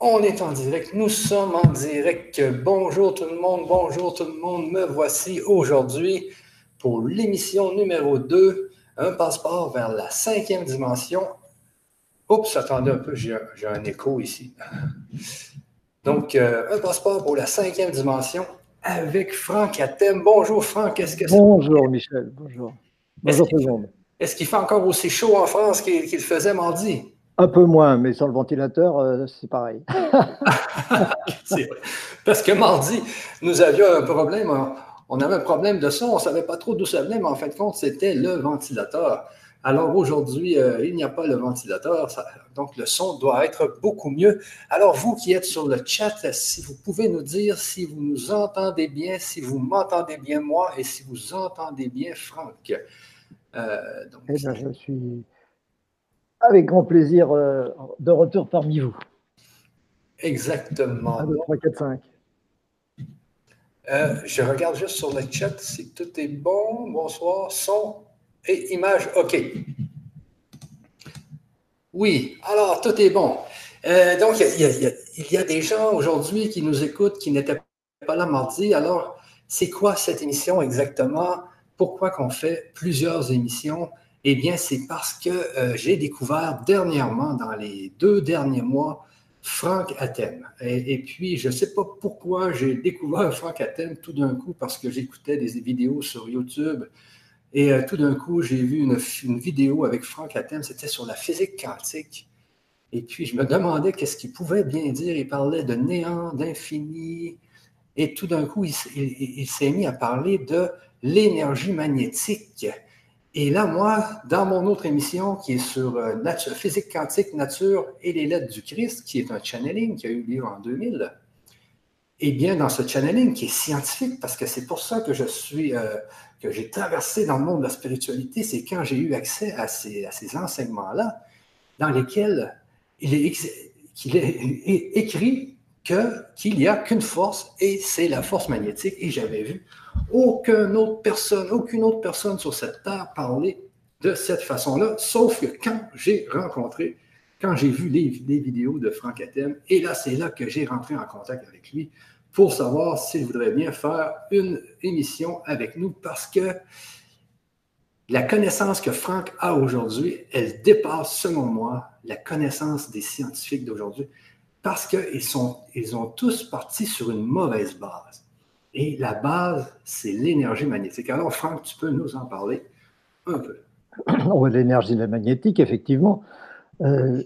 On est en direct, nous sommes en direct. Bonjour tout le monde, me voici aujourd'hui pour l'émission numéro 2, un passeport vers la 5e dimension. Oups, attendez un peu, j'ai un écho ici. Donc, un passeport pour la 5e dimension avec Franck Athème. Bonjour Franck, est-ce que ça... Bonjour Michel, bonjour. Bonjour tout le monde. Est-ce qu'il fait encore aussi chaud en France qu'il faisait mardi? Un peu moins, mais sans le ventilateur, c'est pareil. C'est vrai. Parce que mardi, nous avions un problème. On avait un problème de son, on ne savait pas trop d'où ça venait, mais en fin de compte, c'était le ventilateur. Alors aujourd'hui, il n'y a pas le ventilateur, donc le son doit être beaucoup mieux. Alors vous qui êtes sur le chat, si vous pouvez nous dire si vous nous entendez bien, si vous m'entendez bien moi et si vous entendez bien Franck. Eh bien, je suis avec grand plaisir de retour parmi vous. Exactement. 1, 2, 3, 4, 5. Je regarde juste sur le chat si tout est bon. Bonsoir. Son et image, OK. Oui, alors tout est bon. Donc, il y a des gens aujourd'hui qui nous écoutent qui n'étaient pas là mardi. Alors, c'est quoi cette émission exactement? Pourquoi qu'on fait plusieurs émissions? Eh bien, c'est parce que j'ai découvert dernièrement, dans les 2 derniers mois, Franck Athème. Et puis, je ne sais pas pourquoi j'ai découvert Franck Athème tout d'un coup, parce que j'écoutais des vidéos sur YouTube. Et tout d'un coup, j'ai vu une vidéo avec Franck Athème, c'était sur la physique quantique. Et puis, je me demandais qu'est-ce qu'il pouvait bien dire. Il parlait de néant, d'infini. Et tout d'un coup, il s'est mis à parler de l'énergie magnétique. Et là, moi, dans mon autre émission qui est sur physique quantique, nature et les lettres du Christ, qui est un channeling qui a eu lieu en 2000, eh bien, dans ce channeling qui est scientifique, parce que c'est pour ça que que j'ai traversé dans le monde de la spiritualité, c'est quand j'ai eu accès à ces enseignements-là, dans lesquels il est écrit qu'il n'y a qu'une force, et c'est la force magnétique. Et j'avais vu aucune autre personne sur cette terre parler de cette façon-là, sauf que quand j'ai vu les vidéos de Franck Athème, et là, c'est là que j'ai rentré en contact avec lui pour savoir s'il voudrait bien faire une émission avec nous, parce que la connaissance que Franck a aujourd'hui, elle dépasse, selon moi, la connaissance des scientifiques d'aujourd'hui, parce qu'ils ont tous parti sur une mauvaise base. Et la base, c'est l'énergie magnétique. Alors, Franck, tu peux nous en parler un peu? L'énergie magnétique, effectivement. Il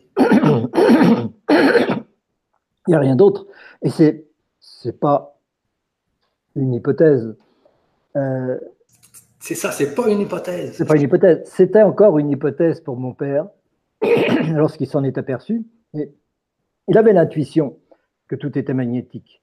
n'y a rien d'autre. Et c'est pas une hypothèse. C'est ça, c'est pas une hypothèse. C'est pas une hypothèse. C'était encore une hypothèse pour mon père lorsqu'il s'en est aperçu. Et il avait l'intuition que tout était magnétique.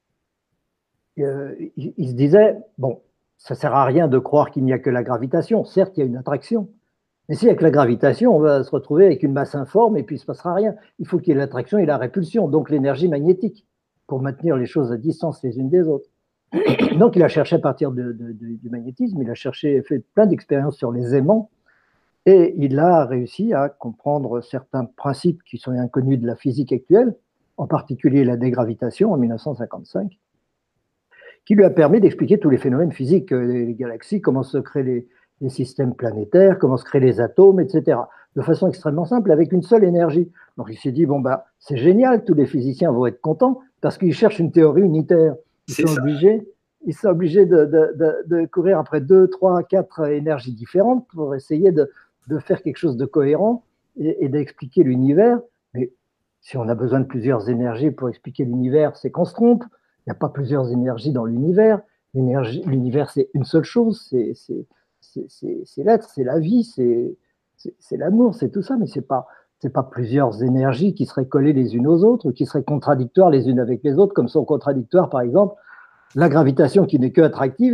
Il se disait, bon, ça ne sert à rien de croire qu'il n'y a que la gravitation. Certes, il y a une attraction. Mais s'il n'y a que la gravitation, on va se retrouver avec une masse informe et puis il ne se passera rien. Il faut qu'il y ait l'attraction et la répulsion, donc l'énergie magnétique, pour maintenir les choses à distance les unes des autres. Donc il a cherché à partir du magnétisme, il a fait plein d'expériences sur les aimants, et il a réussi à comprendre certains principes qui sont inconnus de la physique actuelle, en particulier la dégravitation en 1955, qui lui a permis d'expliquer tous les phénomènes physiques, les galaxies, comment se créent les systèmes planétaires, comment se créent les atomes, etc., de façon extrêmement simple, avec une seule énergie. Donc il s'est dit, bon, bah, c'est génial, tous les physiciens vont être contents, parce qu'ils cherchent une théorie unitaire. Ils sont obligés de courir après 2, 3, 4 énergies différentes pour essayer de faire quelque chose de cohérent et d'expliquer l'univers. Mais si on a besoin de plusieurs énergies pour expliquer l'univers, c'est qu'on se trompe. Il n'y a pas plusieurs énergies dans l'univers. L'univers, c'est une seule chose, c'est l'être, c'est la vie, c'est l'amour, c'est tout ça, mais c'est pas plusieurs énergies qui seraient collées les unes aux autres ou qui seraient contradictoires les unes avec les autres, comme sont contradictoires, par exemple, la gravitation qui n'est que attractive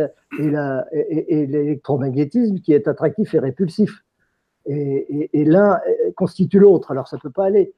et l'électromagnétisme qui est attractif et répulsif. Et l'un constitue l'autre, alors ça ne peut pas aller.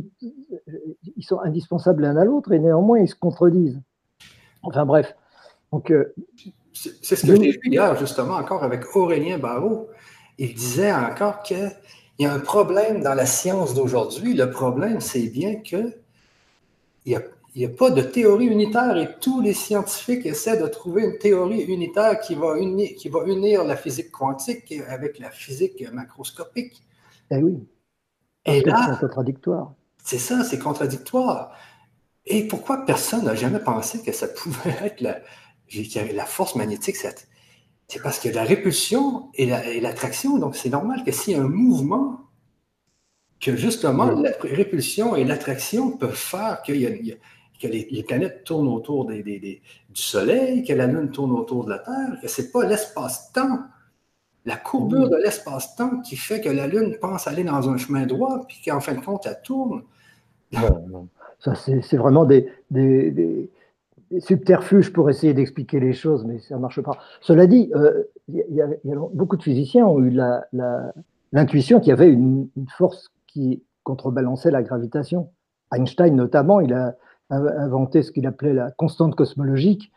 Ils sont indispensables l'un à l'autre et néanmoins ils se contredisent. Enfin bref. Donc, c'est ce que j'ai vu hier, justement, encore avec Aurélien Barraud. Il disait encore qu'il y a un problème dans la science d'aujourd'hui. Le problème, c'est bien que il n'y a pas de théorie unitaire et tous les scientifiques essaient de trouver une théorie unitaire qui va unir la physique quantique avec la physique macroscopique. Eh oui, parce qu'elles sont contradictoires. C'est ça, c'est contradictoire. Et pourquoi personne n'a jamais pensé que ça pouvait être la force magnétique? C'est parce que la répulsion et l'attraction, donc c'est normal que s'il y a un mouvement, que justement la répulsion et l'attraction peuvent faire que les planètes tournent autour du Soleil, que la Lune tourne autour de la Terre, que ce n'est pas l'espace-temps, la courbure de l'espace-temps qui fait que la Lune pense aller dans un chemin droit, puis qu'en fin de compte, elle tourne. Non. Ça, c'est vraiment des subterfuges pour essayer d'expliquer les choses, mais ça ne marche pas. Cela dit, beaucoup de physiciens ont eu l'intuition qu'il y avait une force qui contrebalançait la gravitation. Einstein, notamment, il a inventé ce qu'il appelait la constante cosmologique.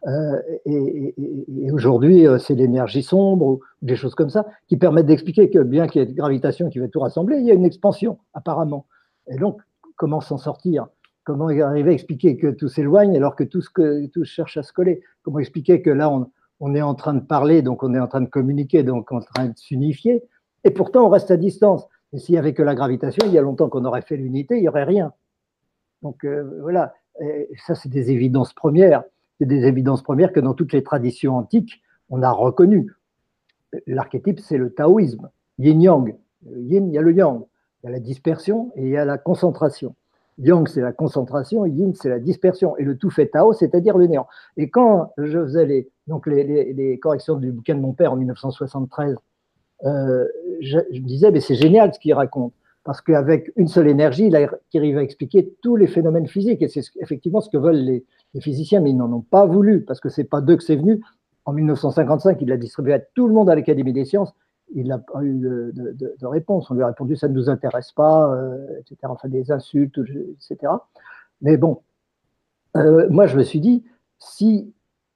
Et aujourd'hui, c'est l'énergie sombre ou des choses comme ça qui permettent d'expliquer que bien qu'il y ait une gravitation qui va tout rassembler, il y a une expansion, apparemment. Et donc, comment s'en sortir? Comment arriver à expliquer que tout s'éloigne alors que tout cherche à se coller? Comment expliquer que là, on est en train de parler, donc on est en train de communiquer, donc en train de s'unifier, et pourtant on reste à distance. Et s'il n'y avait que la gravitation, il y a longtemps qu'on aurait fait l'unité, il n'y aurait rien. Donc voilà, et ça c'est des évidences premières. C'est des évidences premières que dans toutes les traditions antiques, on a reconnues. L'archétype, c'est le taoïsme, yin-yang. Yin, il y a le yang, il y a la dispersion et il y a la concentration. Yang, c'est la concentration, yin, c'est la dispersion. Et le tout fait Tao, c'est-à-dire le néant. Et quand je faisais les corrections du bouquin de mon père en 1973, je me disais, mais c'est génial ce qu'il raconte. Parce qu'avec une seule énergie, il arrive à expliquer tous les phénomènes physiques. Et c'est effectivement ce que veulent les physiciens, mais ils n'en ont pas voulu, parce que ce n'est pas d'eux que c'est venu. En 1955, il l'a distribué à tout le monde à l'Académie des sciences. Il n'a pas eu de réponse. On lui a répondu, ça ne nous intéresse pas, etc. Enfin, des insultes, etc. Mais bon, moi, je me suis dit, si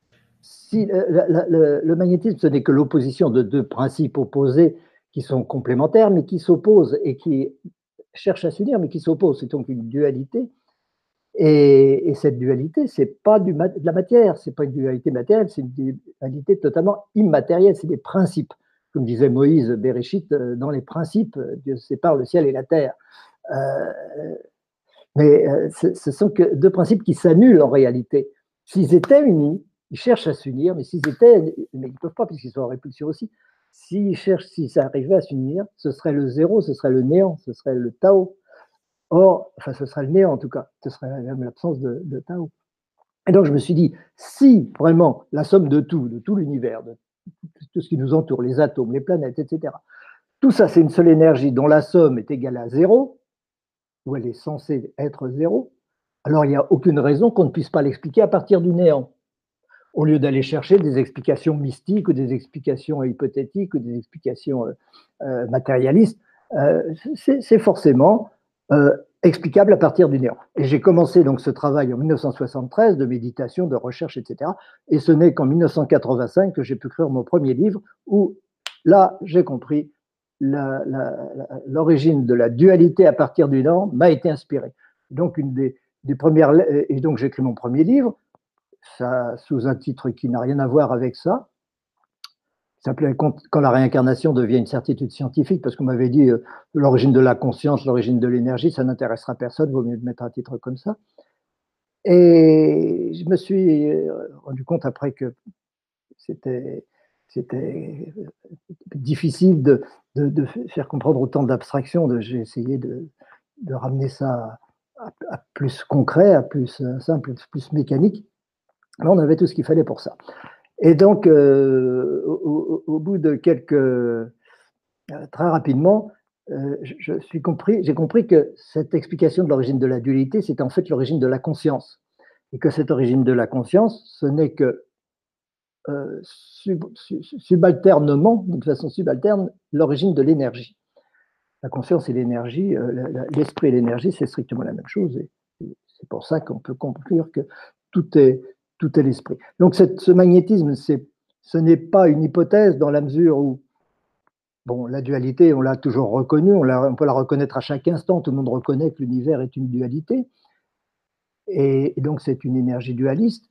le magnétisme, ce n'est que l'opposition de deux principes opposés qui sont complémentaires, mais qui s'opposent et qui cherchent à s'unir, mais qui s'opposent. C'est donc une dualité. Et cette dualité, ce n'est pas de la matière, ce n'est pas une dualité matérielle, c'est une dualité totalement immatérielle, c'est des principes. Comme disait Moïse Bereshit, dans les principes, Dieu sépare le ciel et la terre. Mais ce sont que deux principes qui s'annulent en réalité. S'ils étaient unis, ils cherchent à s'unir, mais s'ils étaient, mais ils ne peuvent pas puisqu'ils sont en répulsion aussi, s'ils cherchent, si ça arrivait à s'unir, ce serait le zéro, ce serait le néant, ce serait le Tao. Or, enfin, ce serait le néant en tout cas, ce serait même l'absence de Tao. Et donc, je me suis dit, si vraiment la somme de tout l'univers, de tout ce qui nous entoure, les atomes, les planètes, etc., tout ça, c'est une seule énergie dont la somme est égale à zéro, ou elle est censée être zéro, alors il n'y a aucune raison qu'on ne puisse pas l'expliquer à partir du néant. Au lieu d'aller chercher des explications mystiques ou des explications hypothétiques ou des explications matérialistes, c'est forcément explicable à partir du néant. Et j'ai commencé donc ce travail en 1973 de méditation, de recherche, etc. Et ce n'est qu'en 1985 que j'ai pu écrire mon premier livre où là, j'ai compris l'origine de la dualité à partir du néant m'a été inspirée. Donc, une des premières, et donc j'écris mon premier livre, ça, sous un titre qui n'a rien à voir avec ça. Ça s'appelait Quand la réincarnation devient une certitude scientifique, parce qu'on m'avait dit l'origine de la conscience, l'origine de l'énergie, ça n'intéressera personne, vaut mieux mettre un titre comme ça. Et je me suis rendu compte après que c'était difficile de faire comprendre autant d'abstractions. J'ai essayé de ramener ça à plus concret, à plus simple, plus mécanique. Là, on avait tout ce qu'il fallait pour ça. Et donc, au bout de très rapidement, j'ai compris que cette explication de l'origine de la dualité, c'est en fait l'origine de la conscience. Et que cette origine de la conscience, ce n'est que subalternement, d'une façon subalterne, l'origine de l'énergie. La conscience et l'énergie, l'esprit et l'énergie, c'est strictement la même chose. Et c'est pour ça qu'on peut conclure que tout est l'esprit. Donc ce magnétisme, ce n'est pas une hypothèse dans la mesure où, bon, la dualité, on l'a toujours reconnue, on peut la reconnaître à chaque instant, tout le monde reconnaît que l'univers est une dualité. Et donc, c'est une énergie dualiste.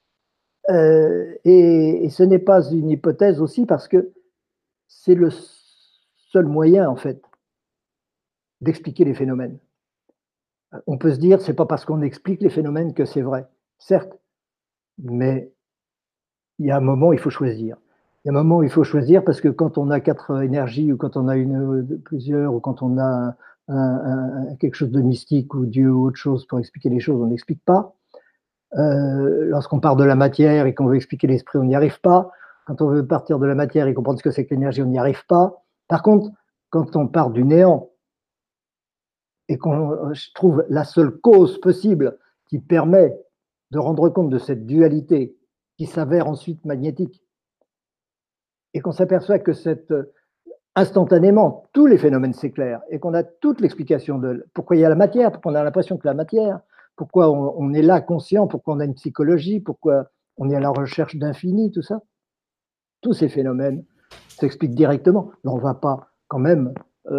Et ce n'est pas une hypothèse aussi parce que c'est le seul moyen, en fait, d'expliquer les phénomènes. On peut se dire, c'est pas parce qu'on explique les phénomènes que c'est vrai. Certes, mais il y a un moment où il faut choisir. Il y a un moment où il faut choisir parce que quand on a 4 énergies ou quand on a plusieurs ou quand on a quelque chose de mystique ou Dieu ou autre chose pour expliquer les choses, on n'explique pas. Lorsqu'on part de la matière et qu'on veut expliquer l'esprit, on n'y arrive pas. Quand on veut partir de la matière et comprendre ce que c'est que l'énergie, on n'y arrive pas. Par contre, quand on part du néant et qu'on trouve la seule cause possible qui permet de rendre compte de cette dualité qui s'avère ensuite magnétique, et qu'on s'aperçoit que instantanément, tous les phénomènes s'éclairent et qu'on a toute l'explication de pourquoi il y a la matière, pourquoi on a l'impression que la matière, pourquoi on est là conscient, pourquoi on a une psychologie, pourquoi on est à la recherche d'infini, tout ça. Tous ces phénomènes s'expliquent directement. Mais on ne va pas quand même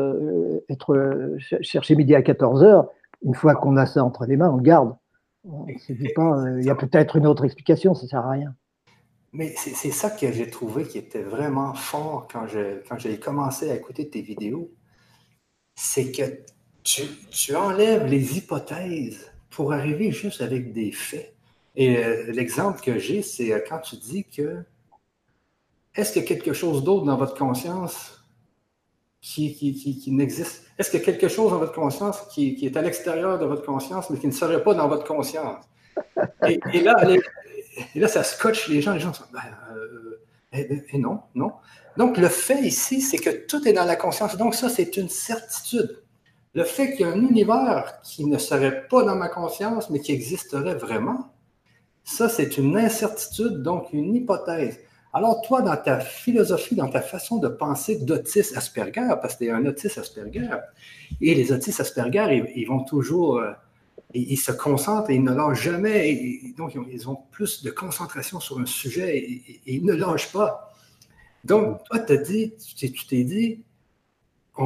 chercher midi à 14 heures. Une fois qu'on a ça entre les mains, on le garde. On ne se dit pas, il y a peut-être une autre explication, ça ne sert à rien. Mais c'est ça que j'ai trouvé qui était vraiment fort quand j'ai commencé à écouter tes vidéos. C'est que tu enlèves les hypothèses pour arriver juste avec des faits. Et l'exemple que j'ai, c'est quand tu dis que est-ce qu'il y a quelque chose d'autre dans votre conscience qui n'existe? Est-ce qu'il y a quelque chose dans votre conscience qui est à l'extérieur de votre conscience, mais qui ne serait pas dans votre conscience? Et là, ça scotche les gens. Les gens sont, et non, non. Donc, le fait ici, c'est que tout est dans la conscience. Donc, ça, c'est une certitude. Le fait qu'il y a un univers qui ne serait pas dans ma conscience, mais qui existerait vraiment, ça, c'est une incertitude, donc une hypothèse. Alors, toi, dans ta philosophie, dans ta façon de penser d'autiste Asperger, parce que tu es un autiste Asperger, et les autistes Asperger, ils vont toujours, ils se concentrent et ils ne lâchent jamais, et donc ils ont plus de concentration sur un sujet et ils ne lâchent pas. Donc, toi, tu t'es dit, on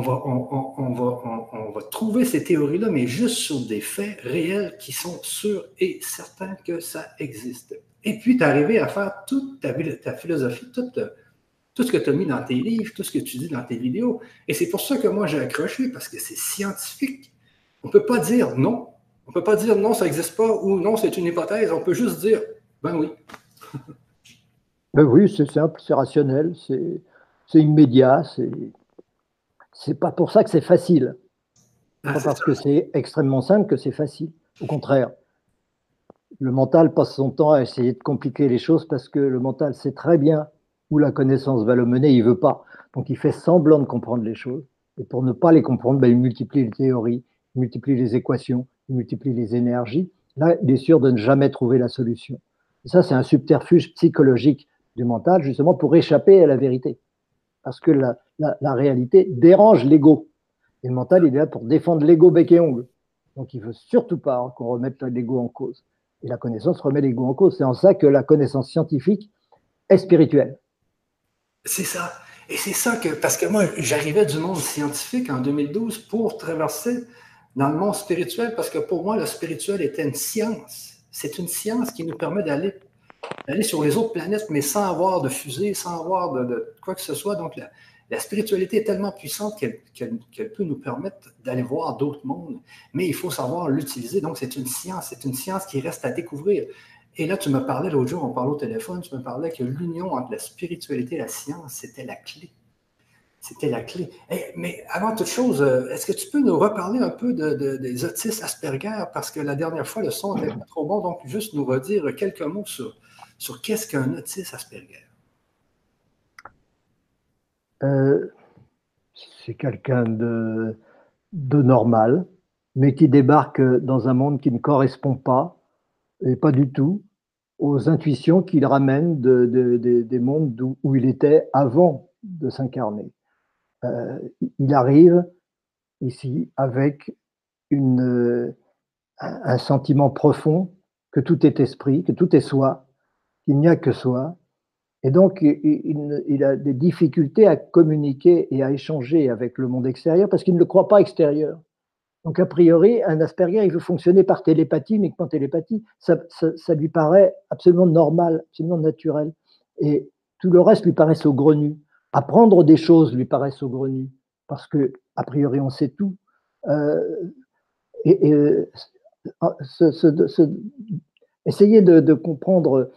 va trouver ces théories-là, mais juste sur des faits réels qui sont sûrs et certains que ça existe. Et puis, tu es arrivé à faire toute ta philosophie, tout ce que tu as mis dans tes livres, tout ce que tu dis dans tes vidéos. Et c'est pour ça que moi, j'ai accroché, parce que c'est scientifique. On ne peut pas dire non. On ne peut pas dire non, ça n'existe pas, ou non, c'est une hypothèse. On peut juste dire, ben oui. Ben oui, c'est simple, c'est rationnel, c'est immédiat, c'est pas pour ça que c'est facile. C'est pas parce que c'est extrêmement simple que c'est facile. Au contraire, le mental passe son temps à essayer de compliquer les choses parce que le mental sait très bien où la connaissance va le mener, il veut pas. Donc il fait semblant de comprendre les choses. Et pour ne pas les comprendre, ben, il multiplie les théories, il multiplie les équations, il multiplie les énergies. Là, il est sûr de ne jamais trouver la solution. Et ça, c'est un subterfuge psychologique du mental, justement pour échapper à la vérité. Parce que la réalité dérange l'ego. Et le mental, il est là pour défendre l'ego bec et ongle. Donc il ne veut surtout pas qu'on remette l'ego en cause. Et la connaissance remet l'ego en cause. C'est en ça que la connaissance scientifique est spirituelle. C'est ça. Et c'est ça que, parce que moi, j'arrivais du monde scientifique en 2012 pour traverser dans le monde spirituel, parce que pour moi, le spirituel était une science. C'est une science qui nous permet d'aller sur les autres planètes, mais sans avoir de fusée, sans avoir de quoi que ce soit. Donc, la spiritualité est tellement puissante qu'elle peut nous permettre d'aller voir d'autres mondes, mais il faut savoir l'utiliser. Donc, c'est une science qui reste à découvrir. Et là, tu me parlais l'autre jour, on parlait au téléphone, tu me parlais que l'union entre la spiritualité et la science, c'était la clé. C'était la clé. Mais avant toute chose, est-ce que tu peux nous reparler un peu des autistes Asperger? Parce que la dernière fois, le son n'était pas trop bon, donc juste nous redire quelques mots sur qu'est-ce qu'un autiste Asperger. C'est quelqu'un de normal, mais qui débarque dans un monde qui ne correspond pas, et pas du tout, aux intuitions qu'il ramène des mondes où il était avant de s'incarner. Il arrive ici avec un sentiment profond que tout est esprit, que tout est soi, qu'il n'y a que soi. Et donc, il a des difficultés à communiquer et à échanger avec le monde extérieur parce qu'il ne le croit pas extérieur. Donc, a priori, un Asperger, il veut fonctionner par télépathie, uniquement télépathie. Ça lui paraît absolument normal, absolument naturel. Et tout le reste lui paraît saugrenu. Apprendre des choses lui paraît saugrenu, parce que, a priori, on sait tout. Et essayer de comprendre,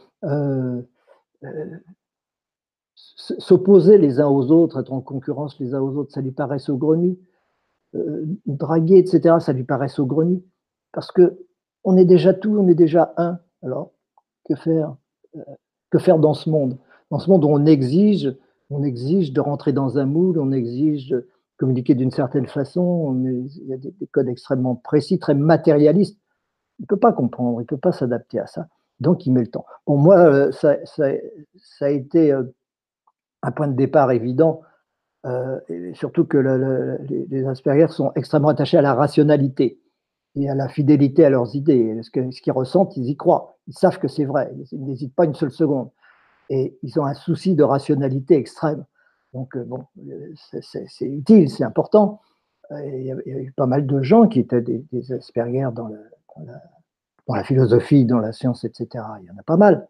s'opposer les uns aux autres, être en concurrence les uns aux autres, ça lui paraît saugrenu. Draguer, etc., ça lui paraît saugrenu. Parce que on est déjà tout, on est déjà un. Alors, que faire que faire dans ce monde? Dans ce monde où on exige de rentrer dans un moule, on exige de communiquer d'une certaine façon, il y a des codes extrêmement précis, très matérialistes. Il ne peut pas comprendre, il ne peut pas s'adapter à ça. Donc, il met le temps. Bon, moi, ça a été un point de départ évident, et surtout que les Asperger sont extrêmement attachés à la rationalité et à la fidélité à leurs idées. Ce qu'ils ressentent, ils y croient. Ils savent que c'est vrai. Ils n'hésitent pas une seule seconde. Et ils ont un souci de rationalité extrême. Donc, bon, c'est utile, c'est important. Il y a eu pas mal de gens qui étaient des Asperger dans la philosophie, dans la science, etc. Il y en a pas mal.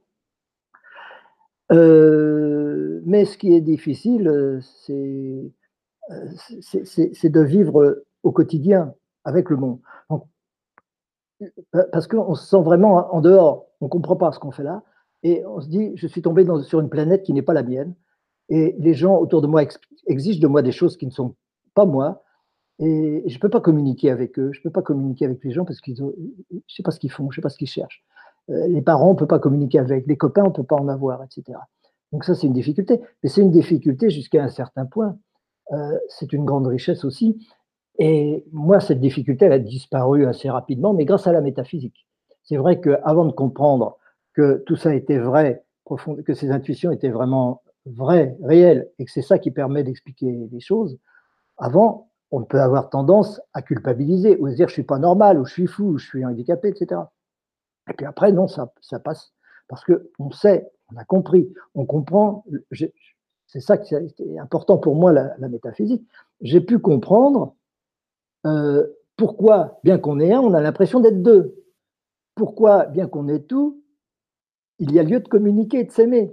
Mais ce qui est difficile, c'est de vivre au quotidien avec le monde. Donc, parce qu'on se sent vraiment en dehors, on ne comprend pas ce qu'on fait là, et on se dit, je suis tombé sur une planète qui n'est pas la mienne, et les gens autour de moi exigent de moi des choses qui ne sont pas moi, et je ne peux pas communiquer avec eux, je ne peux pas communiquer avec les gens parce que je ne sais pas ce qu'ils font, je ne sais pas ce qu'ils cherchent. Les parents, on ne peut pas communiquer avec, les copains, on ne peut pas en avoir, etc. Donc ça, c'est une difficulté, mais c'est une difficulté jusqu'à un certain point. C'est une grande richesse aussi. Et moi, cette difficulté, elle a disparu assez rapidement, mais grâce à la métaphysique. C'est vrai qu'avant de comprendre que tout ça était vrai, que ces intuitions étaient vraiment vraies, réelles, et que c'est ça qui permet d'expliquer les choses, avant, on peut avoir tendance à culpabiliser, ou à se dire je ne suis pas normal, ou je suis fou, ou je suis handicapé, etc. Et puis après, non, ça passe. Parce qu'on sait, on a compris, on comprend. C'est ça qui est important pour moi, la métaphysique. J'ai pu comprendre pourquoi, bien qu'on est un, on a l'impression d'être deux. Pourquoi, bien qu'on est tout, il y a lieu de communiquer et de s'aimer.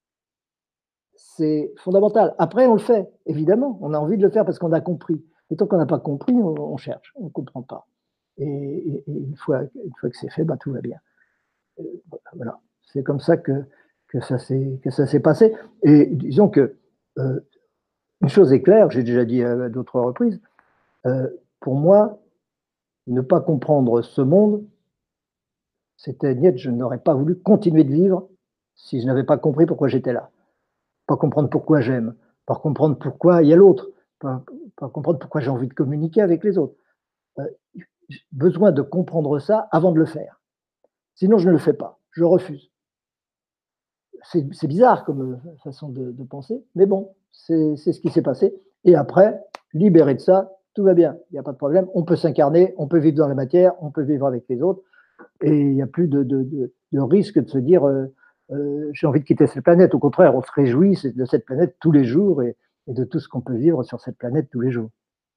C'est fondamental. Après, on le fait, évidemment. On a envie de le faire parce qu'on a compris. Et tant qu'on n'a pas compris, on cherche, on ne comprend pas. Et une fois que c'est fait, bah, tout va bien. Voilà. C'est comme ça que ça s'est passé. Et disons que une chose est claire, j'ai déjà dit à d'autres reprises, pour moi, ne pas comprendre ce monde, c'était niette, je n'aurais pas voulu continuer de vivre si je n'avais pas compris pourquoi j'étais là. Pas comprendre pourquoi j'aime, pas comprendre pourquoi il y a l'autre, pas comprendre pourquoi j'ai envie de communiquer avec les autres. J'ai besoin de comprendre ça avant de le faire. Sinon, je ne le fais pas, je refuse. C'est bizarre comme façon de penser, mais bon, c'est ce qui s'est passé. Et après, libéré de ça, tout va bien, il n'y a pas de problème. On peut s'incarner, on peut vivre dans la matière, on peut vivre avec les autres, et il n'y a plus de risque de se dire j'ai envie de quitter cette planète. Au contraire, on se réjouit de cette planète tous les jours et de tout ce qu'on peut vivre sur cette planète tous les jours.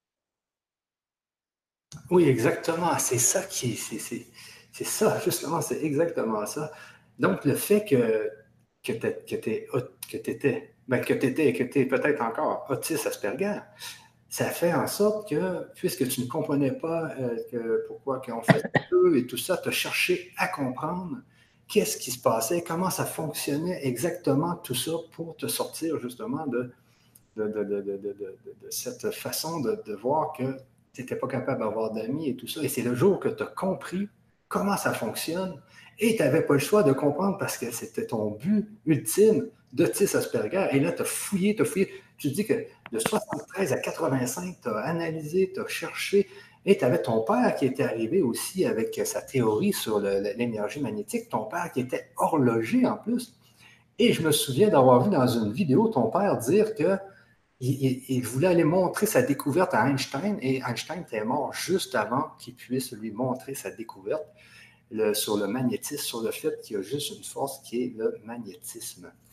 Oui, exactement. C'est ça c'est ça, justement, c'est exactement ça. Donc, le fait que tu es peut-être encore autiste Asperger, ça fait en sorte que, puisque tu ne comprenais pas pourquoi on fait ça et tout ça, tu as cherché à comprendre qu'est-ce qui se passait, comment ça fonctionnait exactement tout ça pour te sortir justement de cette façon de voir que tu n'étais pas capable d'avoir d'amis et tout ça. Et c'est le jour que tu as compris comment ça fonctionne et tu n'avais pas le choix de comprendre parce que c'était ton but ultime d'autisme Asperger. Et là, tu as fouillé, tu as fouillé. Tu te dis que de 73 à 85, tu as analysé, tu as cherché. Et tu avais ton père qui était arrivé aussi avec sa théorie sur l'énergie magnétique, ton père qui était horloger en plus. Et je me souviens d'avoir vu dans une vidéo ton père dire que il voulait aller montrer sa découverte à Einstein et Einstein était mort juste avant qu'il puisse lui montrer sa découverte sur le magnétisme, sur le fait qu'il y a juste une force qui est le magnétisme.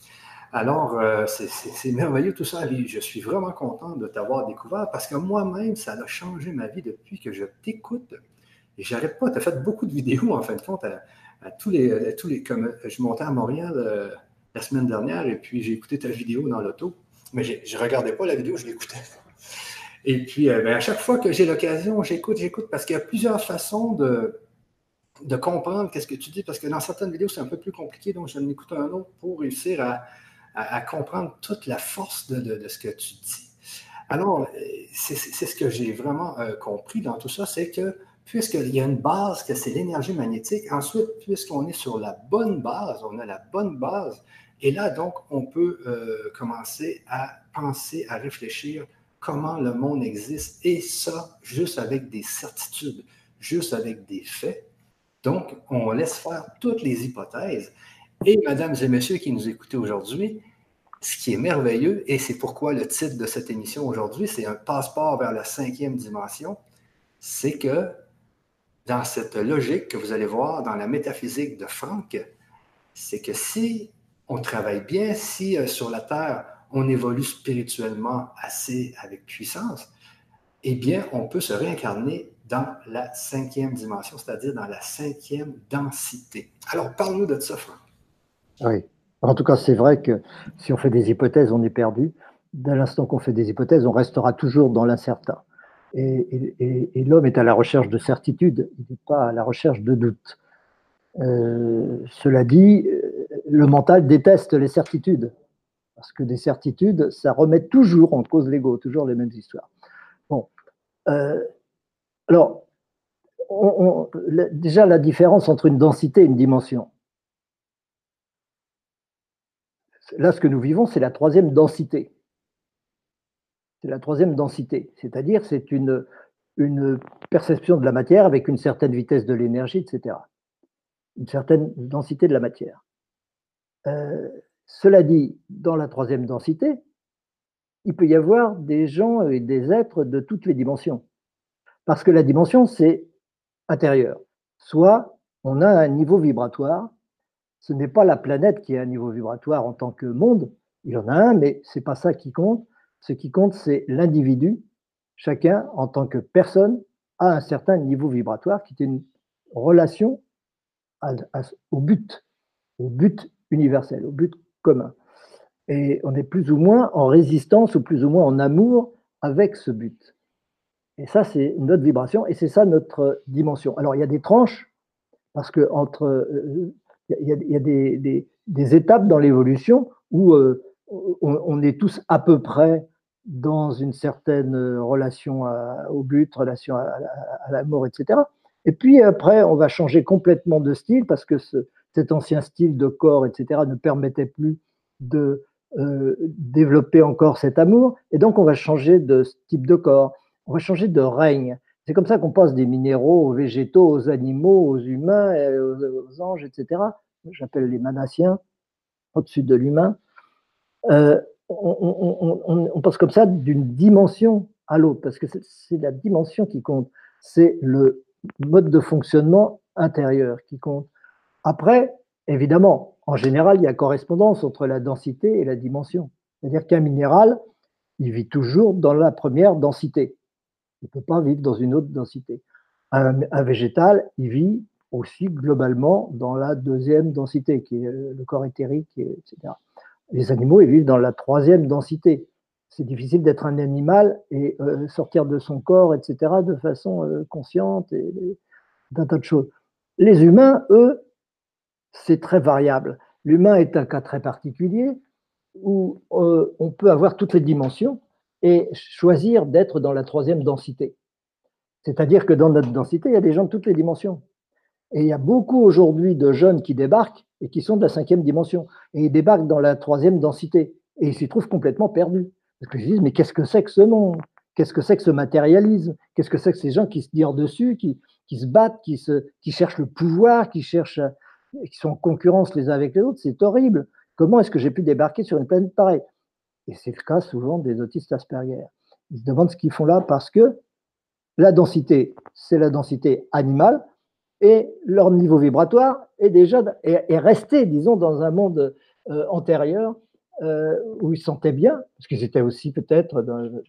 Alors, c'est merveilleux tout ça. Et je suis vraiment content de t'avoir découvert parce que moi-même, ça a changé ma vie depuis que je t'écoute. Et j'arrête pas. Tu as fait beaucoup de vidéos, en fin de compte, comme je montais à Montréal la semaine dernière et puis j'ai écouté ta vidéo dans l'auto. Mais je ne regardais pas la vidéo, je l'écoutais. Et puis, à chaque fois que j'ai l'occasion, j'écoute parce qu'il y a plusieurs façons de comprendre qu'est-ce que tu dis, parce que dans certaines vidéos, c'est un peu plus compliqué, donc je vais en écouter un autre pour réussir à comprendre toute la force de ce que tu dis. Alors, c'est ce que j'ai vraiment compris dans tout ça, c'est que puisqu'il y a une base, que c'est l'énergie magnétique, ensuite, puisqu'on est sur la bonne base, on a la bonne base, et là, donc, on peut commencer à penser, à réfléchir comment le monde existe, et ça, juste avec des certitudes, juste avec des faits. Donc, on laisse faire toutes les hypothèses. Et mesdames et messieurs qui nous écoutez aujourd'hui, ce qui est merveilleux, et c'est pourquoi le titre de cette émission aujourd'hui, c'est un passeport vers la 5e dimension, c'est que dans cette logique que vous allez voir dans la métaphysique de Franck, c'est que si on travaille bien, si sur la Terre, on évolue spirituellement assez avec puissance, eh bien, on peut se réincarner dans la 5e dimension, c'est-à-dire dans la 5e densité. Alors, parle-nous de ça, Franck. Oui. En tout cas, c'est vrai que si on fait des hypothèses, on est perdu. Dès l'instant qu'on fait des hypothèses, on restera toujours dans l'incertain. Et l'homme est à la recherche de certitude, il n'est pas à la recherche de doute. Cela dit, le mental déteste les certitudes, parce que des certitudes, ça remet toujours en cause l'ego, toujours les mêmes histoires. Bon, alors, déjà la différence entre une densité et une dimension. Là, ce que nous vivons, c'est la 3e densité. C'est la 3e densité, c'est-à-dire c'est une perception de la matière avec une certaine vitesse de l'énergie, etc. Une certaine densité de la matière. Cela dit, dans la 3e densité, il peut y avoir des gens et des êtres de toutes les dimensions. Parce que la dimension, c'est intérieur. Soit on a un niveau vibratoire, ce n'est pas la planète qui a un niveau vibratoire en tant que monde, il y en a un, mais ce n'est pas ça qui compte. Ce qui compte, c'est l'individu. Chacun, en tant que personne, a un certain niveau vibratoire qui est une relation au but universel, au but commun. Et on est plus ou moins en résistance ou plus ou moins en amour avec ce but. Et ça, c'est notre vibration et c'est ça notre dimension. Alors, il y a des tranches, parce que il y a des étapes dans l'évolution où on est tous à peu près dans une certaine relation au but, relation à la mort, etc. Et puis après, on va changer complètement de style parce que cet ancien style de corps, etc., ne permettait plus de développer encore cet amour. Et donc, on va changer de type de corps, on va changer de règne. C'est comme ça qu'on passe des minéraux aux végétaux, aux animaux, aux humains, aux anges, etc. J'appelle les manassiens, au-dessus de l'humain. On passe comme ça d'une dimension à l'autre, parce que c'est la dimension qui compte. C'est le mode de fonctionnement intérieur qui compte. Après, évidemment, en général, il y a correspondance entre la densité et la dimension. C'est-à-dire qu'un minéral, il vit toujours dans la première densité. Il ne peut pas vivre dans une autre densité. Un végétal, il vit aussi globalement dans la 2e densité, qui est le corps éthérique, etc. Les animaux, ils vivent dans la 3e densité. C'est difficile d'être un animal et sortir de son corps, etc., de façon consciente et d'un tas de choses. Les humains, eux, c'est très variable. L'humain est un cas très particulier où on peut avoir toutes les dimensions et choisir d'être dans la 3e densité. C'est-à-dire que dans notre densité, il y a des gens de toutes les dimensions. Et il y a beaucoup aujourd'hui de jeunes qui débarquent et qui sont de la 5e dimension. Et ils débarquent dans la 3e densité. Et ils s'y trouvent complètement perdus. Parce qu'ils se disent, mais qu'est-ce que c'est que ce monde? Qu'est-ce que c'est que ce matérialisme? Qu'est-ce que c'est que ces gens qui se tirent dessus, qui se battent, qui cherchent le pouvoir, qui sont en concurrence les uns avec les autres? C'est horrible. Comment est-ce que j'ai pu débarquer sur une planète pareille? Et c'est le cas souvent des autistes Asperger. Ils se demandent ce qu'ils font là parce que la densité, c'est la densité animale, et leur niveau vibratoire est resté, disons, dans un monde antérieur où ils se sentaient bien, parce qu'ils étaient aussi peut-être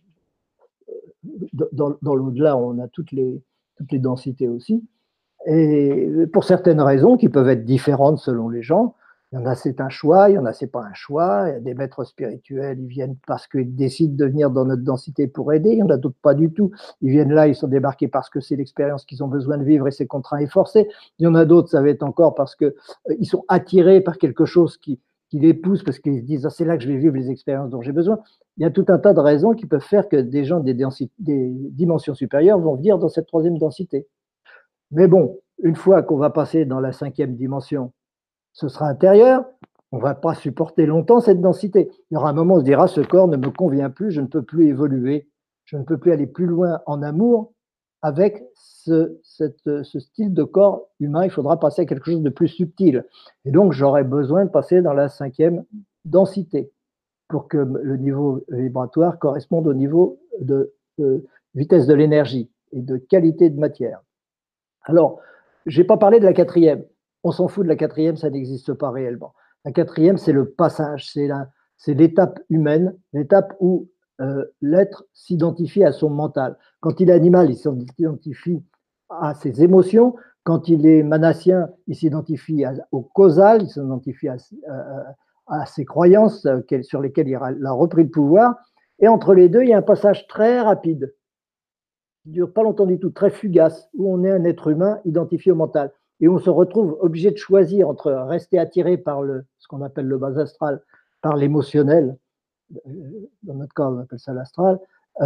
dans l'au-delà, on a toutes les densités aussi. Et pour certaines raisons qui peuvent être différentes selon les gens, il y en a c'est un choix, il y en a c'est pas un choix. Il y a des maîtres spirituels, ils viennent parce qu'ils décident de venir dans notre densité pour aider. Il y en a d'autres pas du tout. Ils viennent là, ils sont débarqués parce que c'est l'expérience qu'ils ont besoin de vivre et c'est contraint et forcé. Il y en a d'autres, ça va être encore parce que ils sont attirés par quelque chose qui les pousse parce qu'ils se disent ah, c'est là que je vais vivre les expériences dont j'ai besoin. Il y a tout un tas de raisons qui peuvent faire que des gens des dimensions supérieures vont venir dans cette troisième densité. Mais bon, une fois qu'on va passer dans la cinquième dimension, ce sera intérieur, on ne va pas supporter longtemps cette densité. Il y aura un moment où on se dira, ce corps ne me convient plus, je ne peux plus évoluer, je ne peux plus aller plus loin en amour avec ce style de corps humain, il faudra passer à quelque chose de plus subtil. Et donc, j'aurai besoin de passer dans la cinquième densité pour que le niveau vibratoire corresponde au niveau de vitesse de l'énergie et de qualité de matière. Alors, je n'ai pas parlé de la quatrième. On s'en fout de la quatrième, ça n'existe pas réellement. La quatrième, c'est le passage, c'est l'étape humaine, l'étape où l'être s'identifie à son mental. Quand il est animal, il s'identifie à ses émotions. Quand il est manassien, il s'identifie au causal, il s'identifie à ses croyances sur lesquelles il a repris le pouvoir. Et entre les deux, il y a un passage très rapide qui dure pas longtemps du tout, très fugace, où on est un être humain identifié au mental. Et on se retrouve obligé de choisir entre rester attiré par ce qu'on appelle le bas astral, par l'émotionnel, dans notre cas on appelle ça l'astral,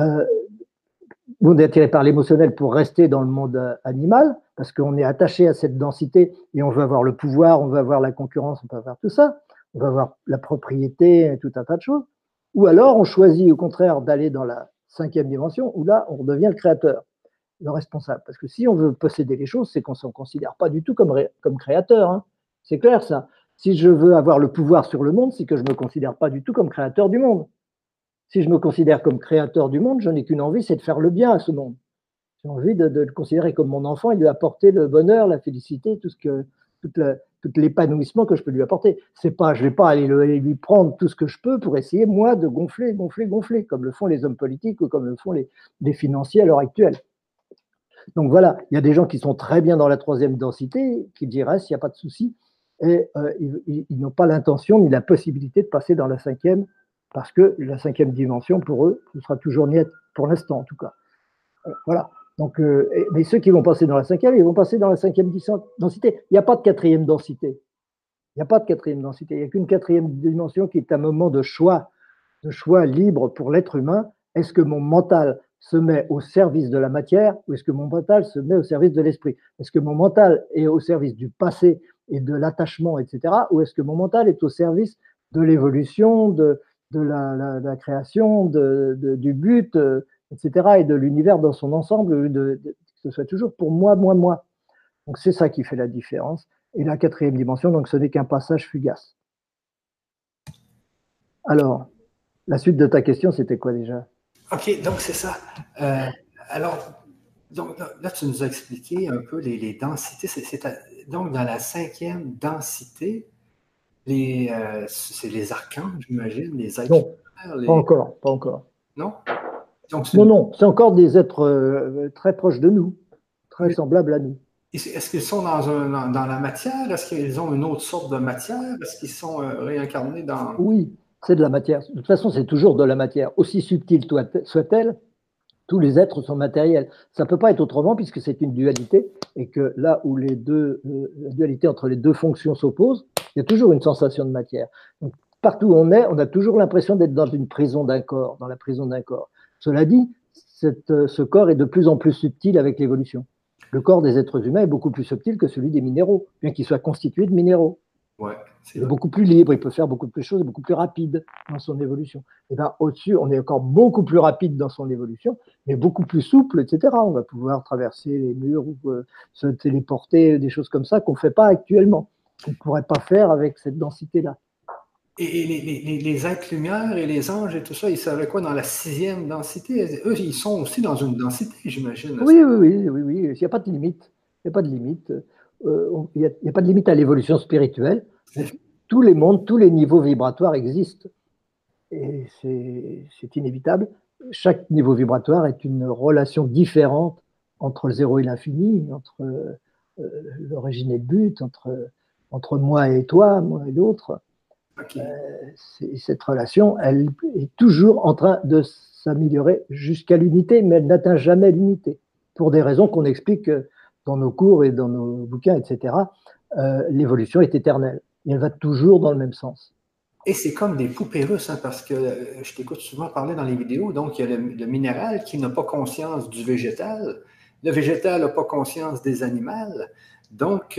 on est attiré par l'émotionnel pour rester dans le monde animal, parce qu'on est attaché à cette densité et on veut avoir le pouvoir, on veut avoir la concurrence, on peut avoir tout ça, on veut avoir la propriété, tout un tas de choses. Ou alors on choisit au contraire d'aller dans la cinquième dimension, où là on redevient le créateur, le responsable. Parce que si on veut posséder les choses, c'est qu'on ne s'en considère pas du tout comme créateur. Hein. C'est clair ça. Si je veux avoir le pouvoir sur le monde, c'est que je ne me considère pas du tout comme créateur du monde. Si je me considère comme créateur du monde, je n'ai qu'une envie, c'est de faire le bien à ce monde. J'ai envie de le considérer comme mon enfant et de lui apporter le bonheur, la félicité, tout l'épanouissement que je peux lui apporter. C'est pas, je ne vais pas aller lui prendre tout ce que je peux pour essayer, moi, de gonfler, comme le font les hommes politiques ou comme le font les financiers à l'heure actuelle. Donc voilà, il y a des gens qui sont très bien dans la troisième densité, qui diraient il n'y a pas de souci, et ils n'ont pas l'intention ni la possibilité de passer dans la cinquième, parce que la cinquième dimension, pour eux, ce sera toujours niette, pour l'instant en tout cas. Voilà. Donc, mais ceux qui vont passer dans la cinquième, ils vont passer dans la cinquième densité. Il n'y a pas de quatrième densité. Il n'y a pas de quatrième densité. Il n'y a qu'une quatrième dimension qui est un moment de choix libre pour l'être humain. Est-ce que mon mental se met au service de la matière ou est-ce que mon mental se met au service de l'esprit? Est-ce que mon mental est au service du passé et de l'attachement, etc. ou est-ce que mon mental est au service de l'évolution, de la création, du but, etc. et de l'univers dans son ensemble, que ce soit toujours pour moi, moi, moi. Donc c'est ça qui fait la différence. Et la quatrième dimension, donc ce n'est qu'un passage fugace. Alors, la suite de ta question, c'était quoi déjà? OK, donc c'est ça. Alors, donc, là, tu nous as expliqué un peu les densités. Donc, dans la cinquième densité, c'est les archanges, j'imagine, les êtres. Non, pas encore. Non? Donc, non, c'est encore des êtres très proches de nous, très semblables à nous. Est-ce qu'ils sont dans la matière? Est-ce qu'ils ont une autre sorte de matière? Est-ce qu'ils sont réincarnés dans... Oui, c'est de la matière. De toute façon, c'est toujours de la matière. Aussi subtile soit-elle, tous les êtres sont matériels. Ça ne peut pas être autrement puisque c'est une dualité et que là où la dualité entre les deux fonctions s'oppose, il y a toujours une sensation de matière. Donc, partout où on est, on a toujours l'impression d'être dans une prison d'un corps, dans la prison d'un corps. Cela dit, ce corps est de plus en plus subtil avec l'évolution. Le corps des êtres humains est beaucoup plus subtil que celui des minéraux, bien qu'il soit constitué de minéraux. Ouais, il est beaucoup plus libre, il peut faire beaucoup plus de choses, beaucoup plus rapide dans son évolution. Et bien au-dessus, on est encore beaucoup plus rapide dans son évolution, mais beaucoup plus souple, etc. On va pouvoir traverser les murs ou se téléporter, des choses comme ça qu'on ne fait pas actuellement, qu'on ne pourrait pas faire avec cette densité-là. Et les êtres lumière et les anges et tout ça, ils savaient quoi dans la sixième densité? Eux, ils sont aussi dans une densité, j'imagine. Oui. Il n'y a pas de limite. Il n'y a pas de limite. Il n'y a pas de limite à l'évolution spirituelle. Donc, tous les mondes, tous les niveaux vibratoires existent. et c'est inévitable. Chaque niveau vibratoire est une relation différente entre le zéro et l'infini, entre l'origine et le but, entre moi et toi, moi et l'autre. OK. Cette relation, elle est toujours en train de s'améliorer jusqu'à l'unité, mais elle n'atteint jamais l'unité, pour des raisons qu'on explique dans nos cours et dans nos bouquins, etc. L'évolution est éternelle, et elle va toujours dans le même sens. Et c'est comme des poupées russes, hein, parce que je t'écoute souvent parler dans les vidéos. Donc, il y a le minéral qui n'a pas conscience du végétal. Le végétal n'a pas conscience des animaux. Donc,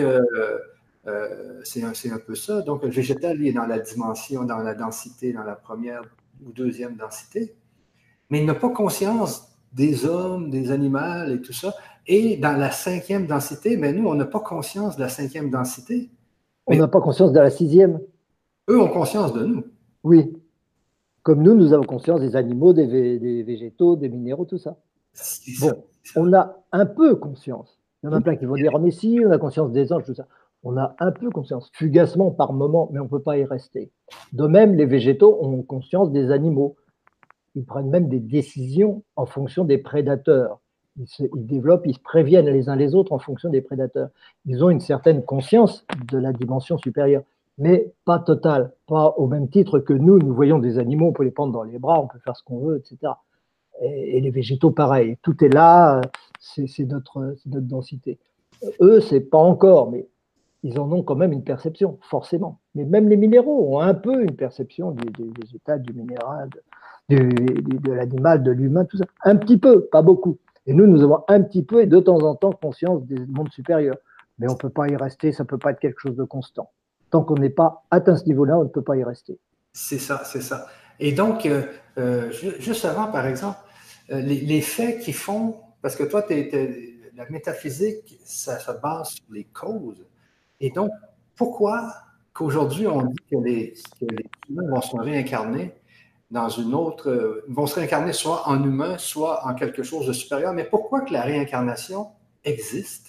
c'est un peu ça. Donc, le végétal, il est dans la dimension, dans la densité, dans la première ou deuxième densité. Mais il n'a pas conscience des hommes, des animaux et tout ça. Et dans la cinquième densité, mais nous, on n'a pas conscience de la cinquième densité. On Mais n'a pas conscience de la sixième. eux ont conscience de nous. Oui, comme nous avons conscience des animaux, des végétaux, des minéraux, tout ça. C'est ça. Bon, on a un peu conscience. Il y en a plein qui vont dire, mais si, on a conscience des anges, tout ça. On a un peu conscience, fugacement par moment, mais on ne peut pas y rester. De même, les végétaux ont conscience des animaux. Ils prennent même des décisions en fonction des prédateurs. Ils développent, ils se préviennent les uns les autres en fonction des prédateurs. Ils ont une certaine conscience de la dimension supérieure, mais pas totale, pas au même titre que nous voyons des animaux, on peut les prendre dans les bras, on peut faire ce qu'on veut, etc. Et les végétaux, pareil. Tout est là, c'est notre densité. Eux, c'est pas encore, mais ils en ont quand même une perception, forcément. Mais même les minéraux ont un peu une perception du végétal, du minéral, de l'animal, de l'humain, tout ça. Un petit peu, pas beaucoup. Et nous avons un petit peu et de temps en temps conscience des mondes supérieurs. Mais on ne peut pas y rester, ça ne peut pas être quelque chose de constant. Tant qu'on n'est pas atteint ce niveau-là, on ne peut pas y rester. C'est ça, c'est ça. Et donc, juste avant, par exemple, les faits qui font, parce que toi, la métaphysique, ça se base sur les causes. Et donc, pourquoi qu'aujourd'hui, on dit que les humains vont se réincarner dans une autre, vont se réincarner soit en humain, soit en quelque chose de supérieur, mais pourquoi que la réincarnation existe?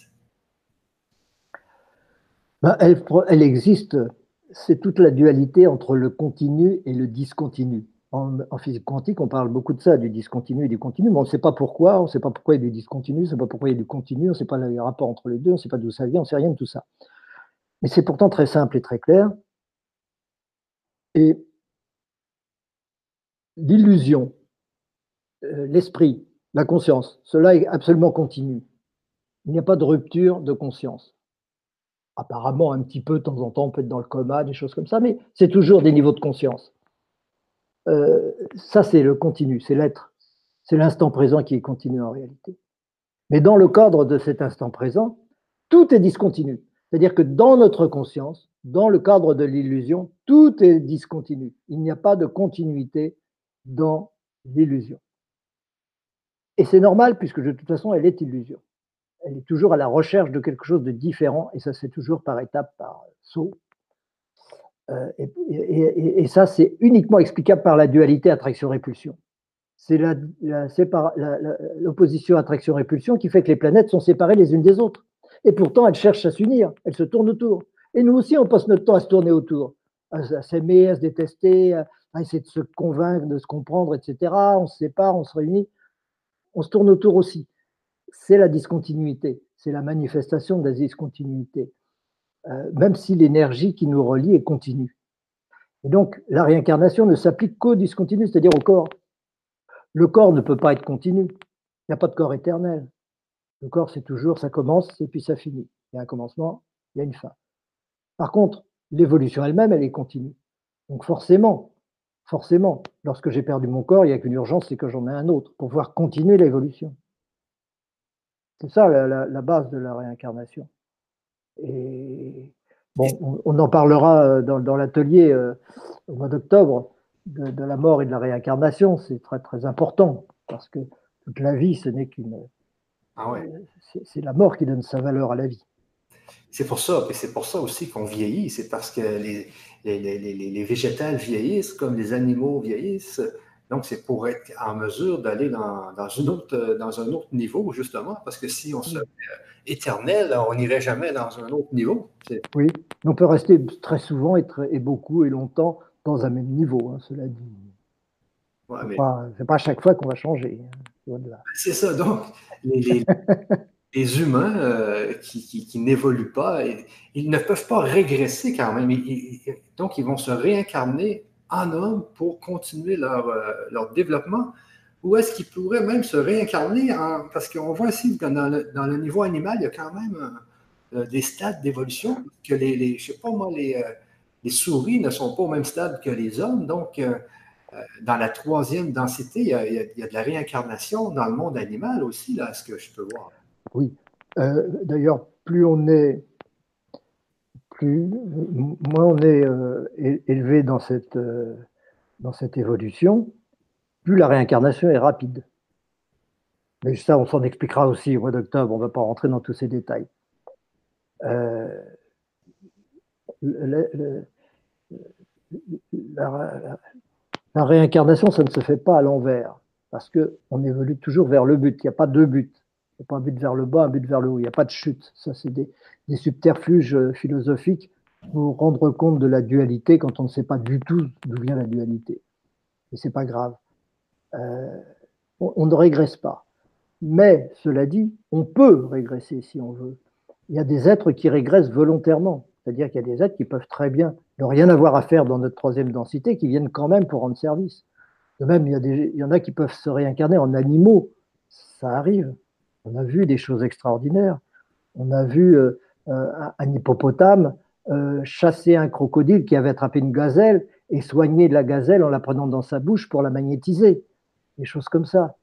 Ben, elle existe, c'est toute la dualité entre le continu et le discontinu. En physique quantique, on parle beaucoup de ça, du discontinu et du continu, mais on ne sait pas pourquoi, on ne sait pas pourquoi il y a du discontinu, on ne sait pas pourquoi il y a du continu, on ne sait pas le rapport entre les deux, on ne sait pas d'où ça vient, on ne sait rien de tout ça. Mais c'est pourtant très simple et très clair. Et l'illusion, l'esprit, la conscience, cela est absolument continu. Il n'y a pas de rupture de conscience. Apparemment, un petit peu, de temps en temps, on peut être dans le coma, des choses comme ça, mais c'est toujours des niveaux de conscience. Ça, c'est le continu, c'est l'être. C'est l'instant présent qui est continu en réalité. Mais dans le cadre de cet instant présent, tout est discontinu. C'est-à-dire que dans notre conscience, dans le cadre de l'illusion, tout est discontinu. Il n'y a pas de continuité dans l'illusion. Et c'est normal puisque de toute façon, elle est illusion. Elle est toujours à la recherche de quelque chose de différent et ça c'est toujours par étapes, par saut. Et ça, c'est uniquement explicable par la dualité attraction-répulsion. C'est l'opposition attraction-répulsion qui fait que les planètes sont séparées les unes des autres. Et pourtant, elles cherchent à s'unir, elles se tournent autour. Et nous aussi, on passe notre temps à se tourner autour, à s'aimer, à se détester, à essayer de se convaincre, de se comprendre, etc. On se sépare, on se réunit, on se tourne autour aussi. C'est la discontinuité, c'est la manifestation de la discontinuité, même si l'énergie qui nous relie est continue. Et donc, la réincarnation ne s'applique qu'au discontinu, c'est-à-dire au corps. Le corps ne peut pas être continu. Il n'y a pas de corps éternel. Le corps, c'est toujours, ça commence et puis ça finit. Il y a un commencement, il y a une fin. Par contre, l'évolution elle-même, elle est continue. Donc forcément, lorsque j'ai perdu mon corps, il n'y a qu'une urgence, c'est que j'en ai un autre pour pouvoir continuer l'évolution. C'est ça la base de la réincarnation. Et bon, on en parlera dans l'atelier au mois d'octobre de la mort et de la réincarnation. C'est très très important parce que toute la vie, ce n'est qu'une. Ah ouais. C'est la mort qui donne sa valeur à la vie. C'est pour ça, et c'est pour ça aussi qu'on vieillit, c'est parce que les végétales vieillissent comme les animaux vieillissent. Donc, c'est pour être en mesure d'aller dans un autre niveau, justement, parce que si on se éternel, on n'irait jamais dans un autre niveau. Oui, on peut rester très souvent et beaucoup et longtemps dans un même niveau, hein, cela dit. Ouais, C'est mais pas, c'est pas à chaque fois qu'on va changer, hein, loin de là. c'est ça. Donc, les, les- les humains qui n'évoluent pas, ils ne peuvent pas régresser quand même. Donc, ils vont se réincarner en hommes pour continuer leur développement. Ou est-ce qu'ils pourraient même se réincarner parce qu'on voit ici que dans le niveau animal, il y a quand même des stades d'évolution, que je sais pas moi, les souris ne sont pas au même stade que les hommes. Donc, dans la troisième densité, il y a de la réincarnation dans le monde animal aussi, là, ce que je peux voir. Oui. D'ailleurs, moins on est élevé dans cette évolution, plus la réincarnation est rapide. Mais ça, on s'en expliquera aussi au mois d'octobre, on ne va pas rentrer dans tous ces détails. Euh, le- le- la, la réincarnation, ça ne se fait pas à l'envers, parce qu'on évolue toujours vers le but. Il n'y a pas deux buts. Il n'y a pas un but vers le bas, un but vers le haut. Il n'y a pas de chute. Ça, c'est des subterfuges philosophiques pour rendre compte de la dualité quand on ne sait pas du tout d'où vient la dualité. Et c'est pas grave. Euh, on ne régresse pas. Mais, cela dit, on peut régresser si on veut. Il y a des êtres qui régressent volontairement. C'est-à-dire qu'il y a des êtres qui peuvent très bien ne rien avoir à faire dans notre troisième densité, qui viennent quand même pour rendre service. De même, il y en a qui peuvent se réincarner en animaux. Ça arrive. On a vu des choses extraordinaires. On a vu un hippopotame chasser un crocodile qui avait attrapé une gazelle et soigner la gazelle en la prenant dans sa bouche pour la magnétiser. Des choses comme ça.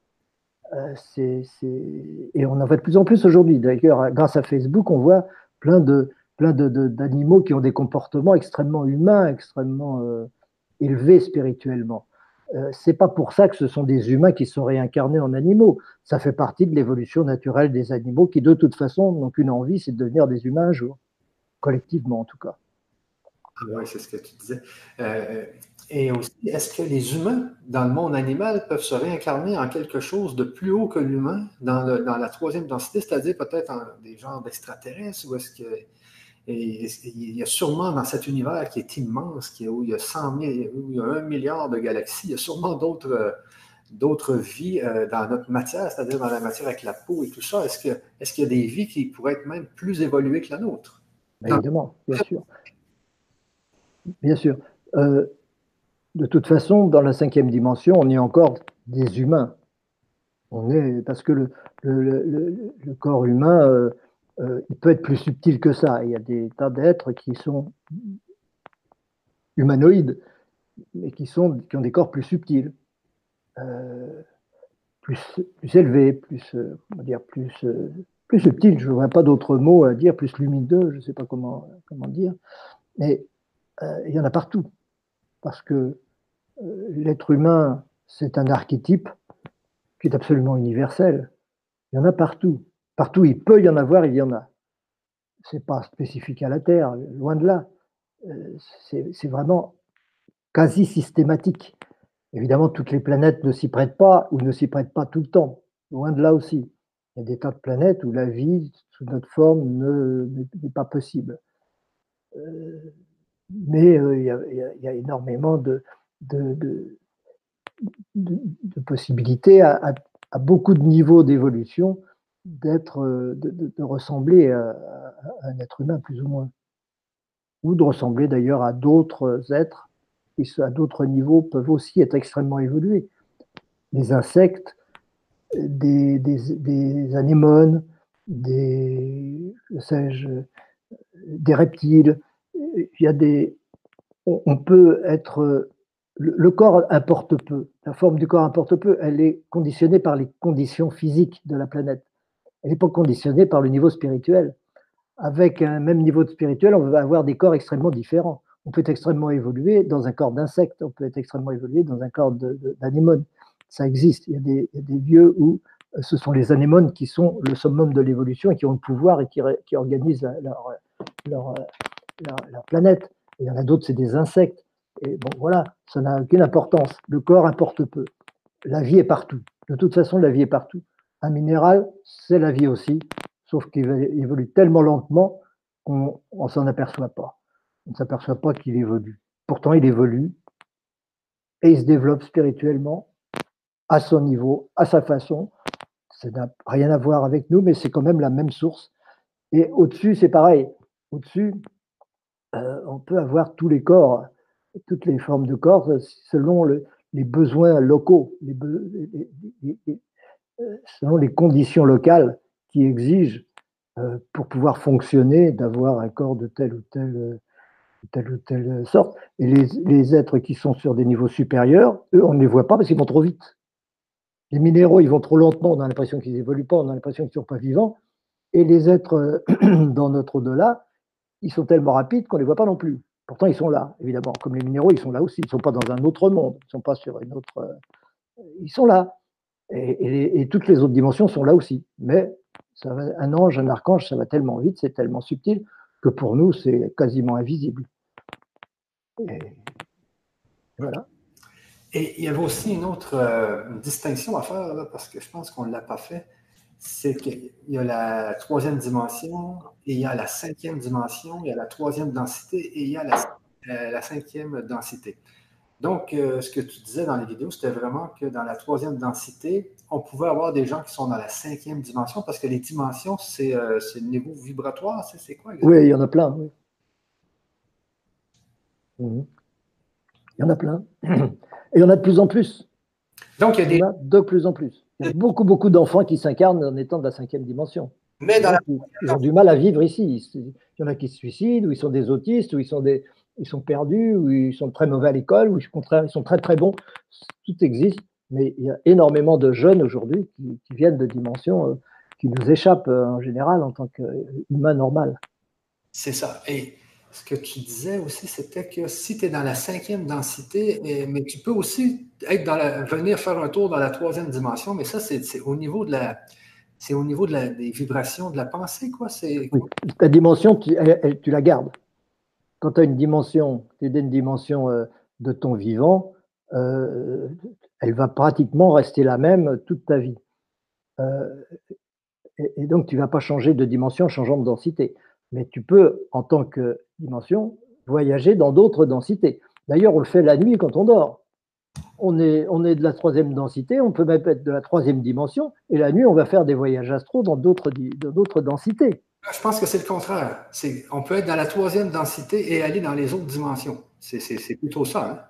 Et on en fait de plus en plus aujourd'hui. D'ailleurs, grâce à Facebook, on voit d'animaux qui ont des comportements extrêmement humains, extrêmement élevés spirituellement. C'est pas pour ça que ce sont des humains qui sont réincarnés en animaux. Ça fait partie de l'évolution naturelle des animaux qui, de toute façon, n'ont qu'une envie, c'est de devenir des humains un jour, collectivement en tout cas. Ah oui, c'est ce que tu disais. Euh, et aussi, est-ce que les humains, dans le monde animal, peuvent se réincarner en quelque chose de plus haut que l'humain dans la troisième densité, c'est-à-dire peut-être en des genres d'extraterrestres, ou est-ce que il y a sûrement dans cet univers qui est immense, où il y a 100 000, où il y a 1 milliard de galaxies, il y a sûrement d'autres vies dans notre matière, c'est-à-dire dans la matière avec la peau et tout ça. Est-ce qu'il y a des vies qui pourraient être même plus évoluées que la nôtre? Dans- Évidemment, bien sûr. Bien sûr. Euh, de toute façon, dans la cinquième dimension, on est encore des humains. Parce que le corps humain, il peut être plus subtil que ça. Il y a des tas d'êtres qui sont humanoïdes, mais qui ont des corps plus subtils, euh, plus élevés, on va dire plus subtils. Je ne vois pas d'autre mot à dire, plus lumineux, je ne sais pas comment dire. Mais il y en a partout, parce que l'être humain, c'est un archétype qui est absolument universel. Il y en a partout. Partout, il peut y en avoir, il y en a. C'est pas spécifique à la Terre, loin de là. C'est vraiment quasi systématique. Évidemment, toutes les planètes ne s'y prêtent pas ou ne s'y prêtent pas tout le temps. Loin de là aussi. Il y a des tas de planètes où la vie sous notre forme n'est pas possible. Mais il y a énormément de, de, de possibilités à beaucoup de niveaux d'évolution de ressembler à un être humain plus ou moins, ou de ressembler d'ailleurs à d'autres êtres qui, à d'autres niveaux, peuvent aussi être extrêmement évolués. Les insectes, des anémones, des reptiles. Il y a on peut être. Le corps importe peu. La forme du corps importe peu. Elle est conditionnée par les conditions physiques de la planète. Elle n'est pas conditionnée par le niveau spirituel. Avec un même niveau de spirituel, on va avoir des corps extrêmement différents. On peut être extrêmement évolué dans un corps d'insecte, on peut être extrêmement évolué dans un corps d'anémone. Ça existe. Il y a des lieux où ce sont les anémones qui sont le summum de l'évolution et qui ont le pouvoir et qui organisent leur, leur planète. Et il y en a d'autres, c'est des insectes. Et bon, voilà, ça n'a aucune importance. Le corps importe peu. La vie est partout. De toute façon, la vie est partout. Un minéral, c'est la vie aussi, sauf qu'il évolue tellement lentement qu'on ne s'en aperçoit pas. On ne s'aperçoit pas qu'il évolue. Pourtant, il évolue et il se développe spirituellement à son niveau, à sa façon. Ça n'a rien à voir avec nous, mais c'est quand même la même source. Et au-dessus, c'est pareil. Au-dessus, on peut avoir tous les corps, toutes les formes de corps, selon les besoins locaux, selon les conditions locales qui exigent pour pouvoir fonctionner, d'avoir un corps de telle ou telle sorte. Et les êtres qui sont sur des niveaux supérieurs, eux, on ne les voit pas parce qu'ils vont trop vite. Les minéraux, ils vont trop lentement, on a l'impression qu'ils n'évoluent pas, on a l'impression qu'ils ne sont pas vivants. Et les êtres dans notre au-delà, ils sont tellement rapides qu'on ne les voit pas non plus. Pourtant, ils sont là, évidemment. Comme les minéraux, ils sont là aussi. Ils ne sont pas dans un autre monde. Ils ne sont pas sur une autre. Ils sont là. Et toutes les autres dimensions sont là aussi. Mais un ange, un archange, ça va tellement vite, c'est tellement subtil que pour nous, c'est quasiment invisible. Et voilà. Et il y avait aussi une autre distinction à faire, là, parce que je pense qu'on ne l'a pas fait. C'est qu'il y a la troisième dimension, et il y a la cinquième dimension, il y a la troisième densité, et il y a la cinquième densité. Donc, ce que tu disais dans les vidéos, c'était vraiment que dans la troisième densité, on pouvait avoir des gens qui sont dans la cinquième dimension, parce que les dimensions, c'est le niveau vibratoire, c'est quoi exactement? Oui, il y en a plein. Oui. Il y en a plein. Et il y en a de plus en plus. Donc, il y a de plus en plus. Il y a beaucoup, beaucoup d'enfants qui s'incarnent en étant de la cinquième dimension. Mais ils ont du mal à vivre ici. Il y en a qui se suicident, ou ils sont des autistes, ou ils sont perdus, ou ils sont très mauvais à l'école, ou au contraire, ils sont très, très bons. Tout existe, mais il y a énormément de jeunes aujourd'hui qui viennent de dimensions qui nous échappent en général en tant qu'humains normal. C'est ça. Et ce que tu disais aussi, c'était que si tu es dans la cinquième densité, mais tu peux aussi venir faire un tour dans la troisième dimension, mais ça, c'est au niveau des vibrations de la pensée, quoi. Oui. Ta dimension, tu la gardes. Quand tu as une dimension, tu es d'une dimension de ton vivant, elle va pratiquement rester la même toute ta vie. Et donc, tu ne vas pas changer de dimension en changeant de densité. Mais tu peux, en tant que dimension, voyager dans d'autres densités. D'ailleurs, on le fait la nuit quand on dort. On est de la troisième densité, on peut même être de la troisième dimension, et la nuit, on va faire des voyages astraux dans d'autres densités. Je pense que c'est le contraire. On peut être dans la troisième densité et aller dans les autres dimensions. C'est plutôt ça.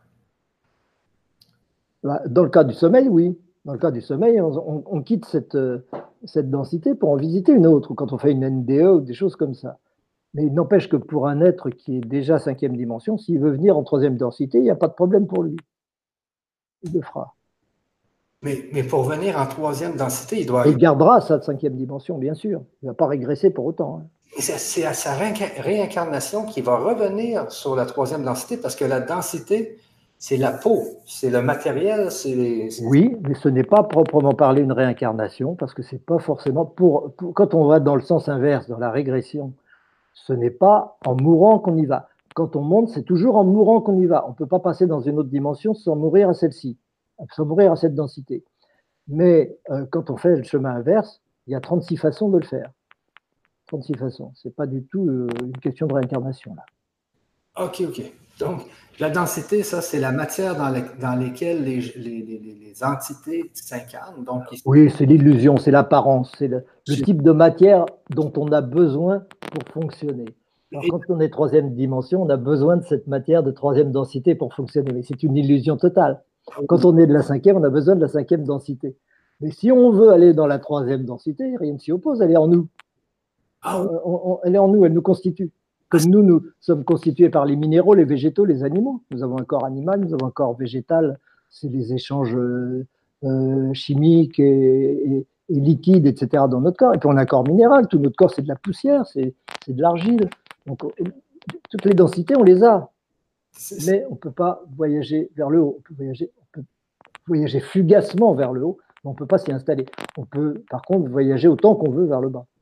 Hein? Dans le cas du sommeil, oui. Dans le cas du sommeil, on quitte cette densité pour en visiter une autre, ou quand on fait une NDE ou des choses comme ça. Mais il n'empêche que pour un être qui est déjà cinquième dimension, s'il veut venir en troisième densité, il n'y a pas de problème pour lui. Il le fera. Mais pour venir en troisième densité, il doit... Il gardera sa cinquième dimension, bien sûr. Il ne va pas régresser pour autant. Hein. C'est à sa réincarnation qu'il va revenir sur la troisième densité, parce que la densité, c'est la peau, c'est le matériel, Oui, mais ce n'est pas proprement parlé une réincarnation, parce que c'est pas forcément quand on va dans le sens inverse, dans la régression, ce n'est pas en mourant qu'on y va. Quand on monte, c'est toujours en mourant qu'on y va. On ne peut pas passer dans une autre dimension sans mourir à celle-ci, sans mourir à cette densité. Mais quand on fait le chemin inverse, il y a 36 façons de le faire. 36 façons. Ce n'est pas du tout une question de réincarnation, là. OK. Donc, la densité, ça, c'est la matière dans laquelle les entités s'incarnent. Donc, oui, c'est l'illusion, c'est l'apparence, c'est le type de matière dont on a besoin pour fonctionner. Alors, quand on est troisième dimension, on a besoin de cette matière de troisième densité pour fonctionner, mais c'est une illusion totale. Quand on est de la cinquième, on a besoin de la cinquième densité. Mais si on veut aller dans la troisième densité, rien ne s'y oppose, elle est en nous. Elle est en nous, elle nous constitue. Comme nous sommes constitués par les minéraux, les végétaux, les animaux. Nous avons un corps animal, nous avons un corps végétal. C'est les échanges chimiques et liquides, etc. dans notre corps. Et puis on a un corps minéral. Tout notre corps, c'est de la poussière, c'est de l'argile. Donc toutes les densités, on les a. Mais on ne peut pas voyager vers le haut. On peut voyager fugacement vers le haut, mais on ne peut pas s'y installer. On peut, par contre, voyager autant qu'on veut vers le bas.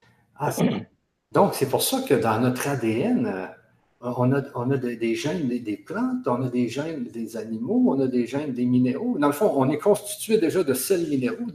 Donc, c'est pour ça que dans notre ADN, on a des gènes des plantes, on a des gènes des animaux, on a des gènes des minéraux. Dans le fond, on est constitué déjà de sels minéraux.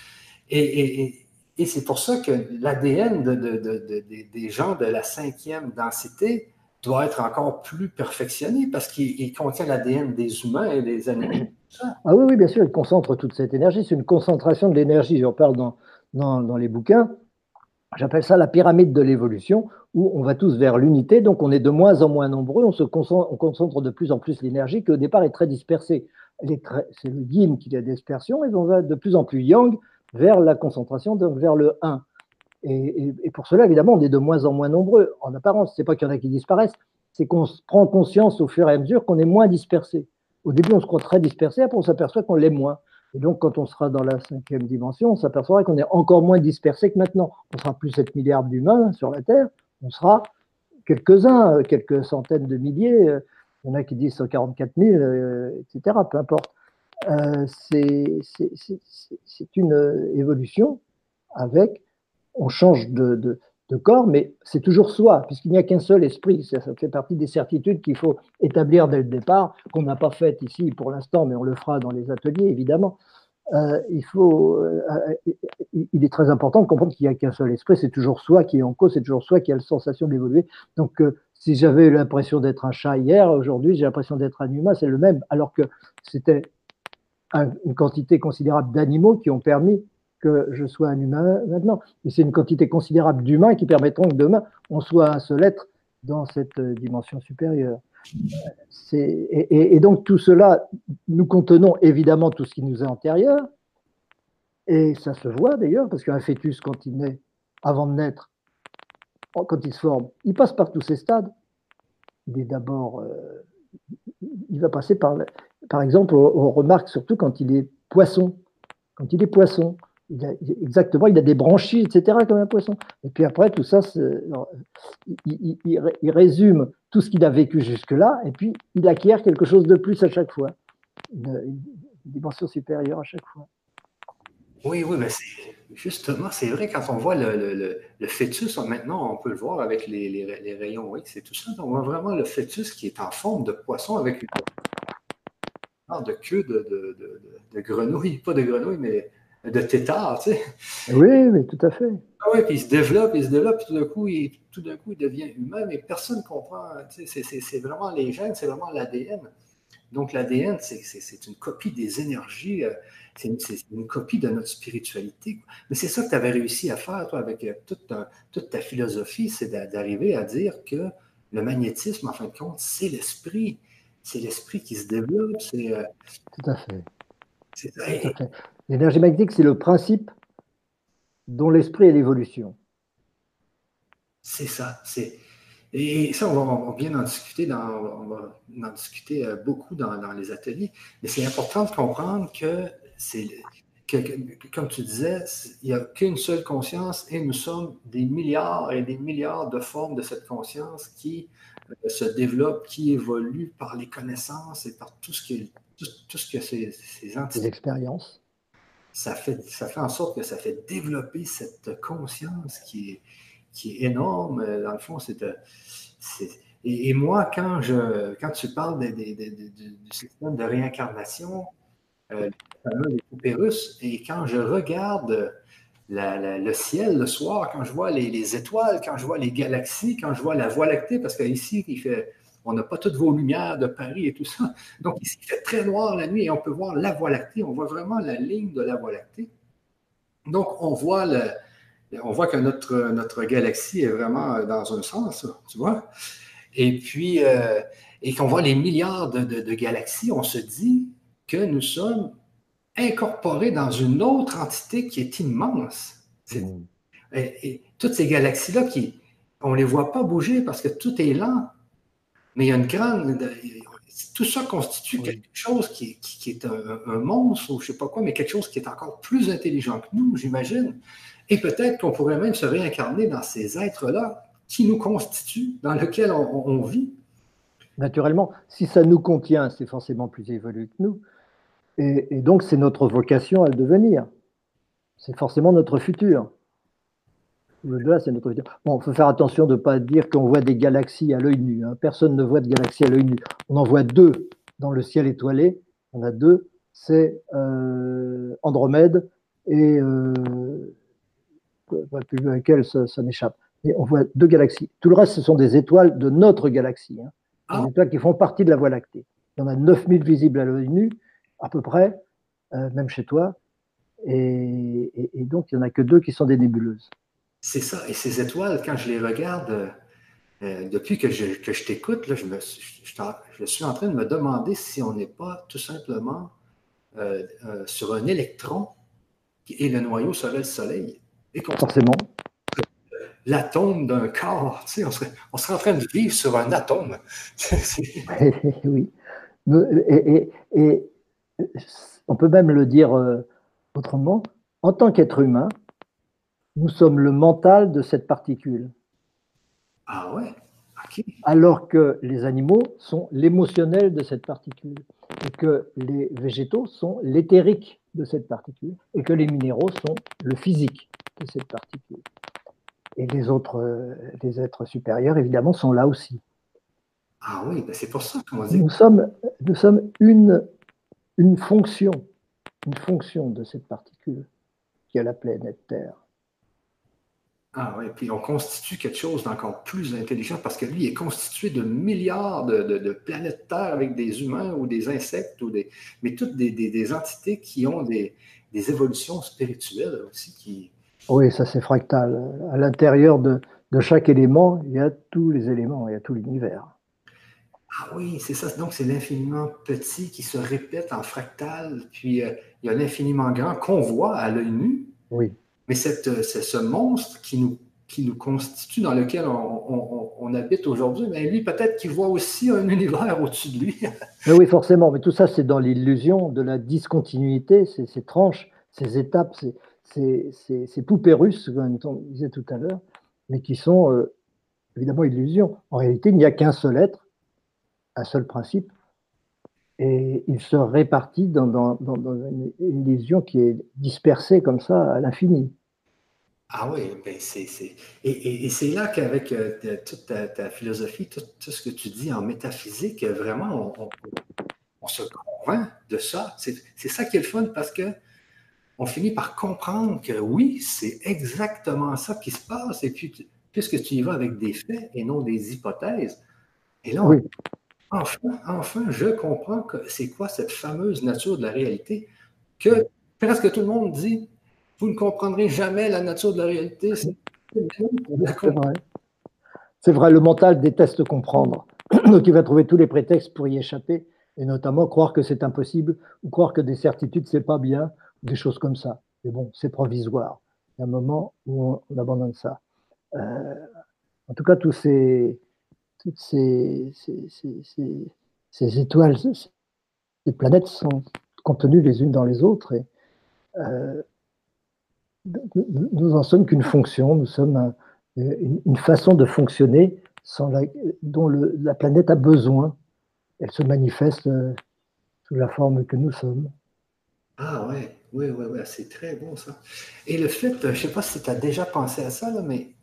Et c'est pour ça que l'ADN des gens de la cinquième densité doit être encore plus perfectionné parce qu'il contient l'ADN des humains et des animaux. Ah oui, oui, bien sûr, il concentre toute cette énergie. C'est une concentration de l'énergie. J'en parle dans les bouquins. J'appelle ça la pyramide de l'évolution, où on va tous vers l'unité, donc on est de moins en moins nombreux, on concentre de plus en plus l'énergie qui au départ est très dispersée. C'est le yin qui est la dispersion, et on va de plus en plus yang vers la concentration, donc vers le 1. Et pour cela, évidemment, on est de moins en moins nombreux. En apparence, ce n'est pas qu'il y en a qui disparaissent, c'est qu'on prend conscience au fur et à mesure qu'on est moins dispersé. Au début, on se croit très dispersé, après on s'aperçoit qu'on l'est moins. Et donc, quand on sera dans la 5e dimension, on s'apercevra qu'on est encore moins dispersé que maintenant. On sera plus 7 milliards d'humains sur la Terre, on sera quelques-uns, quelques centaines de milliers, il y en a qui disent 144 000, etc., peu importe. C'est une évolution avec, on change de corps, mais c'est toujours soi, puisqu'il n'y a qu'un seul esprit. Ça fait partie des certitudes qu'il faut établir dès le départ, qu'on n'a pas faites ici pour l'instant, mais on le fera dans les ateliers, évidemment. Il est très important de comprendre qu'il n'y a qu'un seul esprit, c'est toujours soi qui est en cause, c'est toujours soi qui a la sensation d'évoluer. Donc, si j'avais l'impression d'être un chat hier, aujourd'hui, j'ai l'impression d'être un humain, c'est le même, alors que c'était une quantité considérable d'animaux qui ont permis que je sois un humain maintenant. Et c'est une quantité considérable d'humains qui permettront que demain, on soit un seul être dans cette dimension supérieure. Et donc tout cela, nous contenons évidemment tout ce qui nous est antérieur, et ça se voit d'ailleurs, parce qu'un fœtus, quand il naît, avant de naître, quand il se forme, il passe par tous ces stades. Il est d'abord, il va passer par exemple, on remarque surtout quand il est poisson. Quand il est poisson, exactement, il a des branchies, etc., comme un poisson. Et puis après, tout ça, il résume tout ce qu'il a vécu jusque-là, et puis il acquiert quelque chose de plus à chaque fois, une dimension supérieure à chaque fois. Oui, oui, mais justement, c'est vrai, quand on voit le fœtus, maintenant, on peut le voir avec les rayons X et tout ça, on voit vraiment le fœtus qui est en forme de poisson avec une de queue de grenouille, pas de grenouille, mais de tétard, tu sais. Oui, mais tout à fait. Ah oui, puis il se développe, puis tout d'un coup, il devient humain, mais personne ne comprend. Tu sais, c'est vraiment les gènes, c'est vraiment l'ADN. Donc, l'ADN, c'est une copie des énergies, c'est une copie de notre spiritualité. Mais c'est ça que tu avais réussi à faire, toi, avec toute ta philosophie, c'est d'arriver à dire que le magnétisme, en fin de compte, c'est l'esprit. C'est l'esprit qui se développe. Tout à fait. Tout à fait. L'énergie magnétique, c'est le principe dont l'esprit est l'évolution. C'est ça. Et ça, on va bien en discuter, beaucoup dans les ateliers. Mais c'est important de comprendre que comme tu disais, il n'y a qu'une seule conscience et nous sommes des milliards et des milliards de formes de cette conscience qui se développent, qui évoluent par les connaissances et par tout ce que ces entités. Les expériences. Ça fait en sorte que ça fait développer cette conscience qui est énorme. Dans le fond, et moi, quand tu parles du système de réincarnation, le fameux Pérus, et quand je regarde le ciel le soir, quand je vois les étoiles, quand je vois les galaxies, quand je vois la Voie lactée, parce qu'ici, on n'a pas toutes vos lumières de Paris et tout ça. Donc ici, il fait très noir la nuit et on peut voir la Voie lactée, on voit vraiment la ligne de la Voie lactée. Donc, on voit que notre galaxie est vraiment dans un sens, tu vois. Et puis, et qu'on voit les milliards de galaxies, on se dit que nous sommes incorporés dans une autre entité qui est immense. Et toutes ces galaxies-là, on ne les voit pas bouger parce que tout est lent, mais il y a une grande... Tout ça constitue quelque chose qui est un monstre ou je ne sais pas quoi, mais quelque chose qui est encore plus intelligent que nous, j'imagine. Et peut-être qu'on pourrait même se réincarner dans ces êtres-là qui nous constituent, dans lesquels on vit. Naturellement, si ça nous contient, c'est forcément plus évolué que nous. Et donc, c'est notre vocation à le devenir. C'est forcément notre futur. Au-delà, c'est notre futur. Bon, il faut faire attention de ne pas dire qu'on voit des galaxies à l'œil nu. Hein. Personne ne voit de galaxies à l'œil nu. On en voit deux dans le ciel étoilé. On a deux. C'est Andromède et plus laquelle ça m'échappe. Mais on voit deux galaxies. Tout le reste, ce sont des étoiles de notre galaxie. Hein. Des étoiles qui font partie de la Voie lactée. Il y en a 9000 visibles à l'œil nu. à peu près, même chez toi. Et donc, il n'y en a que 2 qui sont des nébuleuses. C'est ça. Et ces étoiles, quand je les regarde, depuis que je t'écoute, là, je suis en train de me demander si on n'est pas tout simplement sur un électron et le noyau serait le Soleil. Et qu'on Forcément. l'atome d'un corps, tu sais, on serait en train de vivre sur un atome. Oui. Et on peut même le dire autrement. En tant qu'être humain, nous sommes le mental de cette particule. Ah ouais? OK. Alors que les animaux sont l'émotionnel de cette particule, et que les végétaux sont l'éthérique de cette particule, et que les minéraux sont le physique de cette particule. Et les autres, les êtres supérieurs, évidemment, sont là aussi. Ah oui, ben c'est pour ça qu'on dit. Nous sommes une fonction de cette particule qui est la planète Terre. Ah oui, puis on constitue quelque chose d'encore plus intelligent parce que lui est constitué de milliards de planètes Terre avec des humains ou des insectes, mais toutes des entités qui ont des évolutions spirituelles aussi. Oui, ça c'est fractal. À l'intérieur de chaque élément, il y a tous les éléments, il y a tout l'univers. Ah oui, c'est ça. Donc, c'est l'infiniment petit qui se répète en fractal, puis il y a l'infiniment grand qu'on voit à l'œil nu. Oui. Mais c'est ce monstre qui nous constitue, dans lequel on habite aujourd'hui, mais lui, peut-être qu'il voit aussi un univers au-dessus de lui. Mais oui, forcément. Mais tout ça, c'est dans l'illusion de la discontinuité, ces tranches, ces étapes, ces poupées russes, comme on disait tout à l'heure, mais qui sont évidemment illusions. En réalité, il n'y a qu'un seul être, un seul principe, et il se répartit dans une illusion qui est dispersée comme ça à l'infini. Ah oui, ben et c'est là qu'avec toute ta philosophie, tout ce que tu dis en métaphysique, vraiment, on se convainc de ça. C'est ça qui est le fun parce que on finit par comprendre que oui, c'est exactement ça qui se passe. Et puis, puisque tu y vas avec des faits et non des hypothèses, et là, Oui, enfin, je comprends que c'est quoi cette fameuse nature de la réalité que presque tout le monde dit, vous ne comprendrez jamais la nature de la réalité. C'est vrai. C'est vrai, le mental déteste comprendre. Donc il va trouver tous les prétextes pour y échapper, et notamment croire que c'est impossible, ou croire que des certitudes, c'est pas bien, des choses comme ça. Mais bon, c'est provisoire. Il y a un moment où on abandonne ça. Euh, En tout cas, toutes ces étoiles, ces planètes sont contenues les unes dans les autres. Et, euh, nous en sommes qu'une fonction, nous sommes une façon de fonctionner dont la planète a besoin. Elle se manifeste sous la forme que nous sommes. Ah ouais, oui, oui, oui, c'est très bon ça. Et le fait, je ne sais pas si tu as déjà pensé à ça, là, mais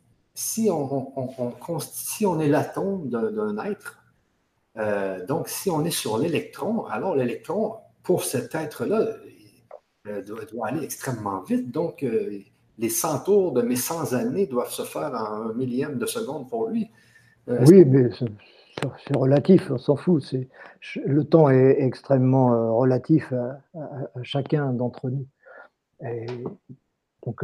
si on est l'atome d'un être, donc si on est sur l'électron, alors l'électron, pour cet être-là, doit aller extrêmement vite. Donc, les 100 tours de mes 100 années doivent se faire en un millième de seconde pour lui. Oui, mais c'est relatif, on s'en fout. Le temps est extrêmement relatif à chacun d'entre nous. Et donc,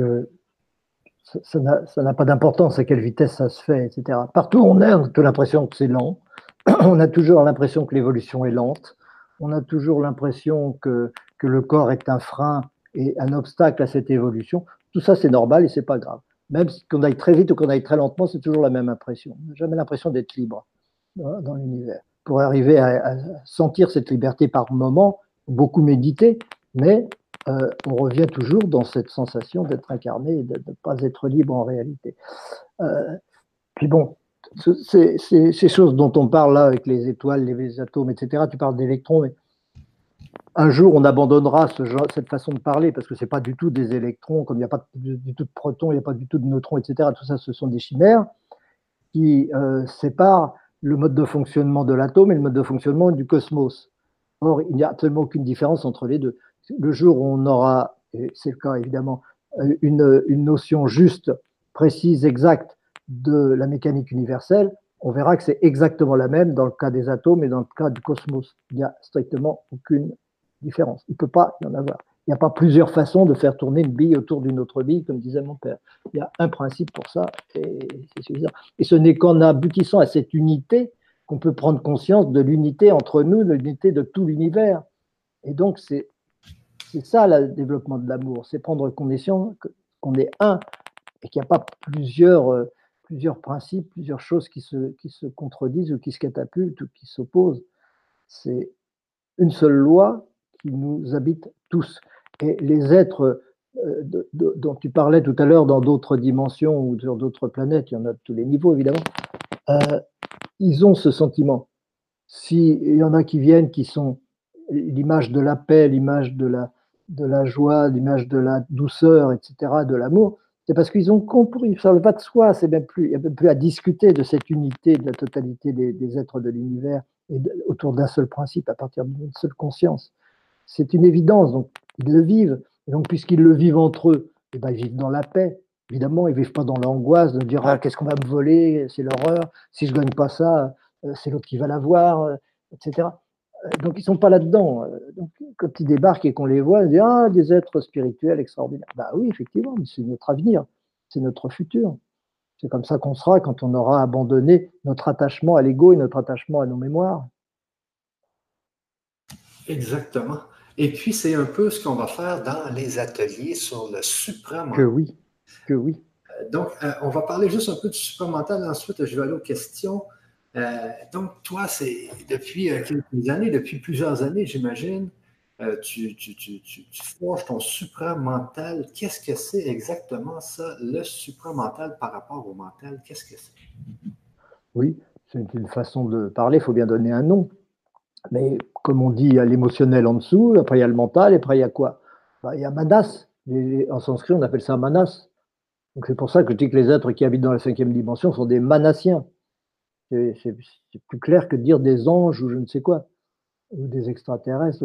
ça n'a pas d'importance à quelle vitesse ça se fait, etc. Partout où on est, on a l'impression que c'est lent. On a toujours l'impression que l'évolution est lente. On a toujours l'impression que le corps est un frein et un obstacle à cette évolution. Tout ça, c'est normal et c'est pas grave. Même qu'on aille très vite ou qu'on aille très lentement, c'est toujours la même impression. On n'a jamais l'impression d'être libre dans l'univers. Pour arriver à sentir cette liberté par moment, beaucoup méditer, mais on revient toujours dans cette sensation d'être incarné et de ne pas être libre en réalité. Puis bon, ces choses dont on parle là avec les étoiles, les atomes, etc., tu parles d'électrons, mais un jour on abandonnera cette façon de parler parce que ce n'est pas du tout des électrons, comme il n'y a pas du tout de protons, il n'y a pas du tout de neutrons, etc. Tout ça, ce sont des chimères qui séparent le mode de fonctionnement de l'atome et le mode de fonctionnement du cosmos. Or, il n'y a absolument aucune différence entre les deux. Le jour où on aura, et c'est le cas évidemment, une notion juste, précise, exacte de la mécanique universelle, on verra que c'est exactement la même dans le cas des atomes et dans le cas du cosmos. Il n'y a strictement aucune différence. Il ne peut pas y en avoir. Il n'y a pas plusieurs façons de faire tourner une bille autour d'une autre bille, comme disait mon père. Il y a un principe pour ça, et c'est suffisant. Et ce n'est qu'en aboutissant à cette unité qu'on peut prendre conscience de l'unité entre nous, de l'unité de tout l'univers. Et donc, c'est ça le développement de l'amour, c'est prendre conscience qu'on est un et qu'il n'y a pas plusieurs principes, plusieurs choses qui se contredisent ou qui se catapultent ou qui s'opposent. C'est une seule loi qui nous habite tous. Et les êtres dont tu parlais tout à l'heure dans d'autres dimensions ou sur d'autres planètes, il y en a de tous les niveaux évidemment, ils ont ce sentiment. S'il y en a qui viennent, qui sont l'image de la paix, l'image de la joie, l'image de la douceur, etc., de l'amour, c'est parce qu'ils ont compris, ça ne va de soi, il n'y a même plus à discuter de cette unité, de la totalité des êtres de l'univers, autour d'un seul principe, à partir d'une seule conscience. C'est une évidence, donc ils le vivent. Et donc, puisqu'ils le vivent entre eux, eh ben, ils vivent dans la paix. Évidemment, ils ne vivent pas dans l'angoisse de dire ah, qu'est-ce qu'on va me voler, c'est l'horreur, si je ne gagne pas ça, c'est l'autre qui va l'avoir, etc. Donc, ils ne sont pas là-dedans. Donc, quand ils débarquent et qu'on les voit, ils disent ah, des êtres spirituels extraordinaires. Bah oui, effectivement, mais c'est notre avenir, c'est notre futur. C'est comme ça qu'on sera quand on aura abandonné notre attachement à l'ego et notre attachement à nos mémoires. Exactement. Et puis, c'est un peu ce qu'on va faire dans les ateliers sur le supramental. Que oui, que oui. Donc, on va parler juste un peu du supramental. Ensuite, je vais aller aux questions. Donc, toi, c'est depuis quelques années, depuis plusieurs années, j'imagine, tu forges ton supramental. Qu'est-ce que c'est exactement ça, le supramental par rapport au mental? Qu'est-ce que c'est? Oui, c'est une façon de parler, il faut bien donner un nom. Mais comme on dit, il y a l'émotionnel en dessous, après il y a le mental, et après il y a quoi? Il y a manas. En sanskrit, on appelle ça manas. Donc c'est pour ça que je dis que les êtres qui habitent dans la 5e dimension sont des manassiens. C'est plus clair que de dire des anges ou je ne sais quoi, ou des extraterrestres.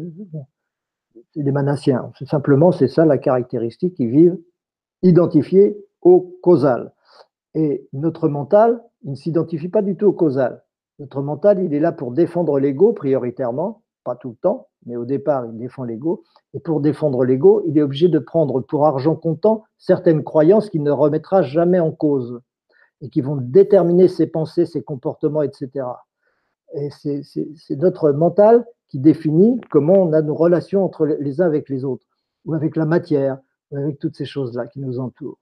C'est des manassiens. Simplement, c'est ça la caractéristique, ils vivent identifiés au causal. Et notre mental, il ne s'identifie pas du tout au causal. Notre mental, il est là pour défendre l'ego prioritairement, pas tout le temps, mais au départ, il défend l'ego. Et pour défendre l'ego, il est obligé de prendre pour argent comptant certaines croyances qu'il ne remettra jamais en cause et qui vont déterminer ses pensées, ses comportements, etc. Et c'est notre mental qui définit comment on a nos relations entre les uns avec les autres, ou avec la matière, ou avec toutes ces choses-là qui nous entourent.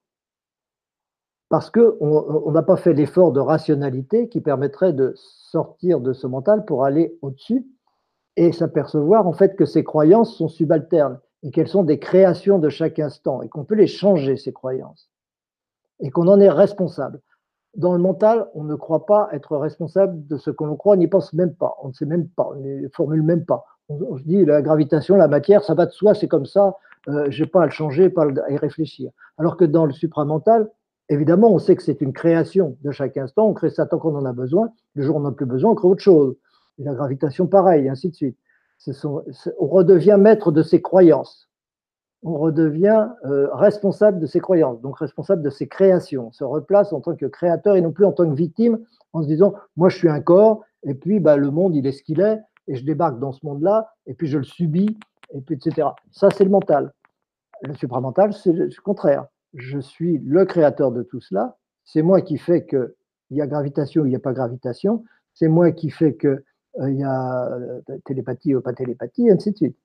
Parce qu'on n'a pas fait l'effort de rationalité qui permettrait de sortir de ce mental pour aller au-dessus et s'apercevoir en fait que ces croyances sont subalternes et qu'elles sont des créations de chaque instant et qu'on peut les changer, ces croyances, et qu'on en est responsable. Dans le mental, on ne croit pas être responsable de ce que l'on croit, on n'y pense même pas, on ne sait même pas, on ne formule même pas. On se dit la gravitation, la matière, ça va de soi, c'est comme ça, je n'ai pas à le changer, pas à y réfléchir. Alors que dans le supramental, évidemment, on sait que c'est une création de chaque instant, on crée ça tant qu'on en a besoin, le jour où on n'en a plus besoin, on crée autre chose. Et la gravitation, pareil, et ainsi de suite. On redevient maître de ses croyances. On redevient responsable de ses croyances, donc responsable de ses créations. On se replace en tant que créateur et non plus en tant que victime, en se disant, moi je suis un corps, et puis le monde il est ce qu'il est, et je débarque dans ce monde-là, et puis je le subis, et puis etc. Ça c'est le mental. Le supramental, c'est le contraire. Je suis le créateur de tout cela, c'est moi qui fais qu'il y a gravitation ou il n'y a pas gravitation, c'est moi qui fais qu'il y a télépathie ou pas télépathie, et ainsi de suite.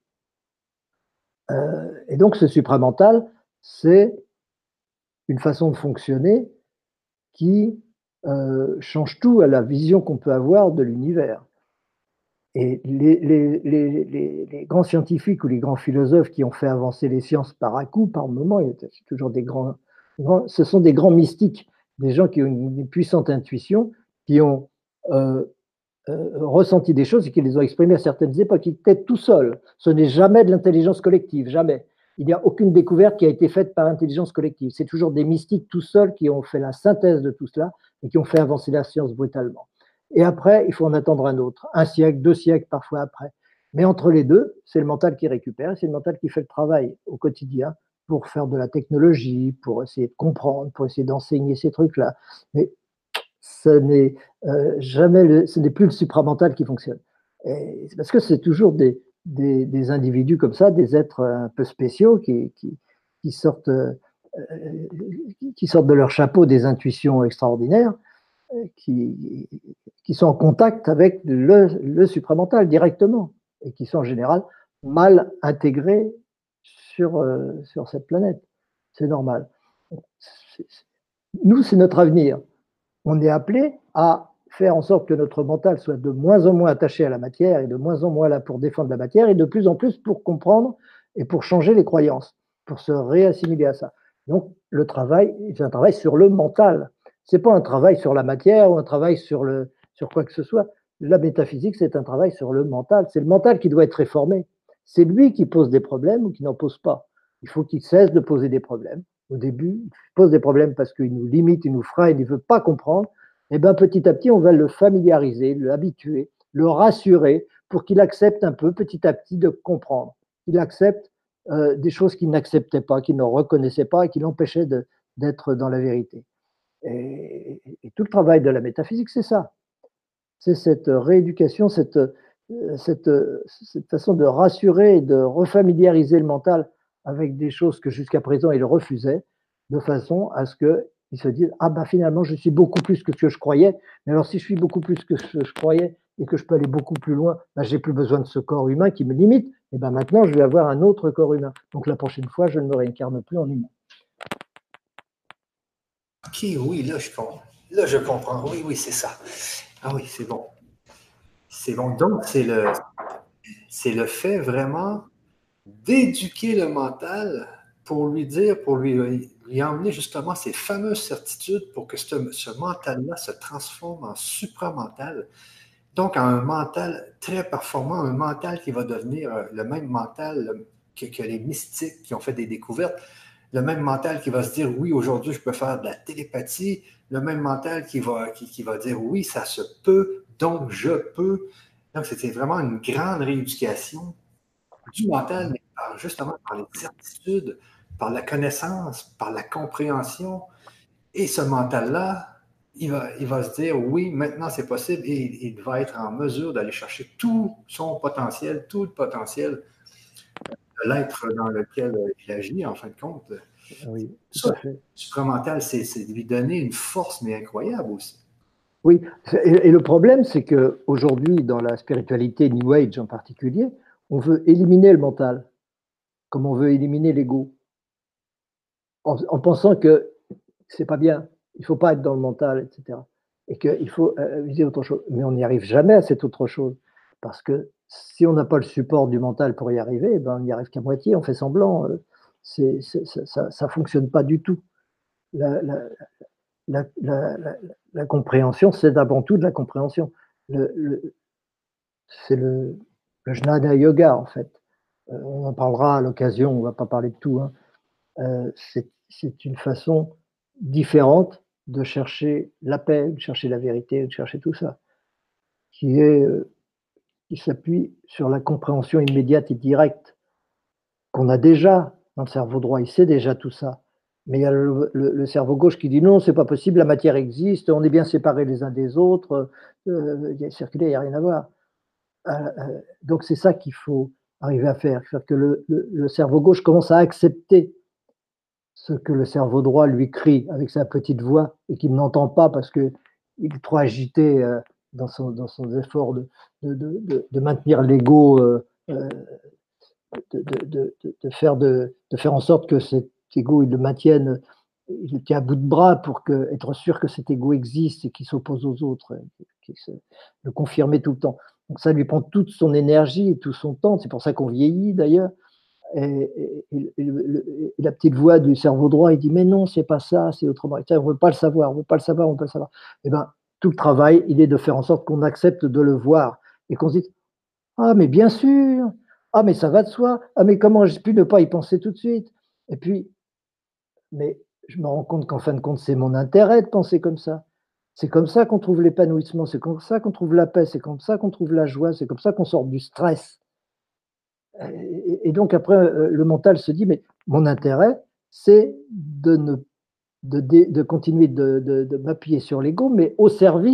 Et donc ce supramental, c'est une façon de fonctionner qui change tout à la vision qu'on peut avoir de l'univers. Et les grands scientifiques ou les grands philosophes qui ont fait avancer les sciences par à-coup, par moment, c'est toujours des grands, ce sont des grands mystiques, des gens qui ont une puissante intuition, qui ont ressenti des choses et qui les ont exprimées à certaines époques. Ils étaient tout seuls. Ce n'est jamais de l'intelligence collective, jamais. Il n'y a aucune découverte qui a été faite par l'intelligence collective. C'est toujours des mystiques tout seuls qui ont fait la synthèse de tout cela et qui ont fait avancer la science brutalement. Et après, il faut en attendre un autre, un siècle, 2 siècles parfois après. Mais entre les deux, c'est le mental qui récupère, c'est le mental qui fait le travail au quotidien pour faire de la technologie, pour essayer de comprendre, pour essayer d'enseigner ces trucs-là. Mais ce n'est ce n'est plus le supramental qui fonctionne. C'est parce que c'est toujours des individus comme ça, des êtres un peu spéciaux qui sortent, qui sortent de leur chapeau des intuitions extraordinaires, qui, qui sont en contact avec le supramental directement et qui sont en général mal intégrés sur cette planète. C'est normal. Nous, c'est notre avenir. On est appelé à faire en sorte que notre mental soit de moins en moins attaché à la matière et de moins en moins là pour défendre la matière et de plus en plus pour comprendre et pour changer les croyances, pour se réassimiler à ça. Donc, le travail, c'est un travail sur le mental. Ce n'est pas un travail sur la matière ou un travail sur quoi que ce soit. La métaphysique, c'est un travail sur le mental. C'est le mental qui doit être réformé. C'est lui qui pose des problèmes ou qui n'en pose pas. Il faut qu'il cesse de poser des problèmes. Au début, il pose des problèmes parce qu'il nous limite, il nous freine, il ne veut pas comprendre. Et bien petit à petit, on va le familiariser, l'habituer, le rassurer pour qu'il accepte un peu petit à petit de comprendre. Il accepte des choses qu'il n'acceptait pas, qu'il ne reconnaissait pas et qui l'empêchaient d'être dans la vérité. Et tout le travail de la métaphysique, c'est ça. C'est cette rééducation, cette façon de rassurer et de refamiliariser le mental avec des choses que jusqu'à présent il refusait, de façon à ce qu'il se dise ah ben finalement je suis beaucoup plus que ce que je croyais, mais alors si je suis beaucoup plus que ce que je croyais et que je peux aller beaucoup plus loin, ben, j'ai plus besoin de ce corps humain qui me limite, et ben maintenant je vais avoir un autre corps humain. Donc la prochaine fois, je ne me réincarne plus en humain. Ok, oui, là je comprends. Oui, oui, c'est ça. Ah oui, c'est bon. C'est bon. Donc, c'est le fait vraiment d'éduquer le mental pour lui dire, pour lui emmener justement ces fameuses certitudes pour que ce mental-là se transforme en supramental. Donc, en un mental très performant, un mental qui va devenir le même mental que les mystiques qui ont fait des découvertes, le même mental qui va se dire oui, aujourd'hui, je peux faire de la télépathie, le même mental qui va dire oui, ça se peut, donc je peux. Donc, c'était vraiment une grande rééducation du mental, mais justement par les certitudes, par la connaissance, par la compréhension. Et ce mental-là, il va se dire oui, maintenant c'est possible et il va être en mesure d'aller chercher tout son potentiel, tout le potentiel de l'être dans lequel il agit, en fin de compte. Oui, tout Ça, à fait. supramental, c'est de lui donner une force, mais incroyable aussi. Oui, et le problème, c'est qu'aujourd'hui, dans la spiritualité New Age en particulier, on veut éliminer le mental, comme on veut éliminer l'ego, en pensant que c'est pas bien, il ne faut pas être dans le mental, etc. Et qu'il faut viser autre chose. Mais on n'y arrive jamais à cette autre chose. Parce que si on n'a pas le support du mental pour y arriver, eh ben, on n'y arrive qu'à moitié, on fait semblant. Ça ne fonctionne pas du tout. La, la, la compréhension, c'est avant tout de la compréhension. C'est le jnana yoga, en fait. On en parlera à l'occasion, on ne va pas parler de tout. Hein. C'est une façon différente de chercher la paix, de chercher la vérité, de chercher tout ça, qui s'appuie sur la compréhension immédiate et directe qu'on a déjà dans le cerveau droit. Il sait déjà tout ça. Mais il y a le cerveau gauche qui dit non, c'est pas possible, la matière existe, on est bien séparés les uns des autres, il y a circulé, il n'y a rien à voir. Donc c'est ça qu'il faut arriver à faire, que le cerveau gauche commence à accepter ce que le cerveau droit lui crie avec sa petite voix et qu'il n'entend pas parce qu'il est trop agité dans son effort de maintenir l'ego, de faire en sorte que cet ego, il le maintienne, il le tient à bout de bras pour être sûr que cet ego existe et qu'il s'oppose aux autres, le confirmer tout le temps. Donc ça lui prend toute son énergie et tout son temps. C'est pour ça qu'on vieillit d'ailleurs. Et la petite voix du cerveau droit, il dit mais non, c'est pas ça, c'est autrement. On ne veut pas le savoir, on ne veut pas le savoir, on ne veut pas le savoir. Et ben, tout le travail, il est de faire en sorte qu'on accepte de le voir et qu'on se dise ah mais bien sûr, ah mais ça va de soi, ah mais comment j'ai pu ne pas y penser tout de suite. Et puis, mais je me rends compte qu'en fin de compte, c'est mon intérêt de penser comme ça. C'est comme ça qu'on trouve l'épanouissement, c'est comme ça qu'on trouve la paix, c'est comme ça qu'on trouve la joie, c'est comme ça qu'on sort du stress. Et donc après, le mental se dit, mais mon intérêt, c'est de continuer de m'appuyer sur l'ego, mais au service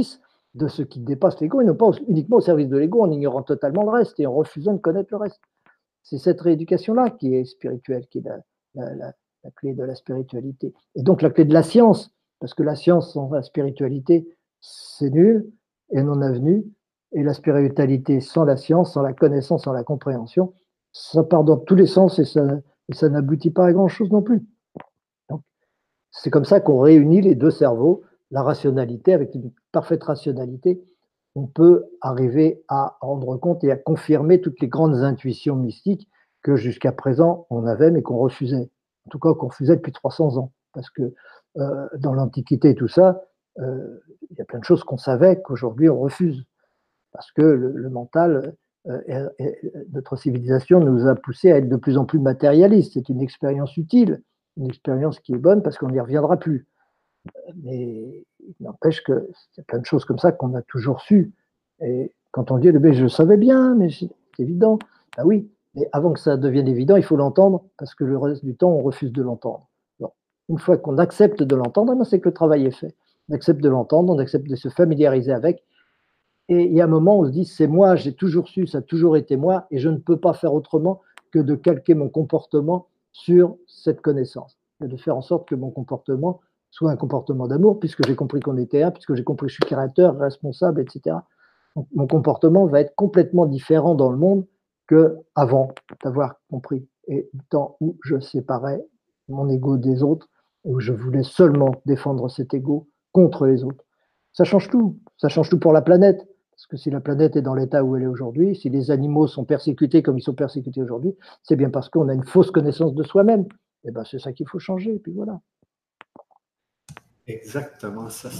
de ce qui dépasse l'ego, et non pas uniquement au service de l'ego, en ignorant totalement le reste et en refusant de connaître le reste. C'est cette rééducation-là qui est spirituelle, qui est la clé de la spiritualité. Et donc la clé de la science, parce que la science sans la spiritualité, c'est nul et non avenu. Et la spiritualité sans la science, sans la connaissance, sans la compréhension, ça part dans tous les sens et ça n'aboutit pas à grand-chose non plus. Donc, c'est comme ça qu'on réunit les deux cerveaux, la rationalité avec une parfaite rationalité. On peut arriver à rendre compte et à confirmer toutes les grandes intuitions mystiques que jusqu'à présent on avait mais qu'on refusait. En tout cas qu'on refusait depuis 300 ans. Parce que dans l'Antiquité et tout ça, il y a plein de choses qu'on savait qu'aujourd'hui on refuse. Parce que le mental, notre civilisation nous a poussé à être de plus en plus matérialiste. C'est une expérience utile, une expérience qui est bonne parce qu'on n'y reviendra plus. Mais il n'empêche que c'est plein de choses comme ça qu'on a toujours su. Et quand on dit, je savais bien, mais c'est évident. Ben oui, mais avant que ça devienne évident, il faut l'entendre, parce que le reste du temps, on refuse de l'entendre. Bon. Une fois qu'on accepte de l'entendre, c'est que le travail est fait. On accepte de l'entendre, on accepte de se familiariser avec. Et il y a un moment où on se dit, c'est moi, j'ai toujours su, ça a toujours été moi, et je ne peux pas faire autrement que de calquer mon comportement sur cette connaissance. Et de faire en sorte que mon comportement soit un comportement d'amour, puisque j'ai compris qu'on était un, puisque j'ai compris que je suis créateur, responsable, etc. Donc, mon comportement va être complètement différent dans le monde qu'avant d'avoir compris. Et du temps où je séparais mon ego des autres, et où je voulais seulement défendre cet ego contre les autres. Ça change tout. Ça change tout pour la planète. Parce que si la planète est dans l'état où elle est aujourd'hui, si les animaux sont persécutés comme ils sont persécutés aujourd'hui, c'est bien parce qu'on a une fausse connaissance de soi-même. Et ben c'est ça qu'il faut changer. Et puis voilà. Exactement, ça,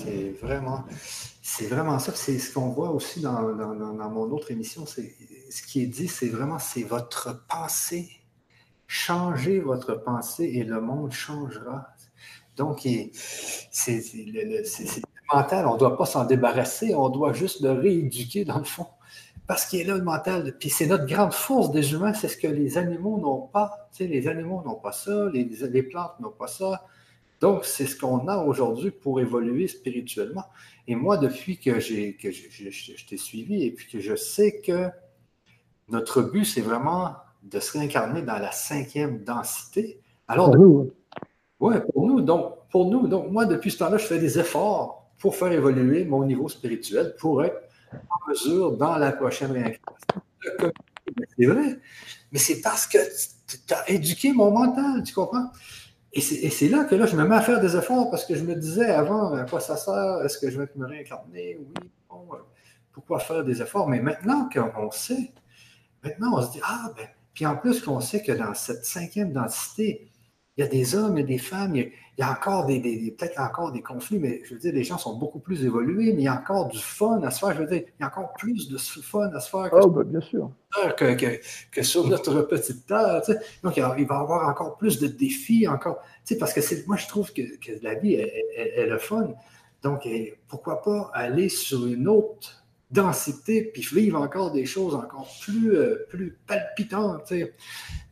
c'est vraiment ça. C'est ce qu'on voit aussi dans mon autre émission. C'est ce qui est dit, c'est vraiment, c'est votre pensée. Changez votre pensée et le monde changera. Donc, c'est le mental, on ne doit pas s'en débarrasser, on doit juste le rééduquer dans le fond. Parce qu'il est là, le mental. Puis c'est notre grande force des humains, c'est ce que les animaux n'ont pas. Tu sais, les animaux n'ont pas ça, les plantes n'ont pas ça. Donc, c'est ce qu'on a aujourd'hui pour évoluer spirituellement. Et moi, depuis que je t'ai suivi et puis que je sais que notre but, c'est vraiment de se réincarner dans la 5e densité. Alors, Pour nous, ouais, pour nous, donc, moi, depuis ce temps-là, je fais des efforts pour faire évoluer mon niveau spirituel pour être en mesure dans la prochaine réincarnation. C'est vrai, mais c'est parce que tu as éduqué mon mental, tu comprends? Et c'est là que là, je me mets à faire des efforts parce que je me disais avant, à quoi ça sert? Est-ce que je vais me réincarner? Oui, bon, pourquoi faire des efforts? Mais maintenant qu'on sait, maintenant on se dit, ah, ben, puis en plus qu'on sait que dans cette 5e densité, il y a des hommes, il y a des femmes, il y a encore peut-être encore des conflits, mais je veux dire, les gens sont beaucoup plus évolués, mais il y a encore du fun à se faire. Je veux dire, il y a encore plus de fun à se faire oh, ben, bien sûr. que sur notre petite terre. Tu sais. Donc, il va y avoir encore plus de défis, encore. Tu sais, parce que moi, je trouve que la vie est le fun. Donc, pourquoi pas aller sur une autre densité puis vivre encore des choses encore plus palpitantes. Tu sais.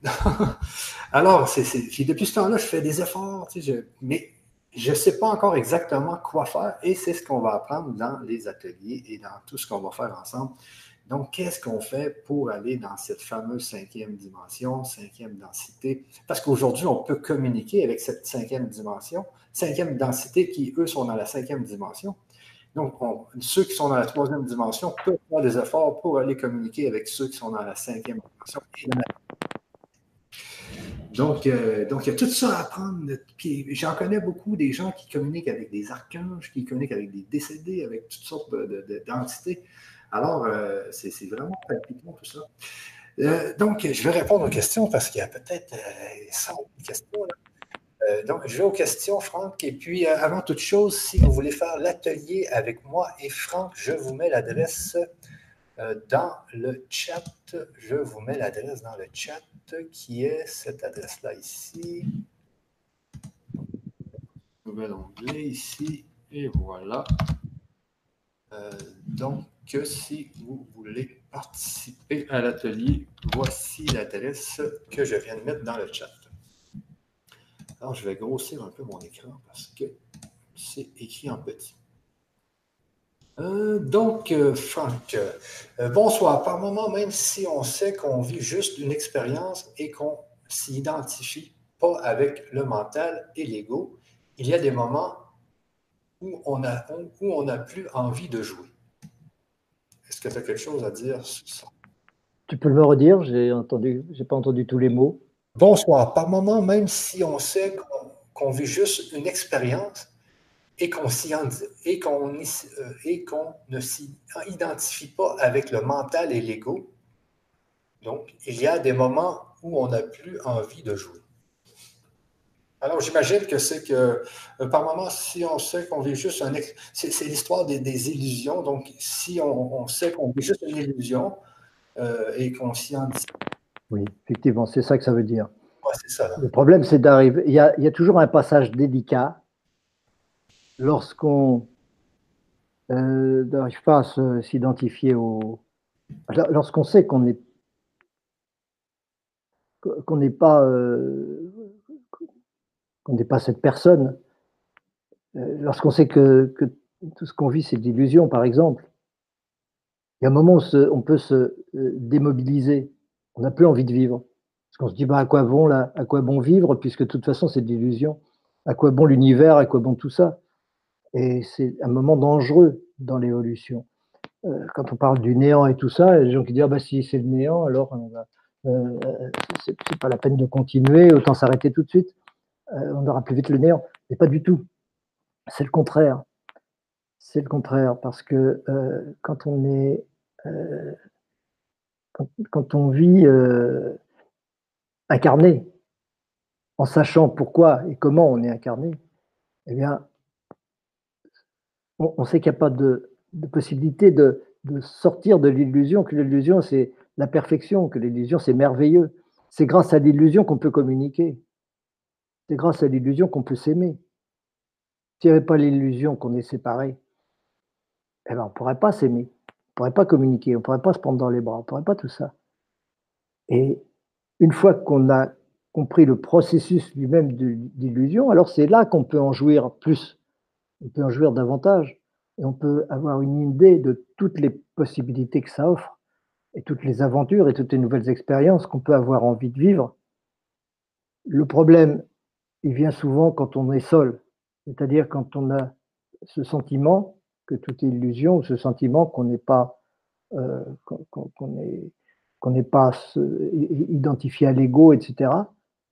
Alors, puis depuis ce temps-là, je fais des efforts, tu sais, mais je ne sais pas encore exactement quoi faire et c'est ce qu'on va apprendre dans les ateliers et dans tout ce qu'on va faire ensemble. Donc, qu'est-ce qu'on fait pour aller dans cette fameuse 5e dimension, 5e densité? Parce qu'aujourd'hui, on peut communiquer avec cette 5e dimension, 5e densité qui, eux, sont dans la 5e dimension. Donc, ceux qui sont dans la 3e dimension peuvent faire des efforts pour aller communiquer avec ceux qui sont dans la 5e dimension. Donc, il y a tout ça à apprendre. Puis, j'en connais beaucoup des gens qui communiquent avec des archanges, qui communiquent avec des décédés, avec toutes sortes d'entités. Alors, c'est vraiment palpitant tout ça. Donc, je vais répondre aux questions parce qu'il y a peut-être 100 questions. Donc, je vais aux questions, Franck. Et puis, avant toute chose, si vous voulez faire l'atelier avec moi et Franck, je vous mets l'adresse dans le chat. Je vous mets l'adresse dans le chat qui est cette adresse-là ici. Nouvel onglet ici. Et voilà. Donc, si vous voulez participer à l'atelier, voici l'adresse que je viens de mettre dans le chat. Alors, je vais grossir un peu mon écran parce que c'est écrit en petit. Franck, bonsoir. Par moment, même si on sait qu'on vit juste une expérience et qu'on s'identifie pas avec le mental et l'ego, il y a des moments où on n'a plus envie de jouer. Est-ce que tu as quelque chose à dire sur ça? Tu peux me redire? J'ai pas entendu tous les mots. Bonsoir. Par moment, même si on sait qu'on vit juste une expérience et qu'on ne s'identifie pas avec le mental et l'ego, donc il y a des moments où on n'a plus envie de jouer. Alors, j'imagine que c'est que, par moment, si on sait qu'on vit juste c'est l'histoire des illusions. Donc, si on sait qu'on vit juste une illusion et qu'on s'y en dit, Oui, effectivement, c'est ça que ça veut dire. ouais, c'est ça, là. Le problème, c'est d'arriver. Il y a toujours un passage délicat lorsqu'on n'arrive pas à s'identifier au. Lorsqu'on sait qu'on n'est pas qu'on n'est pas cette personne, lorsqu'on sait que tout ce qu'on vit, c'est de l'illusion, par exemple, il y a un moment où on peut se démobiliser. On n'a plus envie de vivre. Parce qu'on se dit, bah, à quoi bon là, à quoi bon vivre, puisque de toute façon, c'est de l'illusion. À quoi bon l'univers, à quoi bon tout ça? Et c'est un moment dangereux dans l'évolution. Quand on parle du néant et tout ça, il y a des gens qui disent, ah, bah, si c'est le néant, alors euh, c'est pas la peine de continuer, autant s'arrêter tout de suite. On aura plus vite le néant. Mais pas du tout. C'est le contraire. C'est le contraire, parce que quand on est, euh, quand on vit incarné, en sachant pourquoi et comment on est incarné, eh bien, on sait qu'il n'y a pas de possibilité de sortir de l'illusion, que l'illusion, c'est la perfection, que l'illusion, c'est merveilleux. C'est grâce à l'illusion qu'on peut communiquer. C'est grâce à l'illusion qu'on peut s'aimer. S'il n'y avait pas l'illusion qu'on est séparés, eh ben, on ne pourrait pas s'aimer, on ne pourrait pas communiquer, on ne pourrait pas se prendre dans les bras, on ne pourrait pas tout ça. Et une fois qu'on a compris le processus lui-même d'illusion, alors c'est là qu'on peut en jouir plus, on peut en jouir davantage, et on peut avoir une idée de toutes les possibilités que ça offre, et toutes les aventures et toutes les nouvelles expériences qu'on peut avoir envie de vivre. Le problème, il vient souvent quand on est seul, c'est-à-dire quand on a ce sentiment que tout est illusion, ou ce sentiment qu'on n'est pas, qu'on n'est pas identifié à l'ego, etc.,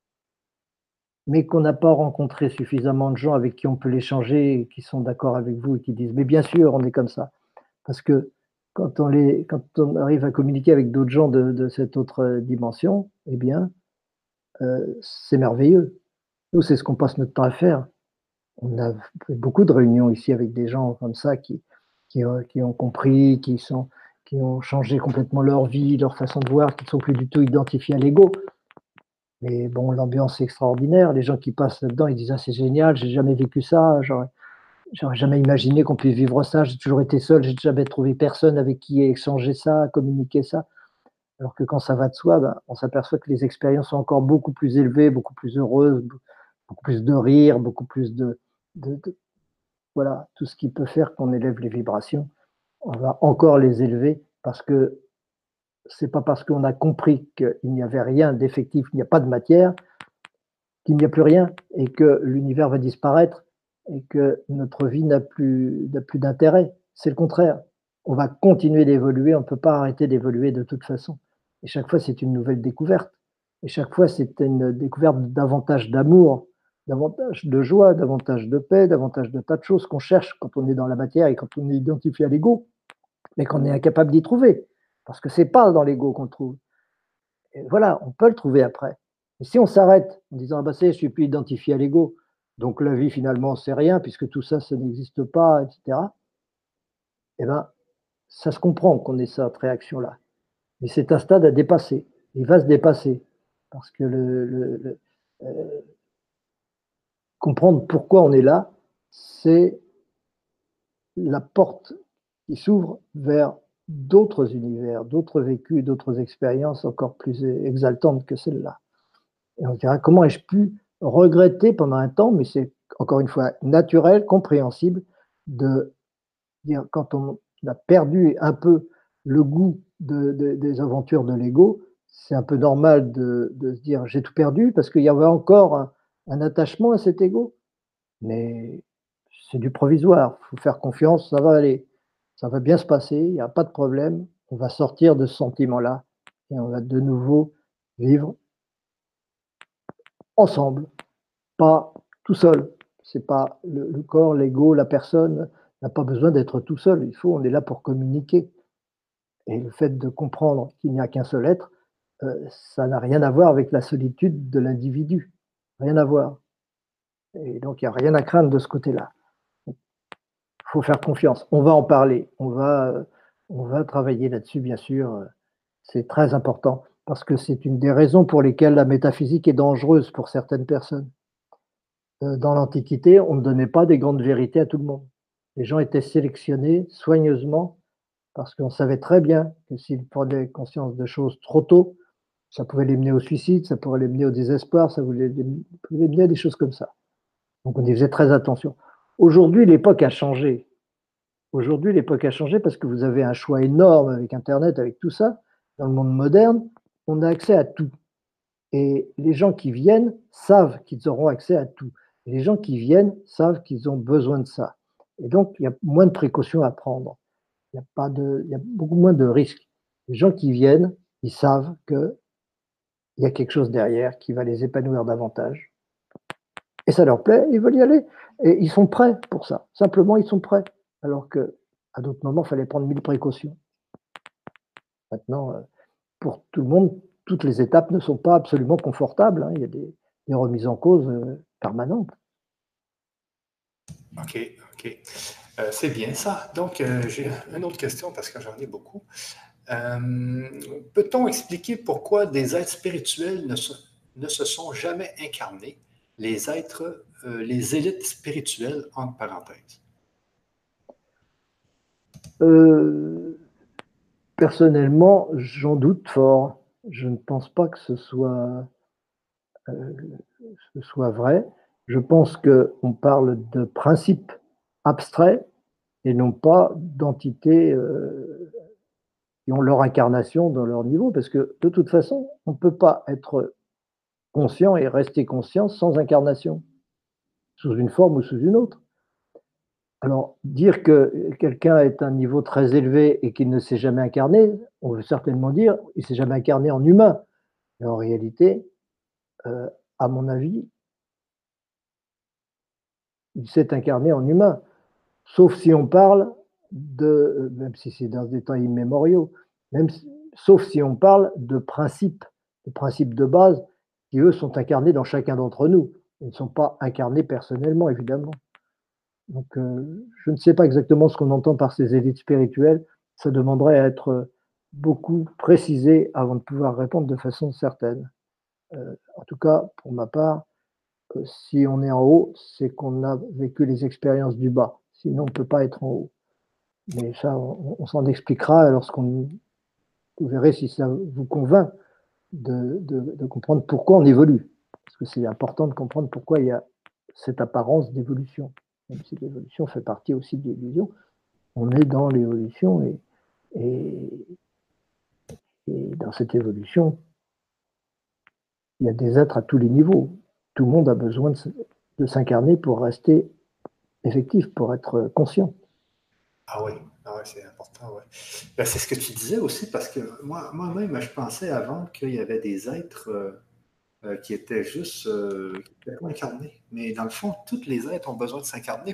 mais qu'on n'a pas rencontré suffisamment de gens avec qui on peut l'échanger, qui sont d'accord avec vous et qui disent, mais bien sûr, on est comme ça. Parce que quand on arrive à communiquer avec d'autres gens de cette autre dimension, eh bien, c'est merveilleux. Nous, c'est ce qu'on passe notre temps à faire. On a fait beaucoup de réunions ici avec des gens comme ça qui ont compris, qui ont changé complètement leur vie, leur façon de voir, qui ne sont plus du tout identifiés à l'ego. Mais bon, l'ambiance est extraordinaire. Les gens qui passent là-dedans, ils disent, ah, c'est génial, j'ai jamais vécu ça, j'aurais jamais imaginé qu'on puisse vivre ça. J'ai toujours été seul, j'ai jamais trouvé personne avec qui échanger ça, communiquer ça. Alors que quand ça va de soi, ben, on s'aperçoit que les expériences sont encore beaucoup plus élevées, beaucoup plus heureuses, beaucoup plus de rire, beaucoup plus de voilà, tout ce qui peut faire qu'on élève les vibrations. On va encore les élever parce que c'est pas parce qu'on a compris qu'il n'y avait rien d'effectif, il n'y a pas de matière, qu'il n'y a plus rien et que l'univers va disparaître et que notre vie n'a plus d'intérêt. C'est le contraire. On va continuer d'évoluer, on ne peut pas arrêter d'évoluer de toute façon. Et chaque fois, c'est une nouvelle découverte. Et chaque fois, c'est une découverte davantage d'amour, davantage de joie, davantage de paix, davantage de tas de choses qu'on cherche quand on est dans la matière et quand on est identifié à l'ego, mais qu'on est incapable d'y trouver. Parce que ce n'est pas dans l'ego qu'on le trouve. Et voilà, on peut le trouver après. Et si on s'arrête en disant, ah bah c'est, je suis plus identifié à l'ego, donc la vie finalement c'est rien puisque tout ça, ça n'existe pas, etc. Eh ben, ça se comprend qu'on ait cette réaction-là. Mais c'est un stade à dépasser. Il va se dépasser parce que euh, comprendre pourquoi on est là, c'est la porte qui s'ouvre vers d'autres univers, d'autres vécus, d'autres expériences encore plus exaltantes que celle-là. Et on dira, comment ai-je pu regretter pendant un temps, mais c'est encore une fois naturel, compréhensible, de quand on a perdu un peu le goût des aventures de l'ego, c'est un peu normal de se dire j'ai tout perdu parce qu'il y avait encore un attachement à cet ego. Mais c'est du provisoire, il faut faire confiance, ça va aller, ça va bien se passer, il n'y a pas de problème, on va sortir de ce sentiment-là et on va de nouveau vivre ensemble, pas tout seul. C'est pas le corps, l'ego, la personne n'a pas besoin d'être tout seul. On est là pour communiquer. Et le fait de comprendre qu'il n'y a qu'un seul être, ça n'a rien à voir avec la solitude de l'individu. Rien à voir. Et donc, il n'y a rien à craindre de ce côté-là. Il faut faire confiance. On va en parler. On va travailler là-dessus, bien sûr. C'est très important parce que c'est une des raisons pour lesquelles la métaphysique est dangereuse pour certaines personnes. Dans l'Antiquité, on ne donnait pas des grandes vérités à tout le monde. Les gens étaient sélectionnés soigneusement parce qu'on savait très bien que s'ils prenaient conscience de choses trop tôt, ça pouvait les mener au suicide, ça pourrait les mener au désespoir, ça pouvait les mener à des choses comme ça. Donc on y faisait très attention. Aujourd'hui, l'époque a changé. Aujourd'hui, l'époque a changé parce que vous avez un choix énorme avec Internet, avec tout ça. Dans le monde moderne, on a accès à tout. Et les gens qui viennent savent qu'ils auront accès à tout. Et les gens qui viennent savent qu'ils ont besoin de ça. Et donc, il y a moins de précautions à prendre. Il y a beaucoup moins de risques. Les gens qui viennent, ils savent qu'il y a quelque chose derrière qui va les épanouir davantage. Et ça leur plaît, ils veulent y aller. Et ils sont prêts pour ça. Simplement, ils sont prêts. Alors qu'à d'autres moments, il fallait prendre 1000 précautions. Maintenant, pour tout le monde, toutes les étapes ne sont pas absolument confortables. Hein. Il y a des remises en cause permanentes. OK, OK. C'est bien ça. Donc, j'ai une autre question parce que j'en ai beaucoup. Peut-on expliquer pourquoi des êtres spirituels ne se sont jamais incarnés, les êtres, les élites spirituelles, entre parenthèses? Personnellement, j'en doute fort. Je ne pense pas que ce soit vrai. Je pense qu'on parle de principes abstraits et non pas d'entités qui ont leur incarnation dans leur niveau, parce que de toute façon, on ne peut pas être conscient et rester conscient sans incarnation, sous une forme ou sous une autre. Alors, dire que quelqu'un est à un niveau très élevé et qu'il ne s'est jamais incarné, on veut certainement dire qu'il ne s'est jamais incarné en humain. Mais en réalité, à mon avis, il s'est incarné en humain. Sauf si on parle de, même si c'est dans des temps immémoriaux, sauf si on parle de principes de base qui, eux, sont incarnés dans chacun d'entre nous. Ils ne sont pas incarnés personnellement, évidemment. Donc, je ne sais pas exactement ce qu'on entend par ces élites spirituelles. Ça demanderait à être beaucoup précisé avant de pouvoir répondre de façon certaine. En tout cas, pour ma part, si on est en haut, c'est qu'on a vécu les expériences du bas. Sinon, on ne peut pas être en haut. Mais ça, on s'en expliquera lorsqu'on. Vous verrez si ça vous convainc de comprendre pourquoi on évolue. Parce que c'est important de comprendre pourquoi il y a cette apparence d'évolution. Même si l'évolution fait partie aussi de l'illusion, on est dans l'évolution et dans cette évolution, il y a des êtres à tous les niveaux. Tout le monde a besoin de s'incarner pour rester effectif, pour être conscient. Ah oui, c'est important, oui. Ben, c'est ce que tu disais aussi, parce que moi-même, je pensais avant qu'il y avait des êtres qui étaient juste qui étaient pas incarnés. Mais dans le fond, tous les êtres ont besoin de s'incarner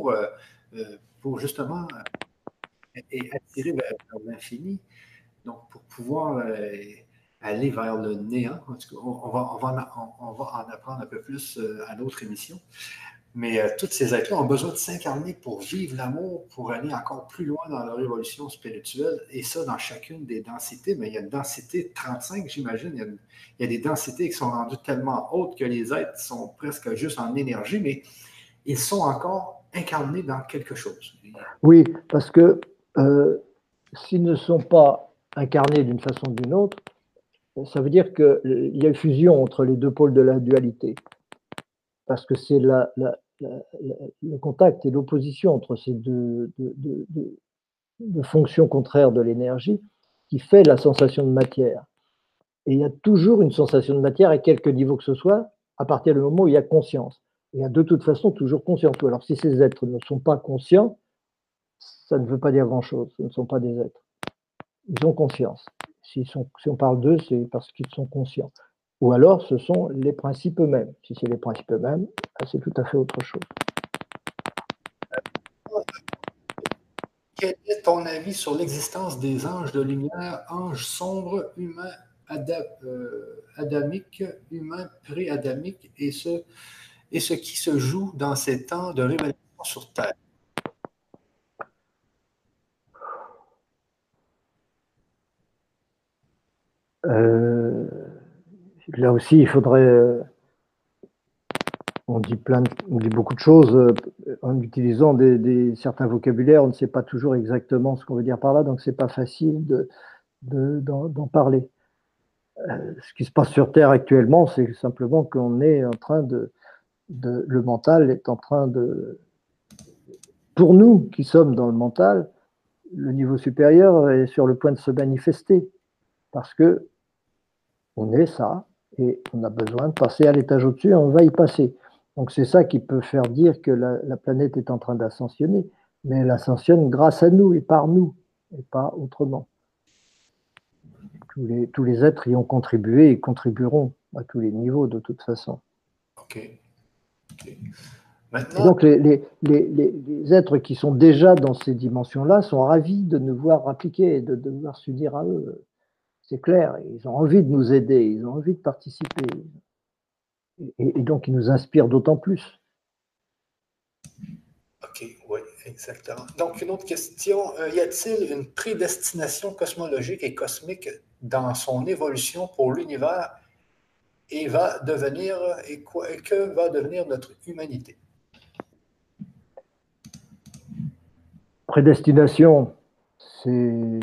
pour justement attirer vers l'infini. Donc, pour pouvoir aller vers le néant. En tout cas, on va en apprendre un peu plus à l'autre émission. Mais tous ces êtres-là ont besoin de s'incarner pour vivre l'amour, pour aller encore plus loin dans leur évolution spirituelle, et ça dans chacune des densités. Mais il y a une densité 35, j'imagine. Il y a des densités qui sont rendues tellement hautes que les êtres sont presque juste en énergie, mais ils sont encore incarnés dans quelque chose. Oui, parce que s'ils ne sont pas incarnés d'une façon ou d'une autre, ça veut dire qu'il y a une fusion entre les deux pôles de la dualité. Parce que c'est le contact et l'opposition entre ces deux fonctions contraires de l'énergie qui fait la sensation de matière. Et il y a toujours une sensation de matière à quelque niveau que ce soit, à partir du moment où il y a conscience. Il y a de toute façon toujours conscience. Alors si ces êtres ne sont pas conscients, ça ne veut pas dire grand-chose. Ce ne sont pas des êtres. Ils ont conscience. Si on parle d'eux, c'est parce qu'ils sont conscients. Ou alors, ce sont les principes eux-mêmes. Si c'est les principes eux-mêmes, c'est tout à fait autre chose. Quel est ton avis sur l'existence des anges de lumière, anges sombres, humains adamiques, humains pré-adamiques, et ce qui se joue dans ces temps de révélation sur Terre? Là aussi, il faudrait... on dit beaucoup de choses en utilisant certains vocabulaires. On ne sait pas toujours exactement ce qu'on veut dire par là, donc c'est pas facile d'en parler. Ce qui se passe sur Terre actuellement, c'est simplement qu'on est en train le mental est en train pour nous qui sommes dans le mental, le niveau supérieur est sur le point de se manifester parce que on est ça et on a besoin de passer à l'étage au-dessus et on va y passer. Donc c'est ça qui peut faire dire que la planète est en train d'ascensionner, mais elle ascensionne grâce à nous et par nous et pas autrement. Tous les êtres y ont contribué et contribueront à tous les niveaux de toute façon. Ok. Maintenant, et donc les êtres qui sont déjà dans ces dimensions-là sont ravis de nous voir appliquer et de devoir s'unir à eux. C'est clair, ils ont envie de nous aider, ils ont envie de participer. Et donc, ils nous inspirent d'autant plus. OK, oui, exactement. Donc, une autre question. Y a-t-il une prédestination cosmologique et cosmique dans son évolution pour l'univers et que va devenir notre humanité? Prédestination, c'est...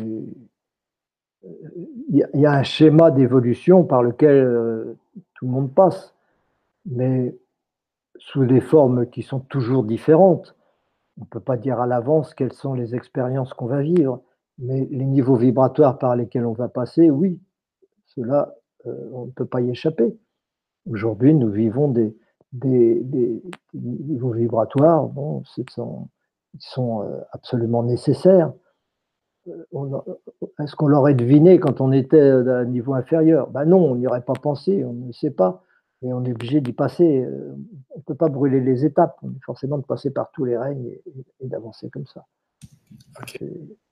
Il y a un schéma d'évolution par lequel tout le monde passe, mais sous des formes qui sont toujours différentes. On ne peut pas dire à l'avance quelles sont les expériences qu'on va vivre, mais les niveaux vibratoires par lesquels on va passer, oui, cela, on ne peut pas y échapper. Aujourd'hui, nous vivons des niveaux vibratoires, bon, ils sont absolument nécessaires. Est-ce qu'on l'aurait deviné quand on était à un niveau inférieur? Ben non, on n'y aurait pas pensé, on ne sait pas, mais on est obligé d'y passer. On ne peut pas brûler les étapes, on est forcément de passer par tous les règnes et d'avancer comme ça. Okay.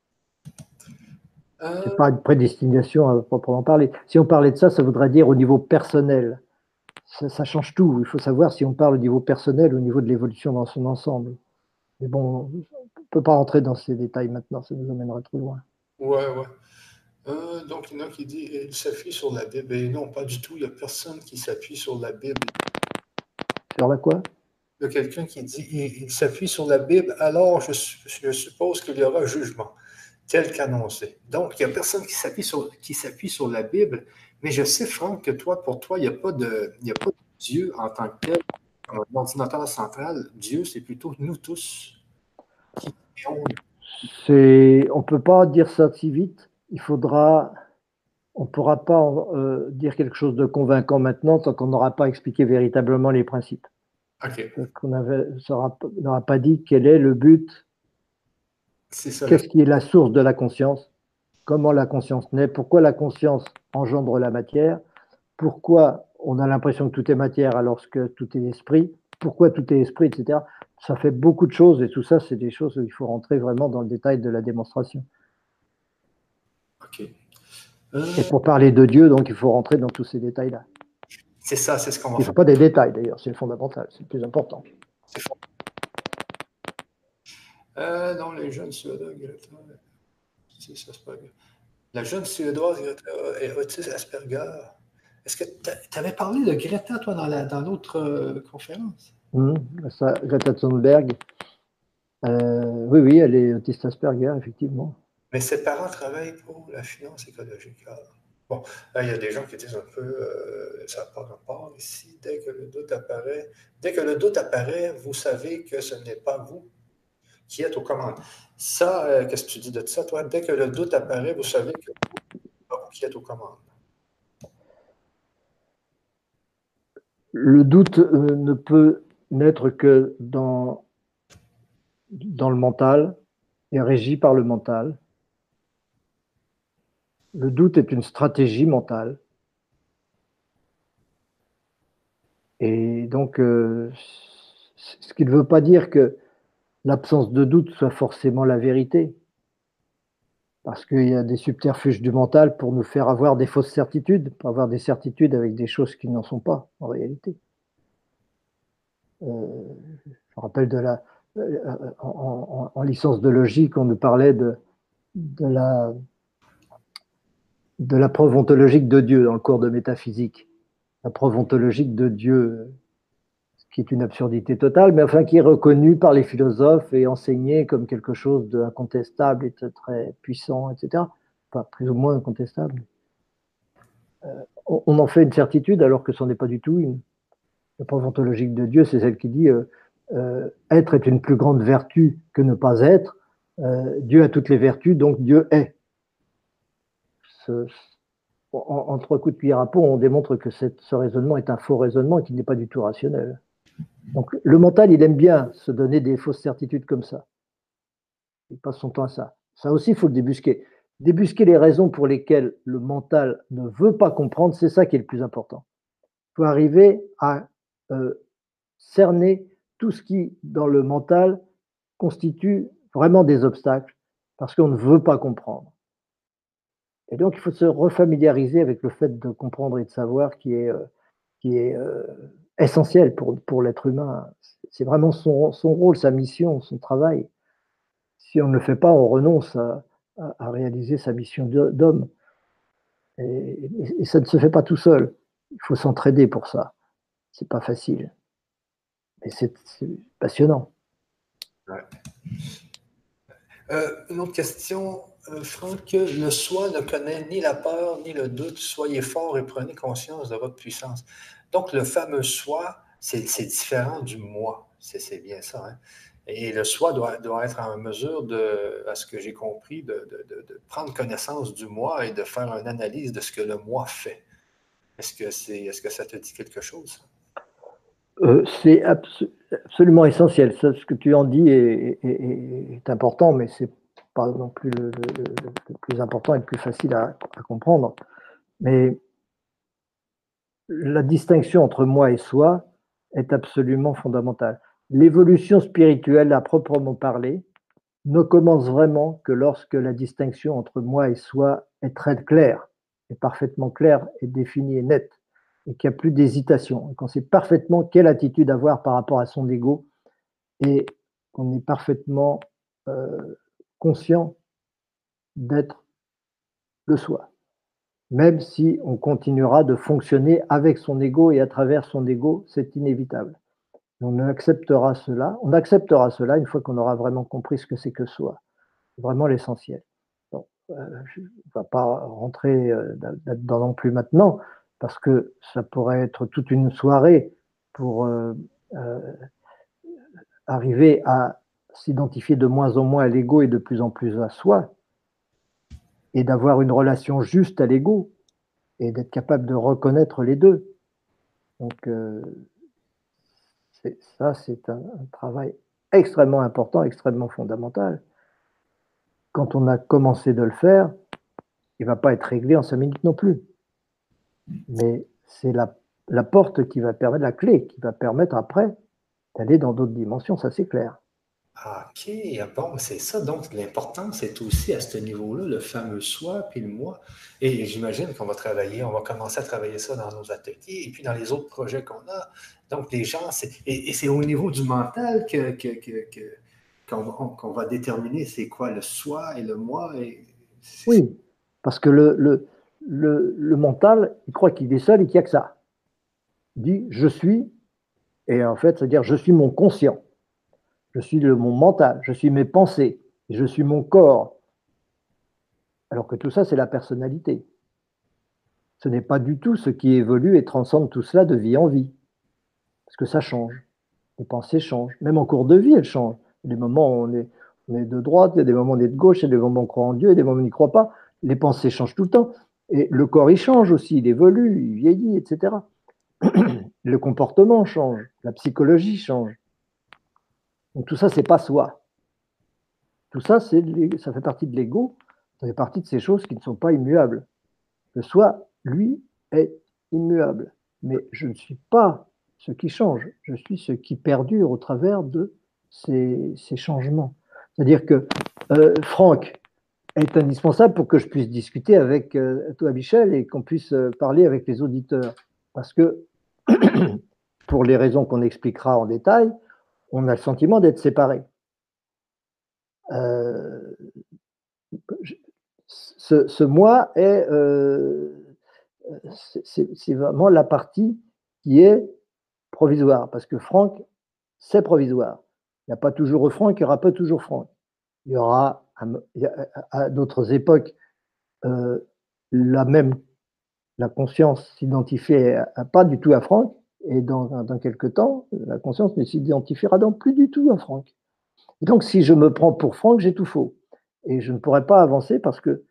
C'est pas une prédestination à proprement parler. Si on parlait de ça, ça voudrait dire au niveau personnel. Ça change tout. Il faut savoir si on parle au niveau personnel, au niveau de l'évolution dans son ensemble. Mais bon, on ne peut pas rentrer dans ces détails maintenant, ça nous emmènerait trop loin. Ouais. Donc, il y en a qui dit il s'appuie sur la Bible. Et non, pas du tout. Il n'y a personne qui s'appuie sur la Bible. Sur la quoi? Il y a quelqu'un qui dit il s'appuie sur la Bible, alors je suppose qu'il y aura jugement, tel qu'annoncé. Donc, il n'y a personne qui s'appuie sur la Bible. Mais je sais, Franck, que pour toi, il n'y a pas de Dieu en tant que tel, comme un ordinateur central. Dieu, c'est plutôt nous tous qui créons. On ne peut pas dire ça si vite. On ne pourra pas dire quelque chose de convaincant maintenant tant qu'on n'aura pas expliqué véritablement les principes. Okay. On n'aura pas dit quel est le but, qu'est-ce qui est la source de la conscience, comment la conscience naît, pourquoi la conscience engendre la matière, pourquoi on a l'impression que tout est matière alors que tout est esprit, pourquoi tout est esprit, etc. Ça fait beaucoup de choses et tout ça, c'est des choses où il faut rentrer vraiment dans le détail de la démonstration. OK. Et pour parler de Dieu, donc, il faut rentrer dans tous ces détails-là. C'est ça, c'est ce qu'on va faire. Il ne faut pas des détails, d'ailleurs, c'est le fondamental, c'est le plus important. Non, les jeunes Suédois, Greta, Asperger. La jeune Suédoise, Greta, est autiste Asperger. Est-ce que tu avais parlé de Greta, toi, dans l'autre conférence? Greta Thunberg. Oui, elle est autiste Asperger, effectivement. Mais ses parents travaillent pour la finance écologique. Bon, là, il y a des gens qui disent un peu, ça n'a pas rapport ici, dès que le doute apparaît, vous savez que ce n'est pas vous qui êtes aux commandes. Ça, qu'est-ce que tu dis de ça, toi? Dès que le doute apparaît, vous savez que ce n'est pas vous qui êtes aux commandes. Le doute ne peut naître que dans le mental, est régi par le mental. Le doute est une stratégie mentale. Et donc, ce qui ne veut pas dire que l'absence de doute soit forcément la vérité, parce qu'il y a des subterfuges du mental pour nous faire avoir des fausses certitudes, pour avoir des certitudes avec des choses qui n'en sont pas en réalité. Je me rappelle en licence de logique, on nous parlait de la preuve ontologique de Dieu dans le cours de métaphysique. La preuve ontologique de Dieu, qui est une absurdité totale, mais enfin qui est reconnue par les philosophes et enseignée comme quelque chose d'incontestable et de très puissant, etc. Enfin, plus ou moins incontestable. On en fait une certitude alors que ce n'est pas du tout une. La preuve ontologique de Dieu, c'est celle qui dit être est une plus grande vertu que ne pas être. Dieu a toutes les vertus, donc Dieu est. En 3 coups de cuillère à peau, on démontre que ce raisonnement est un faux raisonnement et qu'il n'est pas du tout rationnel. Donc le mental, il aime bien se donner des fausses certitudes comme ça. Il passe son temps à ça. Ça aussi, il faut le débusquer. Débusquer les raisons pour lesquelles le mental ne veut pas comprendre, c'est ça qui est le plus important. Il faut arriver à cerner tout ce qui, dans le mental, constitue vraiment des obstacles, parce qu'on ne veut pas comprendre. Et donc, il faut se refamiliariser avec le fait de comprendre et de savoir qui est essentiel pour l'être humain. C'est vraiment son rôle, sa mission, son travail. Si on ne le fait pas, on renonce à réaliser sa mission d'homme. Et ça ne se fait pas tout seul. Il faut s'entraider pour ça. C'est pas facile. Mais c'est passionnant. Ouais. Une autre question, Franck. Le soi ne connaît ni la peur ni le doute. Soyez fort et prenez conscience de votre puissance. Donc, le fameux soi, c'est différent du moi. C'est bien ça. Hein? Et le soi doit être en mesure, à ce que j'ai compris, de prendre connaissance du moi et de faire une analyse de ce que le moi fait. Est-ce que ça te dit quelque chose? C'est absolument essentiel. Ce que tu en dis est important, mais c'est pas non plus le plus important et le plus facile à comprendre. Mais la distinction entre moi et soi est absolument fondamentale. L'évolution spirituelle, à proprement parler, ne commence vraiment que lorsque la distinction entre moi et soi est très claire, est parfaitement claire et définie et nette, et qu'il n'y a plus d'hésitation, qu'on sait parfaitement quelle attitude avoir par rapport à son ego, et qu'on est parfaitement conscient d'être le soi, même si on continuera de fonctionner avec son ego et à travers son ego, c'est inévitable. On acceptera cela une fois qu'on aura vraiment compris ce que c'est que soi. C'est vraiment l'essentiel. Bon, je ne vais pas rentrer là-dedans non plus maintenant, parce que ça pourrait être toute une soirée pour arriver à s'identifier de moins en moins à l'ego et de plus en plus à soi, et d'avoir une relation juste à l'ego, et d'être capable de reconnaître les deux. Donc, c'est un travail extrêmement important, extrêmement fondamental. Quand on a commencé de le faire, il ne va pas être réglé en 5 minutes non plus. Mais c'est la porte qui va permettre, la clé qui va permettre après d'aller dans d'autres dimensions, ça c'est clair. OK, bon, c'est ça. Donc, l'importance est aussi à ce niveau-là, le fameux soi puis le moi. Et j'imagine qu'on on va commencer à travailler ça dans nos ateliers et puis dans les autres projets qu'on a. Donc, les gens, et c'est au niveau du mental qu'on va déterminer c'est quoi le soi et le moi. Oui, parce que le mental, il croit qu'il est seul et qu'il n'y a que ça. Il dit je suis, et en fait, c'est-à-dire je suis mon conscient, je suis mon mental, je suis mes pensées, je suis mon corps. Alors que tout ça, c'est la personnalité. ce n'est pas du tout ce qui évolue et transcende tout cela de vie en vie. Parce que ça change. Les pensées changent. Même en cours de vie, elles changent. Il y a des moments où on est de droite, il y a des moments où on est de gauche, il y a des moments où on croit en Dieu, il y a des moments où on n'y croit pas. Les pensées changent tout le temps. Et le corps, il change aussi, il évolue, il vieillit, etc. Le comportement change, la psychologie change. Donc tout ça, c'est pas soi. Tout ça, ça fait partie de l'ego, ça fait partie de ces choses qui ne sont pas immuables. Le soi, lui, est immuable. Mais je ne suis pas ce qui change, je suis ce qui perdure au travers de ces changements. C'est-à-dire que Franck est indispensable pour que je puisse discuter avec toi, Michel, et qu'on puisse parler avec les auditeurs. Parce que, pour les raisons qu'on expliquera en détail, on a le sentiment d'être séparés. Ce moi est, c'est vraiment la partie qui est provisoire, parce que Franck, c'est provisoire. Il n'y a pas toujours Franck, il n'y aura pas toujours Franck. Il y aura à d'autres époques la conscience s'identifiait pas du tout à Franck, et dans quelques temps, la conscience ne s'identifiera donc plus du tout à Franck. Et donc, si je me prends pour Franck, j'ai tout faux. Et je ne pourrai pas avancer parce que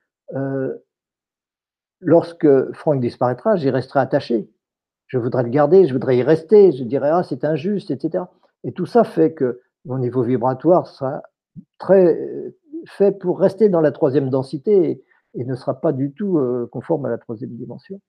lorsque Franck disparaîtra, j'y resterai attaché. Je voudrais le garder, je voudrais y rester, je dirais, ah, c'est injuste, etc. Et tout ça fait que mon niveau vibratoire sera très fait pour rester dans la troisième densité et ne sera pas du tout conforme à la troisième dimension,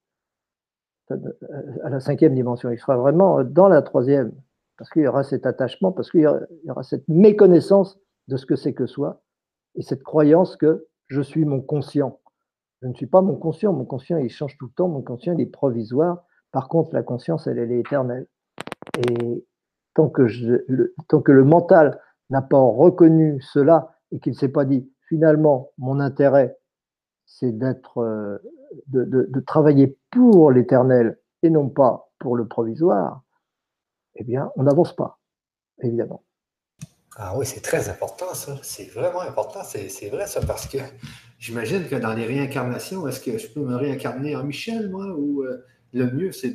à la cinquième dimension. Il sera vraiment dans la troisième, parce qu'il y aura cet attachement, parce qu'il y aura cette méconnaissance de ce que c'est que soi, et cette croyance que je suis mon conscient. Je ne suis pas mon conscient, il change tout le temps, mon conscient, il est provisoire. Par contre, la conscience, elle est éternelle. Et tant que le mental n'a pas reconnu cela et qu'il ne s'est pas dit, finalement, mon intérêt, c'est de travailler pour l'éternel et non pas pour le provisoire, eh bien, on n'avance pas, évidemment. Ah oui, c'est très important, ça. C'est vraiment important. C'est vrai, ça, parce que j'imagine que dans les réincarnations, est-ce que je peux me réincarner en Michel, moi, ou le mieux, c'est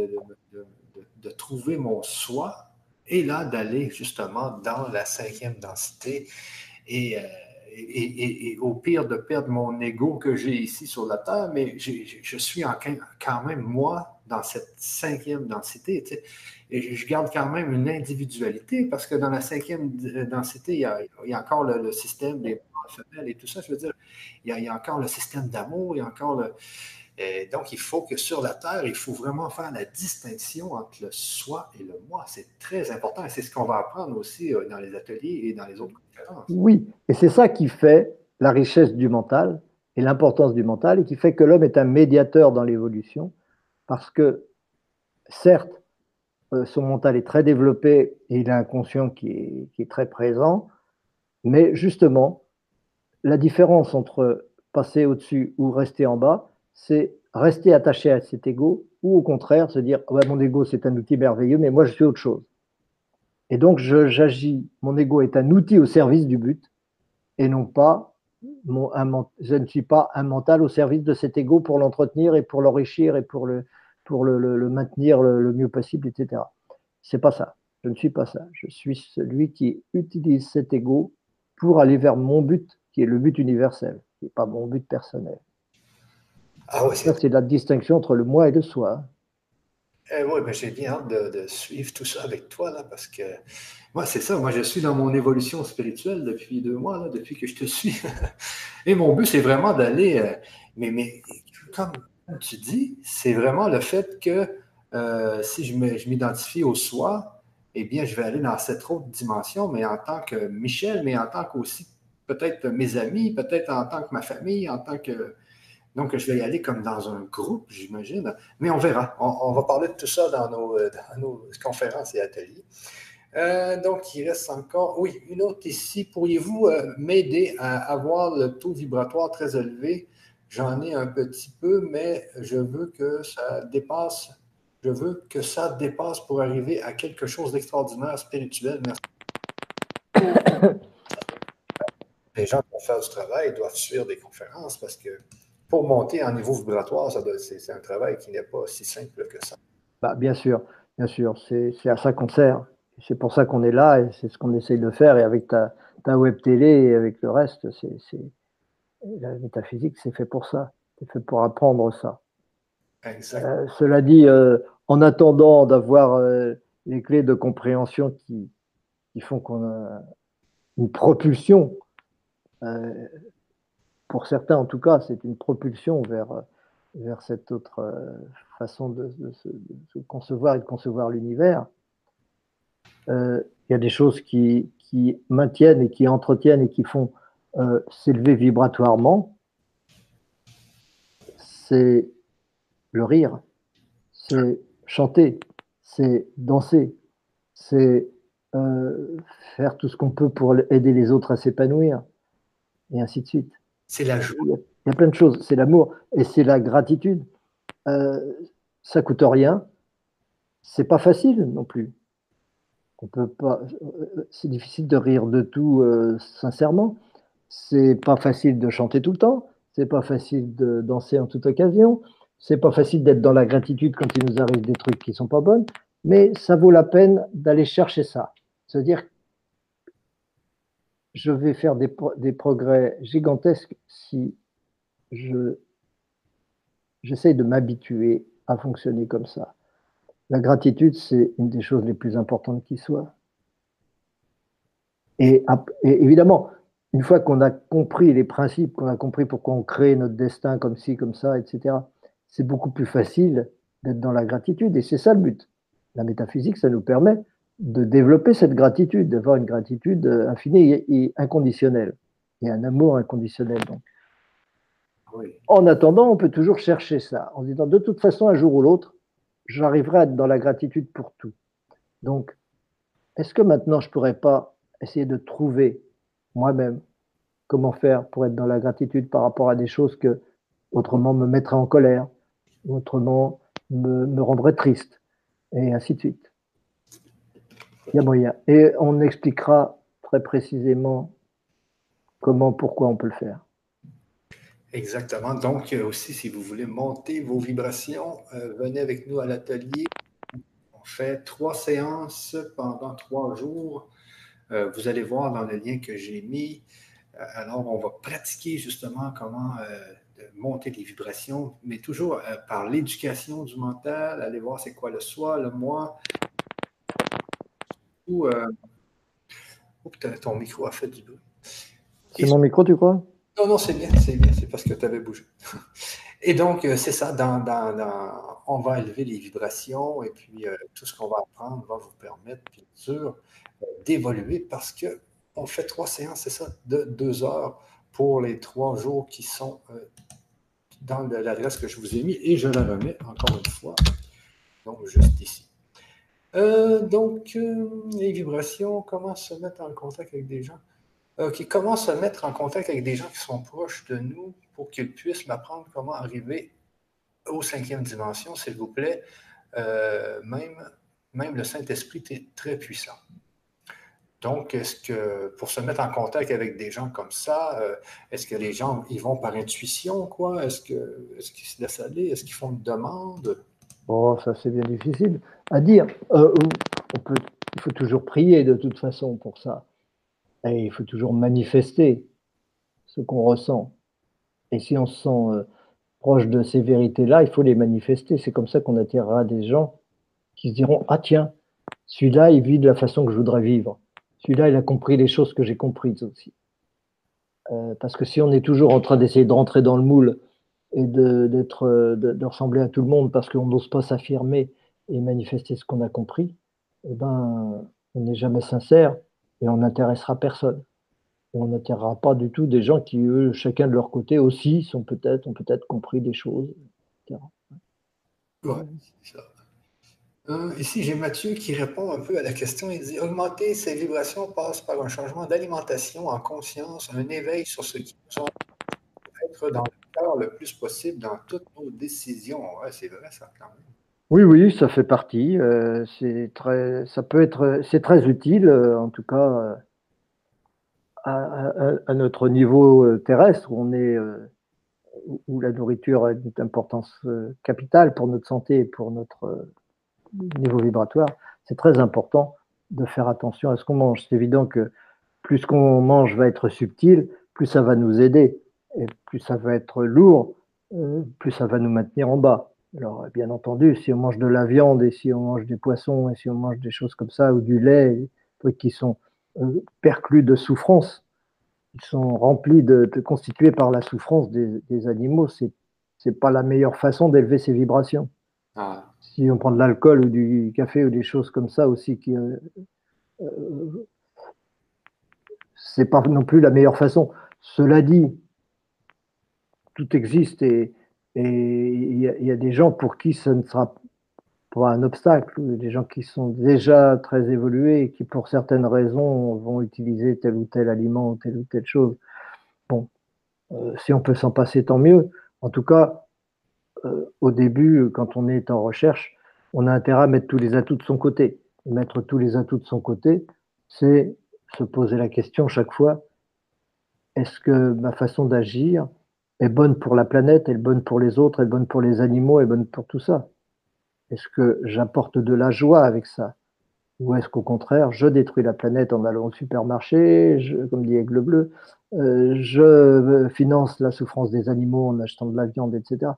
de trouver mon soi et là, d'aller justement dans la cinquième densité et, et au pire de perdre mon ego que j'ai ici sur la Terre, mais je suis quand même moi dans cette cinquième densité. Tu sais. Et je garde quand même une individualité parce que dans la cinquième densité, il y a encore le système des femelles et tout ça. Je veux dire, il y a encore le système d'amour, il y a encore le. Donc, il faut que sur la Terre, il faut vraiment faire la distinction entre le soi et le moi. C'est très important et c'est ce qu'on va apprendre aussi dans les ateliers et dans les autres conférences. Oui, et c'est ça qui fait la richesse du mental et l'importance du mental et qui fait que l'homme est un médiateur dans l'évolution parce que, certes, son mental est très développé et il a un conscient qui est très présent, mais justement, la différence entre passer au-dessus ou rester en bas, c'est rester attaché à cet ego ou au contraire se dire oh, mon ego c'est un outil merveilleux, mais moi je suis autre chose. Et donc j'agis, mon ego est un outil au service du but et non pas, je ne suis pas un mental au service de cet ego pour l'entretenir et pour l'enrichir et pour le maintenir le mieux possible, etc. C'est pas ça. Je ne suis pas ça. Je suis celui qui utilise cet ego pour aller vers mon but, qui est le but universel, qui n'est pas mon but personnel. Ah oui, ça, c'est la distinction entre le moi et le soi. Oui, ben j'ai bien hâte de suivre tout ça avec toi, là, parce que moi, c'est ça. Moi, je suis dans mon évolution spirituelle depuis 2 mois, là, depuis que je te suis. Et mon but, c'est vraiment d'aller. Mais comme tu dis, c'est vraiment le fait que si je m'identifie au soi, eh bien, je vais aller dans cette autre dimension, mais en tant que Michel, mais en tant qu'aussi peut-être mes amis, peut-être en tant que ma famille, en tant que. Donc, je vais y aller comme dans un groupe, j'imagine. Mais on verra. On va parler de tout ça dans nos conférences et ateliers. Donc, il reste encore. Oui, une autre ici. Pourriez-vous m'aider à avoir le taux vibratoire très élevé? J'en ai un petit peu, mais je veux que ça dépasse. Je veux que ça dépasse pour arriver à quelque chose d'extraordinaire, spirituel. Merci. Les gens qui vont faire du travail doivent suivre des conférences parce que pour monter en niveau vibratoire, c'est un travail qui n'est pas si simple que ça. Bah, bien sûr, c'est à ça qu'on sert. C'est pour ça qu'on est là et c'est ce qu'on essaye de faire. Et avec ta web télé et avec le reste, la métaphysique, c'est fait pour ça. C'est fait pour apprendre ça. Cela dit, en attendant d'avoir les clés de compréhension qui font qu'on a une propulsion, pour certains en tout cas, c'est une propulsion vers cette autre façon de se concevoir et de concevoir l'univers. Il y a des choses qui maintiennent et qui entretiennent et qui font s'élever vibratoirement. C'est le rire, c'est chanter, c'est danser, c'est faire tout ce qu'on peut pour aider les autres à s'épanouir, et ainsi de suite. C'est la joie. Il y a plein de choses. C'est l'amour et c'est la gratitude. Ça coûte rien. C'est pas facile non plus. On peut pas. C'est difficile de rire de tout sincèrement. C'est pas facile de chanter tout le temps. C'est pas facile de danser en toute occasion. C'est pas facile d'être dans la gratitude quand il nous arrive des trucs qui sont pas bonnes. Mais ça vaut la peine d'aller chercher ça. C'est-à-dire, je vais faire des progrès gigantesques si j'essaye de m'habituer à fonctionner comme ça. La gratitude, c'est une des choses les plus importantes qui soit. Et évidemment, une fois qu'on a compris les principes, qu'on a compris pourquoi on crée notre destin comme ci, comme ça, etc., c'est beaucoup plus facile d'être dans la gratitude. Et c'est ça le but. La métaphysique, ça nous permet de développer cette gratitude, d'avoir une gratitude infinie et inconditionnelle, et un amour inconditionnel. Donc. Oui. En attendant, on peut toujours chercher ça, en disant de toute façon, un jour ou l'autre, j'arriverai à être dans la gratitude pour tout. Donc, est-ce que maintenant, je ne pourrais pas essayer de trouver moi-même comment faire pour être dans la gratitude par rapport à des choses que autrement me mettraient en colère, autrement me rendraient triste, et ainsi de suite. Il y a moyen. Et on expliquera très précisément comment, pourquoi on peut le faire. Exactement. Donc, aussi, si vous voulez monter vos vibrations, venez avec nous à l'atelier. On fait 3 séances pendant 3 jours. Vous allez voir dans le lien que j'ai mis. Alors, on va pratiquer justement comment monter les vibrations, mais toujours par l'éducation du mental, aller voir c'est quoi le soi, le moi. Ou ton micro a fait du bruit. C'est mon micro, tu crois? Non, c'est bien, c'est parce que tu avais bougé. Et donc, c'est ça, on va élever les vibrations et puis tout ce qu'on va apprendre va vous permettre, bien sûr, d'évoluer parce qu'on fait 3 séances, c'est ça, de 2 heures pour les 3 jours qui sont dans l'adresse que je vous ai mis et je la remets encore une fois, donc juste ici. Les vibrations, comment se mettre en contact avec des gens? Comment se mettre en contact avec des gens qui sont proches de nous pour qu'ils puissent m'apprendre comment arriver aux 5e dimension, s'il vous plaît. Même le Saint-Esprit est très puissant. Donc, est-ce que pour se mettre en contact avec des gens comme ça, est-ce que les gens ils vont par intuition, quoi? Est-ce qu'ils se laissent aller? Est-ce qu'ils font une demande? Oh, ça c'est bien difficile à dire. Il faut toujours prier de toute façon pour ça. Et il faut toujours manifester ce qu'on ressent. Et si on se sent proche de ces vérités-là, il faut les manifester. C'est comme ça qu'on attirera des gens qui se diront « Ah tiens, celui-là, il vit de la façon que je voudrais vivre. Celui-là, il a compris les choses que j'ai comprises aussi. » Parce que si on est toujours en train d'essayer de rentrer dans le moule et de ressembler à tout le monde parce qu'on n'ose pas s'affirmer et manifester ce qu'on a compris, eh ben, on n'est jamais sincère et on n'intéressera personne. Et on n'attirera pas du tout des gens qui, eux, chacun de leur côté aussi, ont peut-être compris des choses, etc. Ouais, c'est ça. Ici, j'ai Mathieu qui répond un peu à la question. Il dit « Augmenter ces vibrations passe par un changement d'alimentation en conscience, un éveil sur ce qui nous être dans le cœur le plus possible dans toutes nos décisions. » Ouais, c'est vrai, ça, quand même. Oui, ça fait partie. C'est très utile, en tout cas, à notre niveau terrestre, où où la nourriture a une importance capitale pour notre santé et pour notre niveau vibratoire, c'est très important de faire attention à ce qu'on mange. C'est évident que plus ce qu'on mange va être subtil, plus ça va nous aider, et plus ça va être lourd, plus ça va nous maintenir en bas. Alors, bien entendu, si on mange de la viande et si on mange des poissons et si on mange des choses comme ça, ou du lait, des trucs qui sont perclus de souffrance, qui sont remplis constitués par la souffrance des animaux, c'est pas la meilleure façon d'élever ses vibrations. Ah. Si on prend de l'alcool ou du café ou des choses comme ça aussi, c'est pas non plus la meilleure façon. Cela dit, tout existe et il y a des gens pour qui ça ne sera pas un obstacle, des gens qui sont déjà très évolués et qui, pour certaines raisons, vont utiliser tel ou tel aliment ou telle chose. Bon, si on peut s'en passer, tant mieux. En tout cas, au début, quand on est en recherche, on a intérêt à mettre tous les atouts de son côté. Et mettre tous les atouts de son côté, c'est se poser la question chaque fois, est-ce que ma façon d'agir est bonne pour la planète, est bonne pour les autres, est bonne pour les animaux, est bonne pour tout ça? Est-ce que j'apporte de la joie avec ça? Ou est-ce qu'au contraire, je détruis la planète en allant au supermarché, comme dit Aigle Bleu, je finance la souffrance des animaux en achetant de la viande, etc.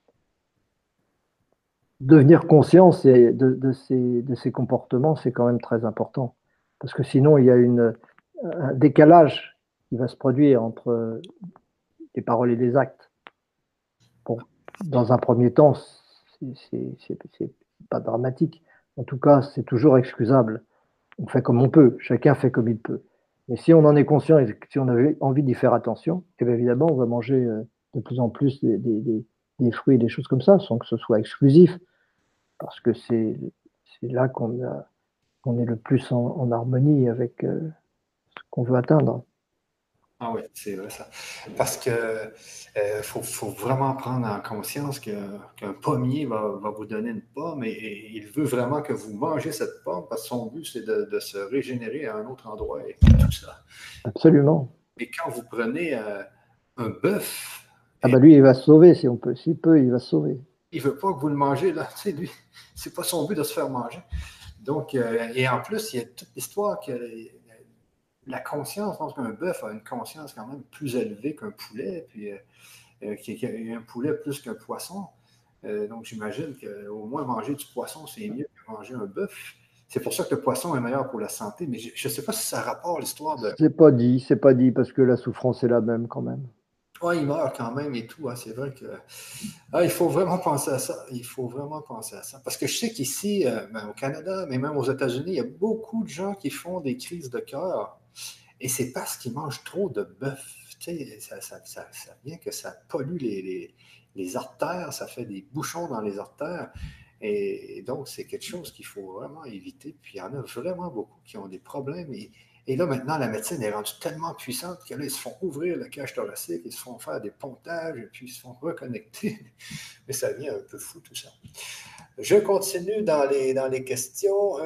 Devenir conscient de ces comportements, c'est quand même très important. Parce que sinon, il y a un décalage qui va se produire entre les paroles et les actes. Bon, dans un premier temps, c'est pas dramatique. En tout cas, c'est toujours excusable. On fait comme on peut, chacun fait comme il peut. Mais si on en est conscient et si on avait envie d'y faire attention, eh bien évidemment, on va manger de plus en plus des fruits et des choses comme ça, sans que ce soit exclusif, parce que c'est là qu'on est le plus en harmonie avec ce qu'on veut atteindre. Ah oui, c'est vrai ça. Parce que faut vraiment prendre en conscience qu'un pommier va vous donner une pomme et il veut vraiment que vous mangez cette pomme parce que son but, c'est de se régénérer à un autre endroit et tout ça. Absolument. Et quand vous prenez un bœuf, Ah bah lui, il va se sauver si on peut. S'il peut, il va se sauver. il veut pas que vous le mangez, là. Tu sais, lui, c'est pas son but de se faire manger. Donc, et en plus, il y a toute l'histoire que la conscience, je pense qu'un bœuf a une conscience quand même plus élevée qu'un poulet, puis qu'il y a un poulet plus qu'un poisson. Donc, j'imagine qu'au moins manger du poisson, c'est mieux que manger un bœuf. C'est pour ça que le poisson est meilleur pour la santé, mais je ne sais pas si ça rapporte l'histoire de. C'est pas dit, parce que la souffrance est la même quand même. Ouais, il meurt quand même et tout. Hein. C'est vrai que. Ah, il faut vraiment penser à ça. Il faut vraiment penser à ça. Parce que je sais qu'ici, au Canada, mais même aux États-Unis, il y a beaucoup de gens qui font des crises de cœur. Et c'est parce qu'ils mangent trop de bœuf. Tu sais, ça vient que ça pollue les artères, ça fait des bouchons dans les artères. Et donc, c'est quelque chose qu'il faut vraiment éviter. Puis, il y en a vraiment beaucoup qui ont des problèmes. Et là, maintenant, la médecine est rendue tellement puissante que là, ils se font ouvrir la cage thoracique, ils se font faire des pontages, et puis ils se font reconnecter. Mais ça devient un peu fou, tout ça. Je continue dans les questions.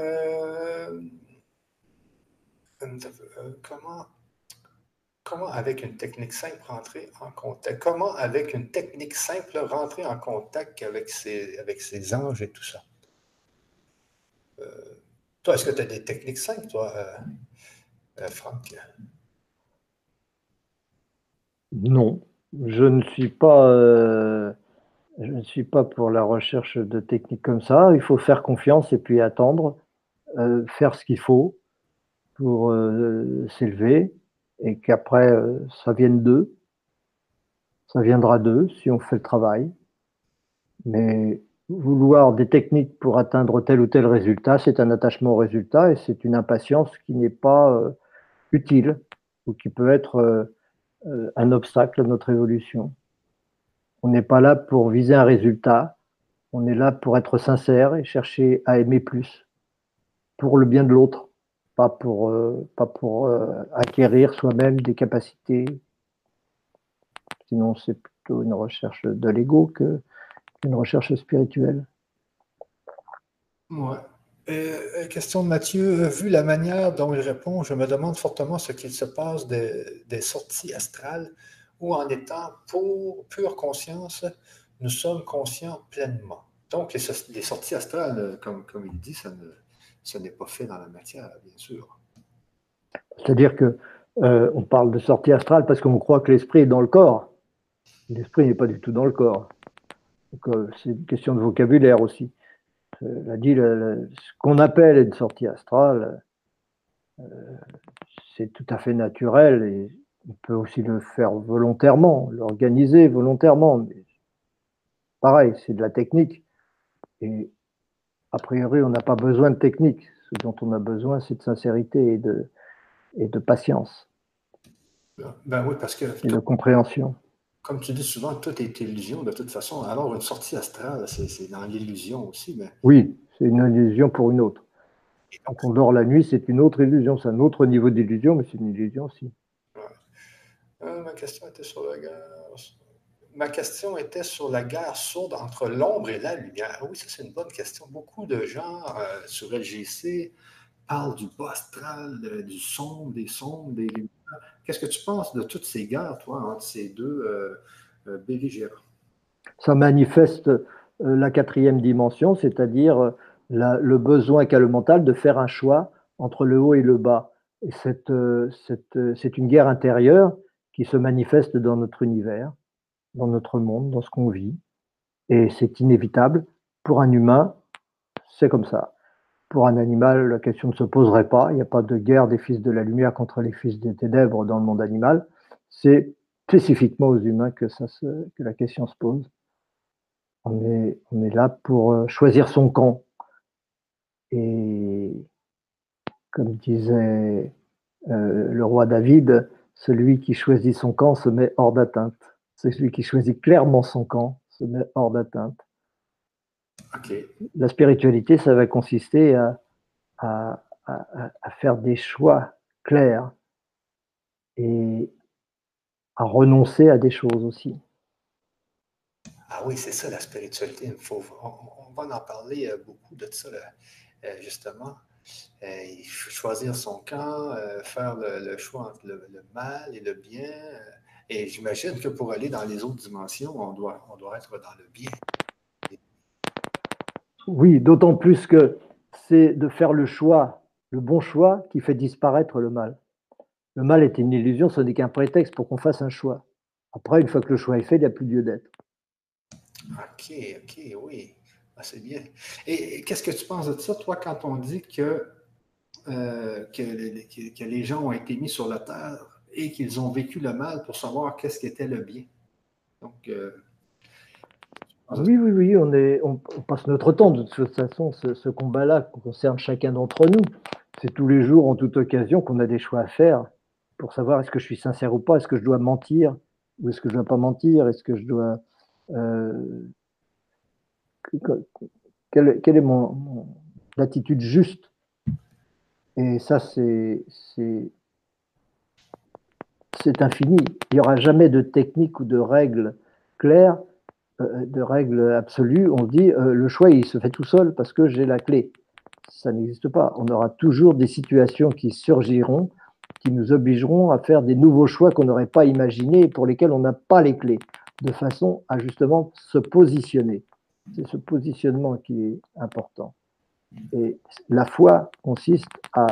Comment, avec une technique simple, rentrer en contact? Comment, avec une technique simple, rentrer en contact avec ces anges et tout ça? Toi, est-ce que tu as des techniques simples, toi, Franck? Non, je ne suis pas pour la recherche de techniques comme ça. Il faut faire confiance et puis attendre, faire ce qu'il faut pour s'élever et qu'après, ça vienne d'eux. Ça viendra d'eux si on fait le travail. Mais vouloir des techniques pour atteindre tel ou tel résultat, c'est un attachement au résultat et c'est une impatience qui n'est pas utile ou qui peut être un obstacle à notre évolution. On n'est pas là pour viser un résultat, on est là pour être sincère et chercher à aimer plus, pour le bien de l'autre, pas pour acquérir soi-même des capacités. Sinon, c'est plutôt une recherche de l'ego qu'une recherche spirituelle. Ouais. Question de Mathieu. Vu la manière dont il répond, je me demande fortement ce qu'il se passe des sorties astrales ou en étant pour pure conscience, nous sommes conscients pleinement. Donc, les sorties astrales, comme il dit, ce n'est pas fait dans la matière, bien sûr. C'est-à-dire que on parle de sortie astrale parce qu'on croit que l'esprit est dans le corps. L'esprit n'est pas du tout dans le corps. C'est une question de vocabulaire aussi. Ce qu'on appelle une sortie astrale, c'est tout à fait naturel et on peut aussi le faire volontairement, l'organiser volontairement. Mais pareil, c'est de la technique. Et a priori, on n'a pas besoin de technique. Ce dont on a besoin, c'est de sincérité et de patience. Ben oui, parce que et de compréhension. Comme tu dis souvent, tout est illusion de toute façon. Alors, une sortie astrale, c'est dans l'illusion aussi. Mais... Oui, c'est une illusion pour une autre. Quand on dort la nuit, c'est une autre illusion. C'est un autre niveau d'illusion, mais c'est une illusion aussi. Ouais. Ma question était sur la guerre. Ma question était sur la guerre sourde entre l'ombre et la lumière. Oui, ça, c'est une bonne question. Beaucoup de gens sur LGC parlent du bas astral, du sombre, des sombres, des lumières. Qu'est-ce que tu penses de toutes ces guerres, toi, entre ces deux belligérants? Ça manifeste la quatrième dimension, c'est-à-dire le besoin qu'a le mental de faire un choix entre le haut et le bas. Et c'est une guerre intérieure qui se manifeste dans notre univers, dans notre monde, dans ce qu'on vit. Et c'est inévitable. Pour un humain, c'est comme ça. Pour un animal, la question ne se poserait pas. Il n'y a pas de guerre des fils de la lumière contre les fils des ténèbres dans le monde animal. C'est spécifiquement aux humains que la question se pose. On est là pour choisir son camp. Et comme disait le roi David, celui qui choisit son camp se met hors d'atteinte. Celui qui choisit clairement son camp se met hors d'atteinte. Okay. La spiritualité, ça va consister à faire des choix clairs et à renoncer à des choses aussi. Ah oui, c'est ça la spiritualité. On va en parler beaucoup de ça, justement. Il faut choisir son camp, faire le choix entre le mal et le bien. Et j'imagine que pour aller dans les autres dimensions, on doit être dans le bien. Oui, d'autant plus que c'est de faire le choix, le bon choix, qui fait disparaître le mal. Le mal est une illusion, ce n'est qu'un prétexte pour qu'on fasse un choix. Après, une fois que le choix est fait, il n'y a plus lieu d'être. OK, oui. Ah, c'est bien. Et qu'est-ce que tu penses de ça, toi, quand on dit que les gens ont été mis sur la terre et qu'ils ont vécu le mal pour savoir qu'est-ce qu'était le bien? Donc, oui, on passe notre temps. De toute façon, ce combat-là concerne chacun d'entre nous. C'est tous les jours, en toute occasion, qu'on a des choix à faire pour savoir est-ce que je suis sincère ou pas, est-ce que je dois mentir ou est-ce que je ne dois pas mentir, est-ce que je dois... quelle est l'attitude juste? Et ça, c'est infini. Il n'y aura jamais de technique ou de règles claires, de règles absolues. On dit le choix, il se fait tout seul parce que j'ai la clé. Ça n'existe pas. On aura toujours des situations qui surgiront, qui nous obligeront à faire des nouveaux choix qu'on n'aurait pas imaginés et pour lesquels on n'a pas les clés, de façon à justement se positionner. C'est ce positionnement qui est important. Et la foi consiste à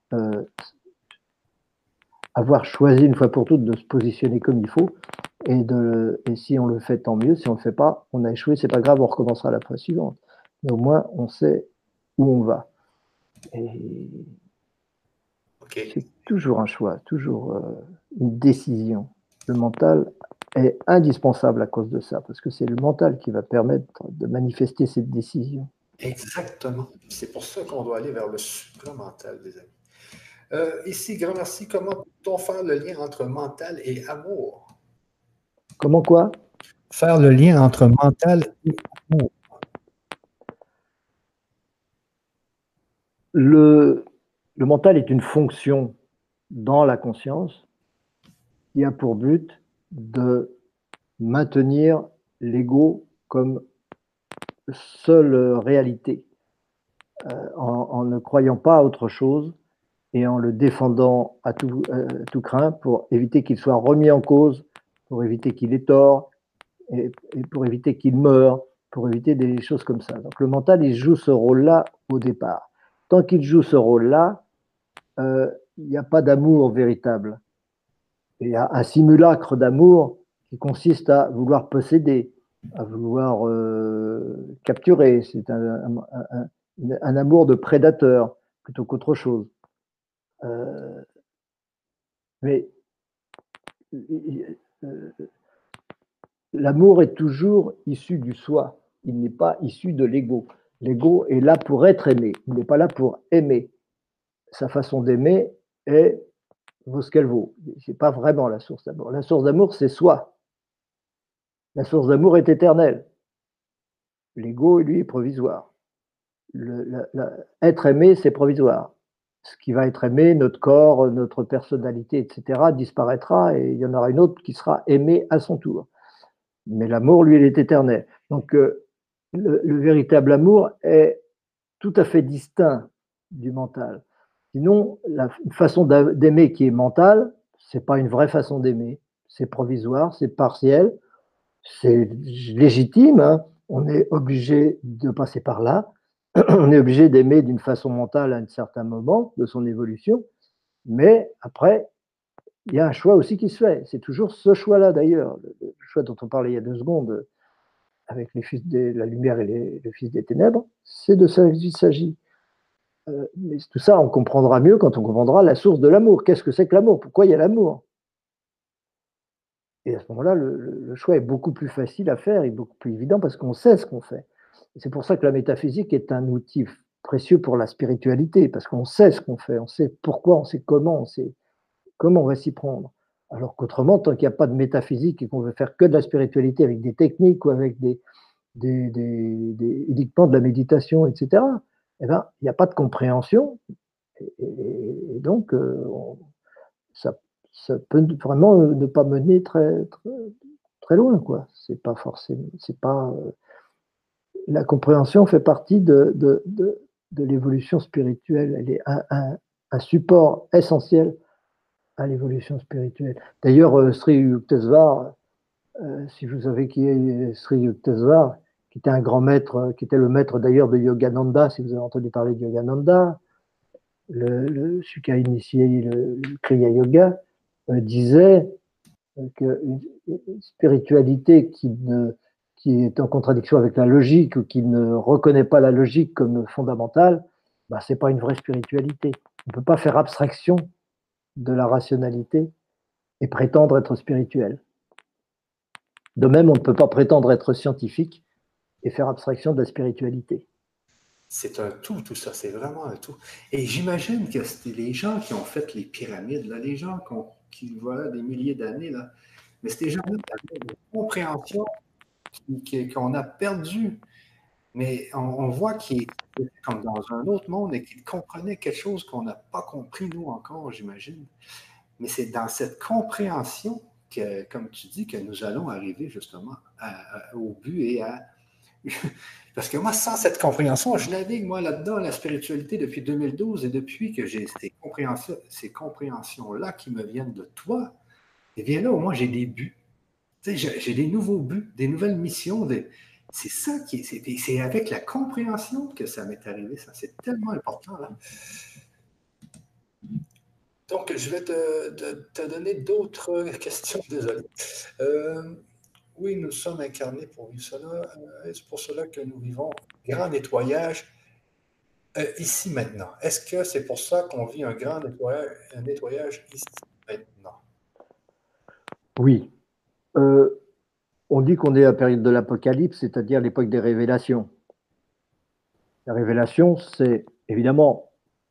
avoir choisi une fois pour toutes de se positionner comme il faut. Et si on le fait, tant mieux. Si on ne le fait pas, on a échoué, c'est pas grave, on recommencera la fois suivante. Mais au moins, on sait où on va. Et c'est toujours un choix, toujours une décision. Le mental est indispensable à cause de ça, parce que c'est le mental qui va permettre de manifester cette décision. Exactement. C'est pour ça qu'on doit aller vers le supramental, les amis. Ici, grand merci. Comment peut-on faire le lien entre mental et amour? Comment quoi? Faire le lien entre mental et amour. Le mental est une fonction dans la conscience qui a pour but de maintenir l'ego comme seule réalité, en ne croyant pas à autre chose et en le défendant à tout craint pour éviter qu'il soit remis en cause, pour éviter qu'il ait tort, et pour éviter qu'il meure, pour éviter des choses comme ça. Donc le mental, il joue ce rôle-là au départ. Tant qu'il joue ce rôle-là, il n'y a pas d'amour véritable. Il y a un simulacre d'amour qui consiste à vouloir posséder, à vouloir capturer. C'est un amour de prédateur plutôt qu'autre chose. Mais l'amour est toujours issu du soi. Il n'est pas issu de l'ego. L'ego est là pour être aimé. Il n'est pas là pour aimer. Sa façon d'aimer vaut ce qu'elle vaut. Ce n'est pas vraiment la source d'amour. La source d'amour, c'est soi. La source d'amour est éternelle. L'ego, lui, est provisoire. Être aimé, c'est provisoire. Ce qui va être aimé, notre corps, notre personnalité, etc., disparaîtra et il y en aura une autre qui sera aimée à son tour. Mais l'amour, lui, il est éternel. Donc, le véritable amour est tout à fait distinct du mental. Sinon, la façon d'aimer qui est mentale, c'est pas une vraie façon d'aimer. C'est provisoire, c'est partiel, c'est légitime. Hein. On est obligé de passer par là. On est obligé d'aimer d'une façon mentale à un certain moment de son évolution. Mais après, il y a un choix aussi qui se fait. C'est toujours ce choix-là, d'ailleurs. Le choix dont on parlait il y a 2 secondes avec les fils de la lumière et le fils des ténèbres, c'est de ça qu'il s'agit. Mais tout ça, on comprendra mieux quand on comprendra la source de l'amour. Qu'est-ce que c'est que l'amour? Pourquoi il y a l'amour? Et à ce moment-là, le choix est beaucoup plus facile à faire et beaucoup plus évident parce qu'on sait ce qu'on fait. Et c'est pour ça que la métaphysique est un outil précieux pour la spiritualité, parce qu'on sait ce qu'on fait, on sait pourquoi, on sait comment on va s'y prendre. Alors qu'autrement, tant qu'il n'y a pas de métaphysique et qu'on veut faire que de la spiritualité avec des techniques ou avec uniquement de la méditation, etc., eh ben, il n'y a pas de compréhension. Et donc, ça peut vraiment ne pas mener très, très, très loin, quoi. C'est pas forcément, c'est pas. La compréhension fait partie de l'évolution spirituelle. Elle est un support essentiel à l'évolution spirituelle. D'ailleurs, Sri Yukteswar, si vous savez qui est Sri Yukteswar, qui était un grand maître, qui était le maître d'ailleurs de Yogananda, si vous avez entendu parler de Yogananda, celui qui a initié le Kriya Yoga, disait qu'une spiritualité qui est en contradiction avec la logique ou qui ne reconnaît pas la logique comme fondamentale, bah, ce n'est pas une vraie spiritualité. On ne peut pas faire abstraction de la rationalité et prétendre être spirituel. De même, on ne peut pas prétendre être scientifique et faire abstraction de la spiritualité. C'est un tout ça, c'est vraiment un tout. Et j'imagine que c'était les gens qui ont fait les pyramides, là, les gens qui voilà des milliers d'années, là, mais c'était gens-là avaient une compréhension qu'on a perdue. Mais on voit qu'il est comme dans un autre monde et qu'il comprenait quelque chose qu'on n'a pas compris, nous, encore, j'imagine. Mais c'est dans cette compréhension que, comme tu dis, que nous allons arriver justement au but et à... Parce que moi, sans cette compréhension, je navigue, moi, là-dedans, la spiritualité depuis 2012 et depuis que j'ai ces compréhensions-là qui me viennent de toi, et bien là, au moins, j'ai des buts. J'ai des nouveaux buts, des nouvelles missions, c'est ça c'est avec la compréhension que ça m'est arrivé, ça. C'est tellement important, là. Donc, je vais te donner d'autres questions, désolé. Oui, nous sommes incarnés pour vivre cela. Est-ce pour cela que nous vivons grand nettoyage ici maintenant? Est-ce que c'est pour ça qu'on vit un grand nettoyage ici maintenant? Oui. On dit qu'on est à la période de l'Apocalypse, c'est-à-dire l'époque des révélations. La révélation, c'est évidemment,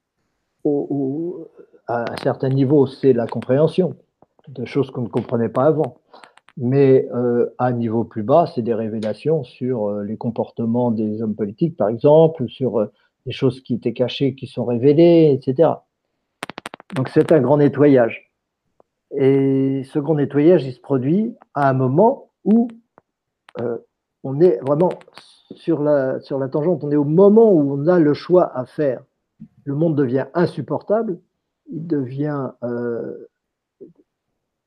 à un certain niveau, c'est la compréhension de choses qu'on ne comprenait pas avant. Mais à un niveau plus bas, c'est des révélations sur les comportements des hommes politiques, par exemple, sur des choses qui étaient cachées, qui sont révélées, etc. Donc c'est un grand nettoyage. Et ce grand nettoyage, il se produit à un moment où on est vraiment sur la tangente, on est au moment où on a le choix à faire. Le monde devient insupportable, il devient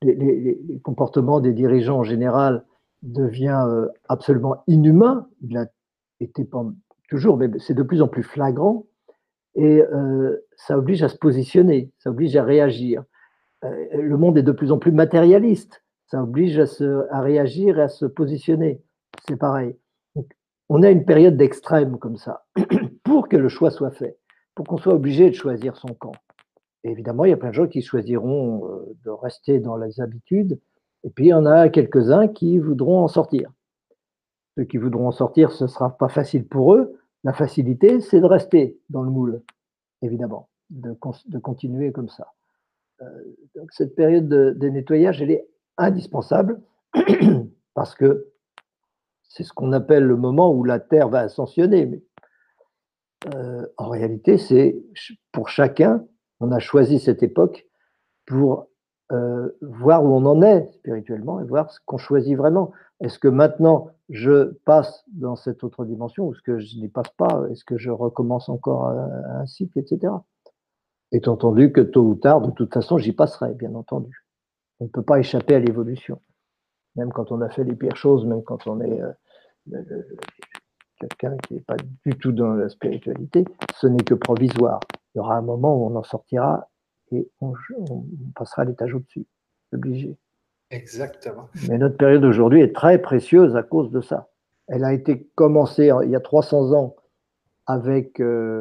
les comportements des dirigeants en général devient absolument inhumain. Il a été toujours, mais c'est de plus en plus flagrant. Et ça oblige à se positionner, ça oblige à réagir. Le monde est de plus en plus matérialiste, ça oblige à réagir et à se positionner. C'est pareil. Donc, on a une période d'extrême comme ça, pour que le choix soit fait, pour qu'on soit obligé de choisir son camp. Et évidemment, il y a plein de gens qui choisiront de rester dans les habitudes, et puis il y en a quelques-uns qui voudront en sortir. Ceux qui voudront en sortir, ce ne sera pas facile pour eux. La facilité, c'est de rester dans le moule, évidemment, de continuer comme ça. Donc cette période de nettoyage, elle est indispensable parce que c'est ce qu'on appelle le moment où la Terre va ascensionner. Mais en réalité, c'est pour chacun, on a choisi cette époque pour voir où on en est spirituellement et voir ce qu'on choisit vraiment. Est-ce que maintenant je passe dans cette autre dimension ou est-ce que je n'y passe pas? Est-ce que je recommence encore un cycle, etc. Étant entendu que tôt ou tard, de toute façon, j'y passerai, bien entendu. On ne peut pas échapper à l'évolution. Même quand on a fait les pires choses, même quand on est quelqu'un qui n'est pas du tout dans la spiritualité, ce n'est que provisoire. Il y aura un moment où on en sortira et on passera à l'étage au-dessus. Obligé. Exactement. Mais notre période aujourd'hui est très précieuse à cause de ça. Elle a été commencée il y a 300 ans avec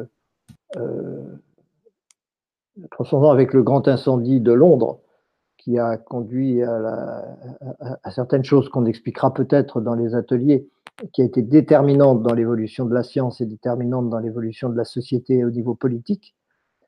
300 ans avec le grand incendie de Londres, qui a conduit à certaines choses qu'on expliquera peut-être dans les ateliers, qui a été déterminante dans l'évolution de la science et déterminante dans l'évolution de la société au niveau politique.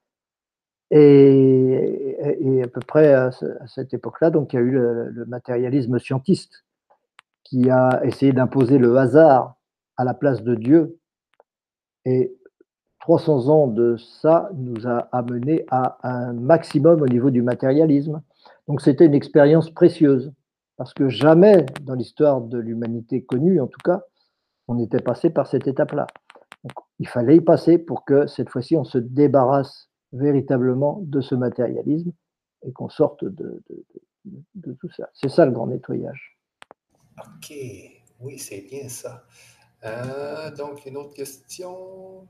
Et à peu près à cette époque-là, donc, il y a eu le matérialisme scientiste qui a essayé d'imposer le hasard à la place de Dieu. Et 300 ans de ça nous a amené à un maximum au niveau du matérialisme. Donc c'était une expérience précieuse, parce que jamais dans l'histoire de l'humanité connue, en tout cas, on n'était passé par cette étape-là. Donc, il fallait y passer pour que cette fois-ci, on se débarrasse véritablement de ce matérialisme et qu'on sorte de tout ça. C'est ça le grand nettoyage. OK, oui, c'est bien ça. Donc, une autre question.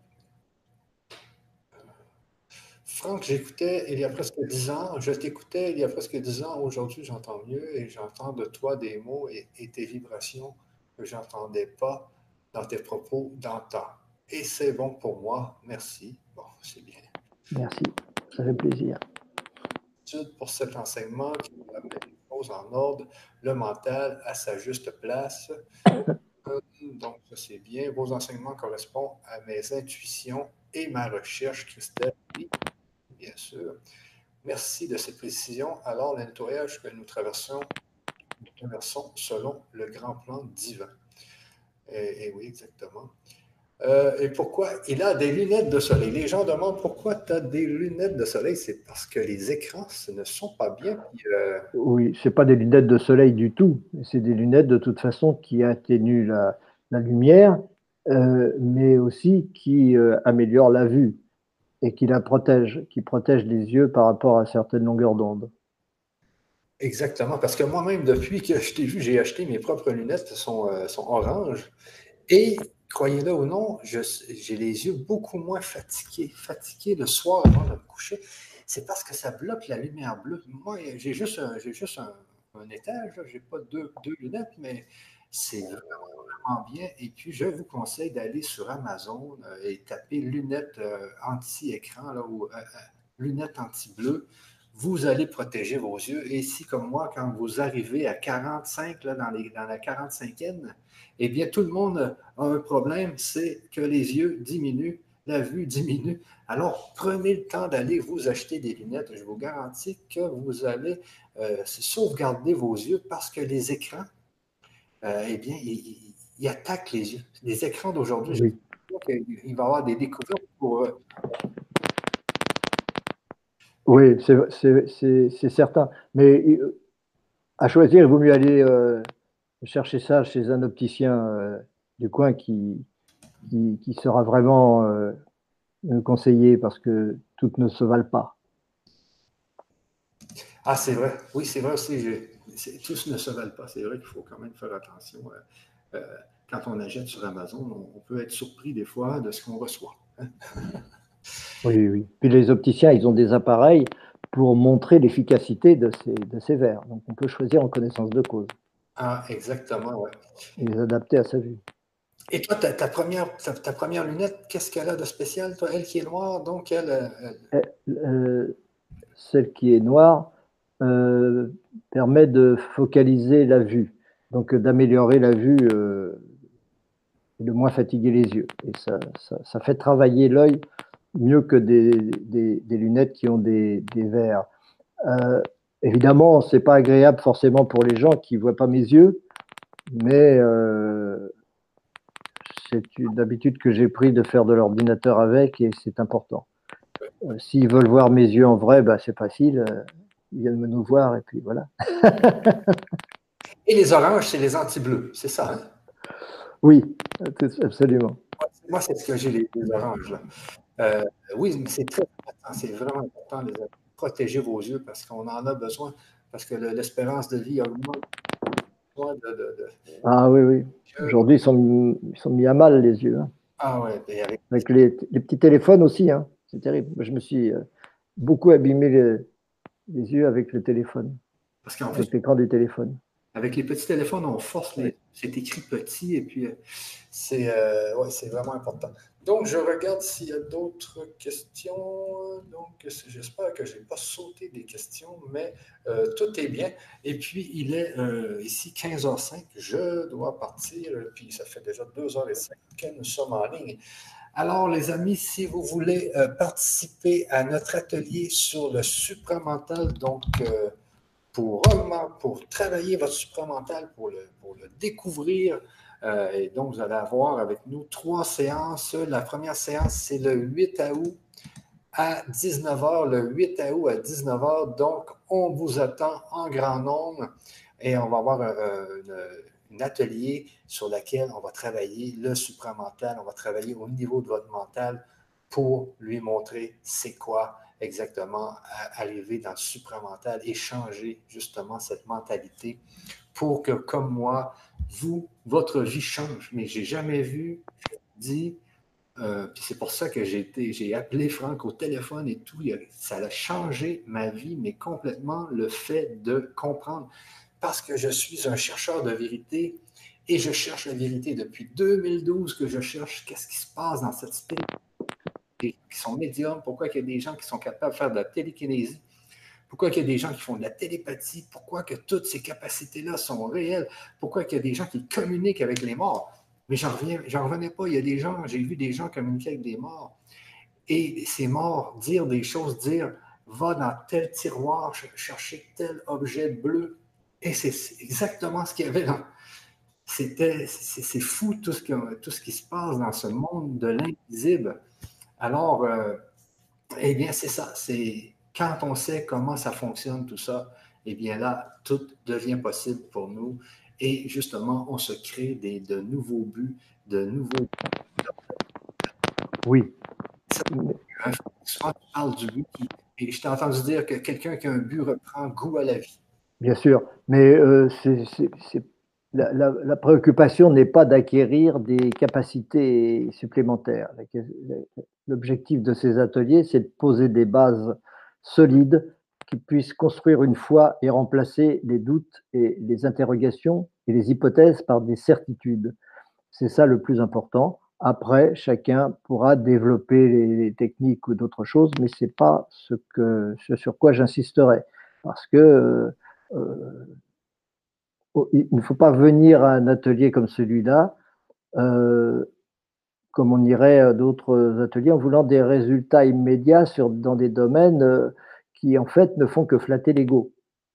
Franck, j'écoutais il y a presque 10 ans, je t'écoutais il y a presque 10 ans, aujourd'hui j'entends mieux et j'entends de toi des mots et tes vibrations que je n'entendais pas dans tes propos d'antan. Et c'est bon pour moi, merci. Bon, c'est bien. Merci, ça fait plaisir. Pour cet enseignement qui nous ramène les choses en ordre, le mental à sa juste place. Donc, ça c'est bien. Vos enseignements correspondent à mes intuitions et ma recherche, Christelle. Oui, bien sûr. Merci de cette précision. Alors, le nettoyage que nous traversons selon le grand plan divin. Et oui, exactement. Et pourquoi il a des lunettes de soleil? Les gens demandent pourquoi tu as des lunettes de soleil. C'est parce que les écrans ce ne sont pas bien. Puis, Oui, c'est pas des lunettes de soleil du tout. C'est des lunettes de toute façon qui atténuent la lumière, mais aussi qui améliorent la vue et qui la protègent, qui protègent les yeux par rapport à certaines longueurs d'onde. exactement. Parce que moi-même, depuis que je t'ai vu, j'ai acheté mes propres lunettes, sont oranges. Et croyez-le ou non, j'ai les yeux beaucoup moins fatigués le soir avant de me coucher. C'est parce que ça bloque la lumière bleue. Moi, j'ai juste un étage, je n'ai pas deux lunettes, mais c'est vraiment bien. Et puis, je vous conseille d'aller sur Amazon et taper lunettes anti-écran ou lunettes anti-bleu. Vous allez protéger vos yeux. Et si, comme moi, quand vous arrivez à 45, là, dans la 45e, eh bien, tout le monde a un problème, c'est que les yeux diminuent, la vue diminue. Alors, prenez le temps d'aller vous acheter des lunettes. Je vous garantis que vous allez sauvegarder vos yeux parce que les écrans, eh bien, ils attaquent les yeux. Les écrans d'aujourd'hui, je Oui. crois qu'il va y avoir des découvertes pour... Oui, c'est certain. Mais à choisir, il vaut mieux aller chercher ça chez un opticien du coin qui sera vraiment conseillé parce que toutes ne se valent pas. Ah, c'est vrai. Oui, c'est vrai aussi. Tous ne se valent pas. C'est vrai qu'il faut quand même faire attention. Quand on achète sur Amazon, on peut être surpris des fois de ce qu'on reçoit. Hein. Oui, oui. Puis les opticiens, ils ont des appareils pour montrer l'efficacité de ces verres. Donc on peut choisir en connaissance de cause Ah, exactement, ouais. et les adapter à sa vue. Et toi, ta première lunette, qu'est-ce qu'elle a de spécial, toi? Elle qui est noire, donc Celle qui est noire permet de focaliser la vue, donc d'améliorer la vue et de moins fatiguer les yeux. Et ça fait travailler l'œil mieux que des lunettes qui ont des verres. Euh, Évidemment, c'est pas agréable forcément pour les gens qui voient pas mes yeux, mais c'est une habitude que j'ai pris de faire de l'ordinateur avec et c'est important. S'ils veulent voir mes yeux en vrai, bah, c'est facile. Ils viennent nous voir et puis voilà. et les oranges, c'est les anti-bleus, c'est ça, hein? Oui, absolument. Moi, c'est ce que j'ai, les oranges, là. Euh, oui, mais c'est très important, c'est vraiment important de protéger vos yeux parce qu'on en a besoin, parce que l'espérance de vie augmente. Ah oui, oui. Aujourd'hui, ils sont mis à mal les yeux, hein. Ah ouais, Avec les petits téléphones aussi, hein. C'est terrible. Je me suis beaucoup abîmé les yeux avec le téléphone, parce qu'en plus, avec l'écran du téléphone. avec les petits téléphones, on force Oui. c'est écrit petit et puis ouais, c'est vraiment important. Donc, je regarde s'il y a d'autres questions. Donc, j'espère que je n'ai pas sauté des questions, mais tout est bien. Et puis, il est ici 15h05. Je dois partir, puis ça fait déjà 2h05 que nous sommes en ligne. Alors, les amis, si vous voulez participer à notre atelier sur le supramental, donc pour travailler votre supramental, pour le découvrir. Et donc, vous allez avoir avec nous 3 séances. La première séance, c'est le 8 août à 19h, le 8 août à 19h. Donc, on vous attend en grand nombre et on va avoir un atelier sur lequel on va travailler le supramental, on va travailler au niveau de votre mental pour lui montrer c'est quoi exactement arriver dans le supramental et changer justement cette mentalité pour que, comme moi, votre vie change. Mais j'ai jamais vu, dit, puis c'est pour ça que j'ai appelé Franck au téléphone et tout. Ça a changé ma vie, mais complètement le fait de comprendre. Parce que je suis un chercheur de vérité et je cherche la vérité depuis 2012 que je cherche qu'est-ce qui se passe dans cette spiritualité qui sont médiums, pourquoi il y a des gens qui sont capables de faire de la télékinésie, pourquoi il y a des gens qui font de la télépathie, pourquoi que toutes ces capacités-là sont réelles, pourquoi il y a des gens qui communiquent avec les morts. Mais j'en revenais pas. Il y a des gens, j'ai vu des gens communiquer avec des morts. Et ces morts, dire des choses, dire va dans tel tiroir chercher tel objet bleu. Et c'est exactement ce qu'il y avait là. C'est fou tout ce qui se passe dans ce monde de l'invisible. Alors, eh bien, c'est ça. C'est quand on sait comment ça fonctionne, tout ça, eh bien là, tout devient possible pour nous. Et justement, on se crée de nouveaux buts, de nouveaux. Oui. Souvent, tu parles du but. Et je t'ai entendu dire que quelqu'un qui a un but reprend goût à la vie. Bien sûr, mais la préoccupation n'est pas d'acquérir des capacités supplémentaires. L'objectif de ces ateliers, c'est de poser des bases solides qui puissent construire une foi et remplacer les doutes et les interrogations et les hypothèses par des certitudes. C'est ça le plus important. Après, chacun pourra développer les techniques ou d'autres choses, mais ce n'est pas ce sur quoi j'insisterai. Parce que il ne faut pas venir à un atelier comme celui-là, euh, comme on irait à d'autres ateliers, en voulant des résultats immédiats dans des domaines qui, en fait, ne font que flatter l'ego.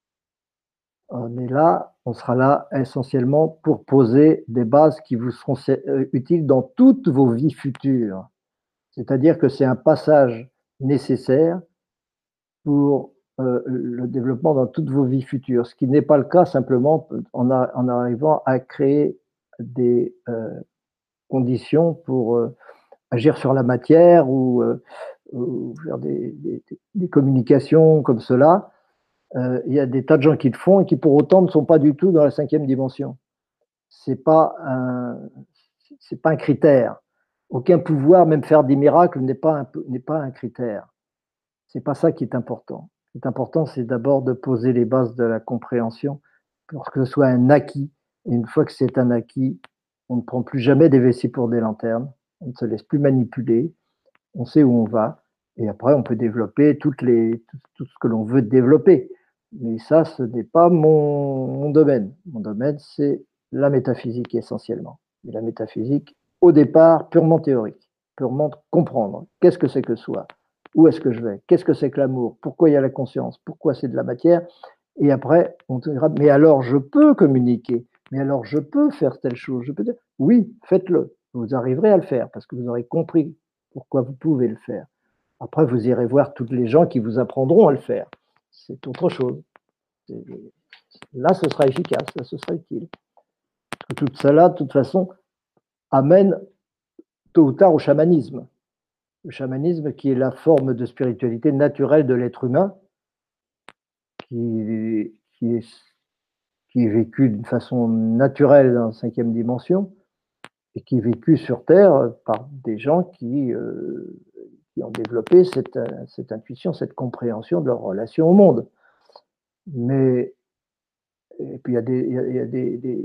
On sera là essentiellement pour poser des bases qui vous seront utiles dans toutes vos vies futures. C'est-à-dire que c'est un passage nécessaire pour le développement dans toutes vos vies futures, ce qui n'est pas le cas simplement en arrivant à créer des conditions pour agir sur la matière ou faire des communications comme cela. Il y a des tas de gens qui le font et qui pour autant ne sont pas du tout dans la 5e dimension. C'est pas un critère. Aucun pouvoir, même faire des miracles, n'est pas un critère. C'est pas ça qui est important. Ce qui est important, c'est d'abord de poser les bases de la compréhension pour que ce soit un acquis. Et une fois que c'est un acquis, on ne prend plus jamais des vessies pour des lanternes, on ne se laisse plus manipuler, on sait où on va, et après on peut développer tout ce que l'on veut développer. Mais ça, ce n'est pas mon domaine. Mon domaine, c'est la métaphysique essentiellement. Et la métaphysique, au départ, purement théorique, purement comprendre qu'est-ce que c'est que soi, où est-ce que je vais, qu'est-ce que c'est que l'amour, pourquoi il y a la conscience, pourquoi c'est de la matière, et après, on te dira, mais alors je peux communiquer, mais alors je peux faire telle chose, je peux dire, oui, faites-le, vous arriverez à le faire, parce que vous aurez compris pourquoi vous pouvez le faire. Après, vous irez voir toutes les gens qui vous apprendront à le faire. C'est autre chose. Là, ce sera efficace, là, ce sera utile. Tout cela, de toute façon, amène tôt ou tard au chamanisme. Le chamanisme qui est la forme de spiritualité naturelle de l'être humain, qui est vécu d'une façon naturelle dans la 5e dimension et qui est vécu sur Terre par des gens qui ont développé cette intuition, cette compréhension de leur relation au monde. Mais et puis il y a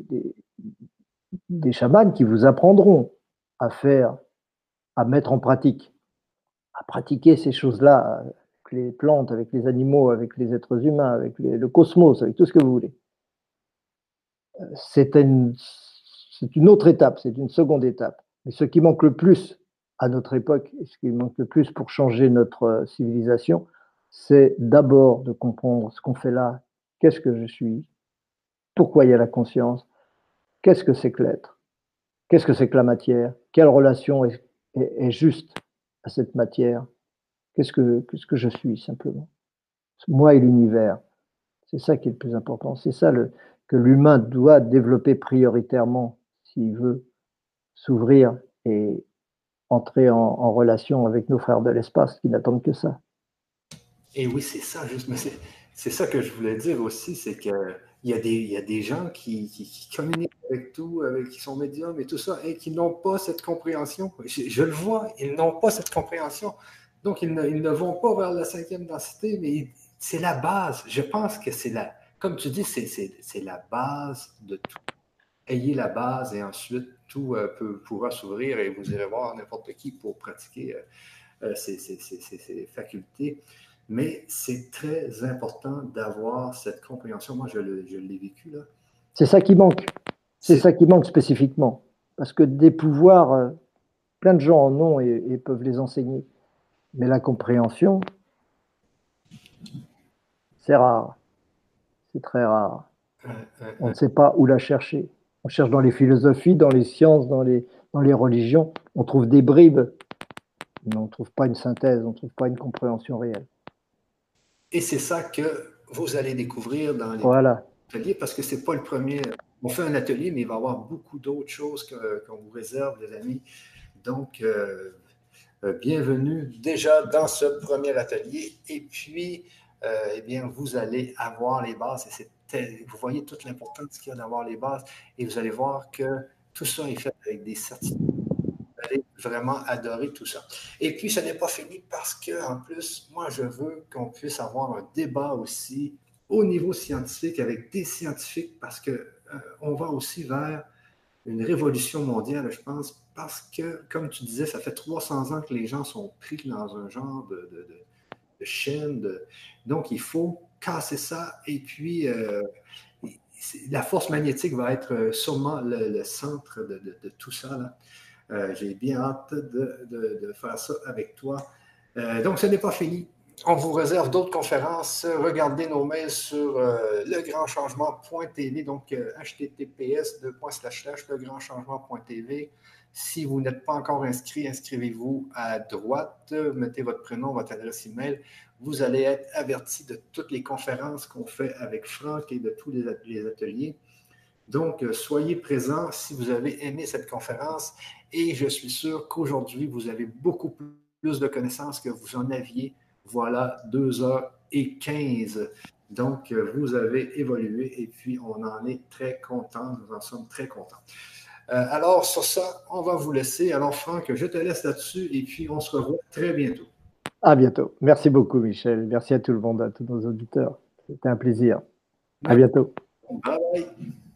des chamans qui vous apprendront à faire, à mettre en pratique, à pratiquer ces choses-là avec les plantes, avec les animaux, avec les êtres humains, avec le cosmos, avec tout ce que vous voulez. C'est une autre étape, c'est une seconde étape. Mais ce qui manque le plus à notre époque, et ce qui manque le plus pour changer notre civilisation, c'est d'abord de comprendre ce qu'on fait là, qu'est-ce que je suis, pourquoi il y a la conscience, qu'est-ce que c'est que l'être, qu'est-ce que c'est que la matière, quelle relation est juste à cette matière, qu'est-ce que je suis simplement, moi et l'univers. C'est ça qui est le plus important, c'est ça que l'humain doit développer prioritairement s'il veut s'ouvrir et entrer en relation avec nos frères de l'espace qui n'attendent que ça. Et oui, c'est ça, juste, mais c'est ça que je voulais dire aussi, c'est qu'il y a des gens qui communiquent avec tout, qui sont médiums et tout ça, et qui n'ont pas cette compréhension. Je le vois, ils n'ont pas cette compréhension. Donc, ils ne vont pas vers la 5e densité, mais c'est la base. Je pense que comme tu dis, c'est la base de tout. Ayez la base et ensuite tout pourra s'ouvrir et vous irez voir n'importe qui pour pratiquer ces facultés. Mais c'est très important d'avoir cette compréhension. Moi, je l'ai vécu là. C'est ça qui manque. C'est ça qui manque spécifiquement. Parce que des pouvoirs, plein de gens en ont et peuvent les enseigner. Mais la compréhension, c'est rare. C'est très rare. On ne sait pas où la chercher. On cherche dans les philosophies, dans les sciences, dans les religions. On trouve des bribes, mais on ne trouve pas une synthèse, on ne trouve pas une compréhension réelle. Et c'est ça que vous allez découvrir dans les voilà. ateliers, parce que ce n'est pas le premier. On fait un atelier, mais il va y avoir beaucoup d'autres choses qu'on vous réserve, les amis. Donc, bienvenue déjà dans ce premier atelier. Et puis, eh bien, vous allez avoir les bases. Et vous voyez toute l'importance qu'il y a d'avoir les bases. Et vous allez voir que tout ça est fait avec des certitudes. Vous allez vraiment adorer tout ça. Et puis, ce n'est pas fini parce que, en plus, moi, je veux qu'on puisse avoir un débat aussi au niveau scientifique avec des scientifiques parce que on va aussi vers une révolution mondiale, je pense, parce que, comme tu disais, ça fait 300 ans que les gens sont pris dans un genre de chaîne. Donc, il faut casser ça. Et puis, la force magnétique va être sûrement le centre de tout ça. Là. J'ai bien hâte de faire ça avec toi. Donc, ce n'est pas fini. On vous réserve d'autres conférences. Regardez nos mails sur legrandchangement.tv, donc https://legrandchangement.tv. Si vous n'êtes pas encore inscrit, inscrivez-vous à droite, mettez votre prénom, votre adresse email. Vous allez être averti de toutes les conférences qu'on fait avec Franck et de tous les ateliers. Donc, soyez présents si vous avez aimé cette conférence et je suis sûr qu'aujourd'hui, vous avez beaucoup plus de connaissances que vous en aviez. Voilà 2 heures 15. Donc, vous avez évolué et puis on en est très content. Nous en sommes très contents. Alors, sur ça, on va vous laisser. Alors, Franck, je te laisse là-dessus et puis on se revoit très bientôt. À bientôt. Merci beaucoup, Michel. Merci à tout le monde, à tous nos auditeurs. C'était un plaisir. À bientôt. Bye bye.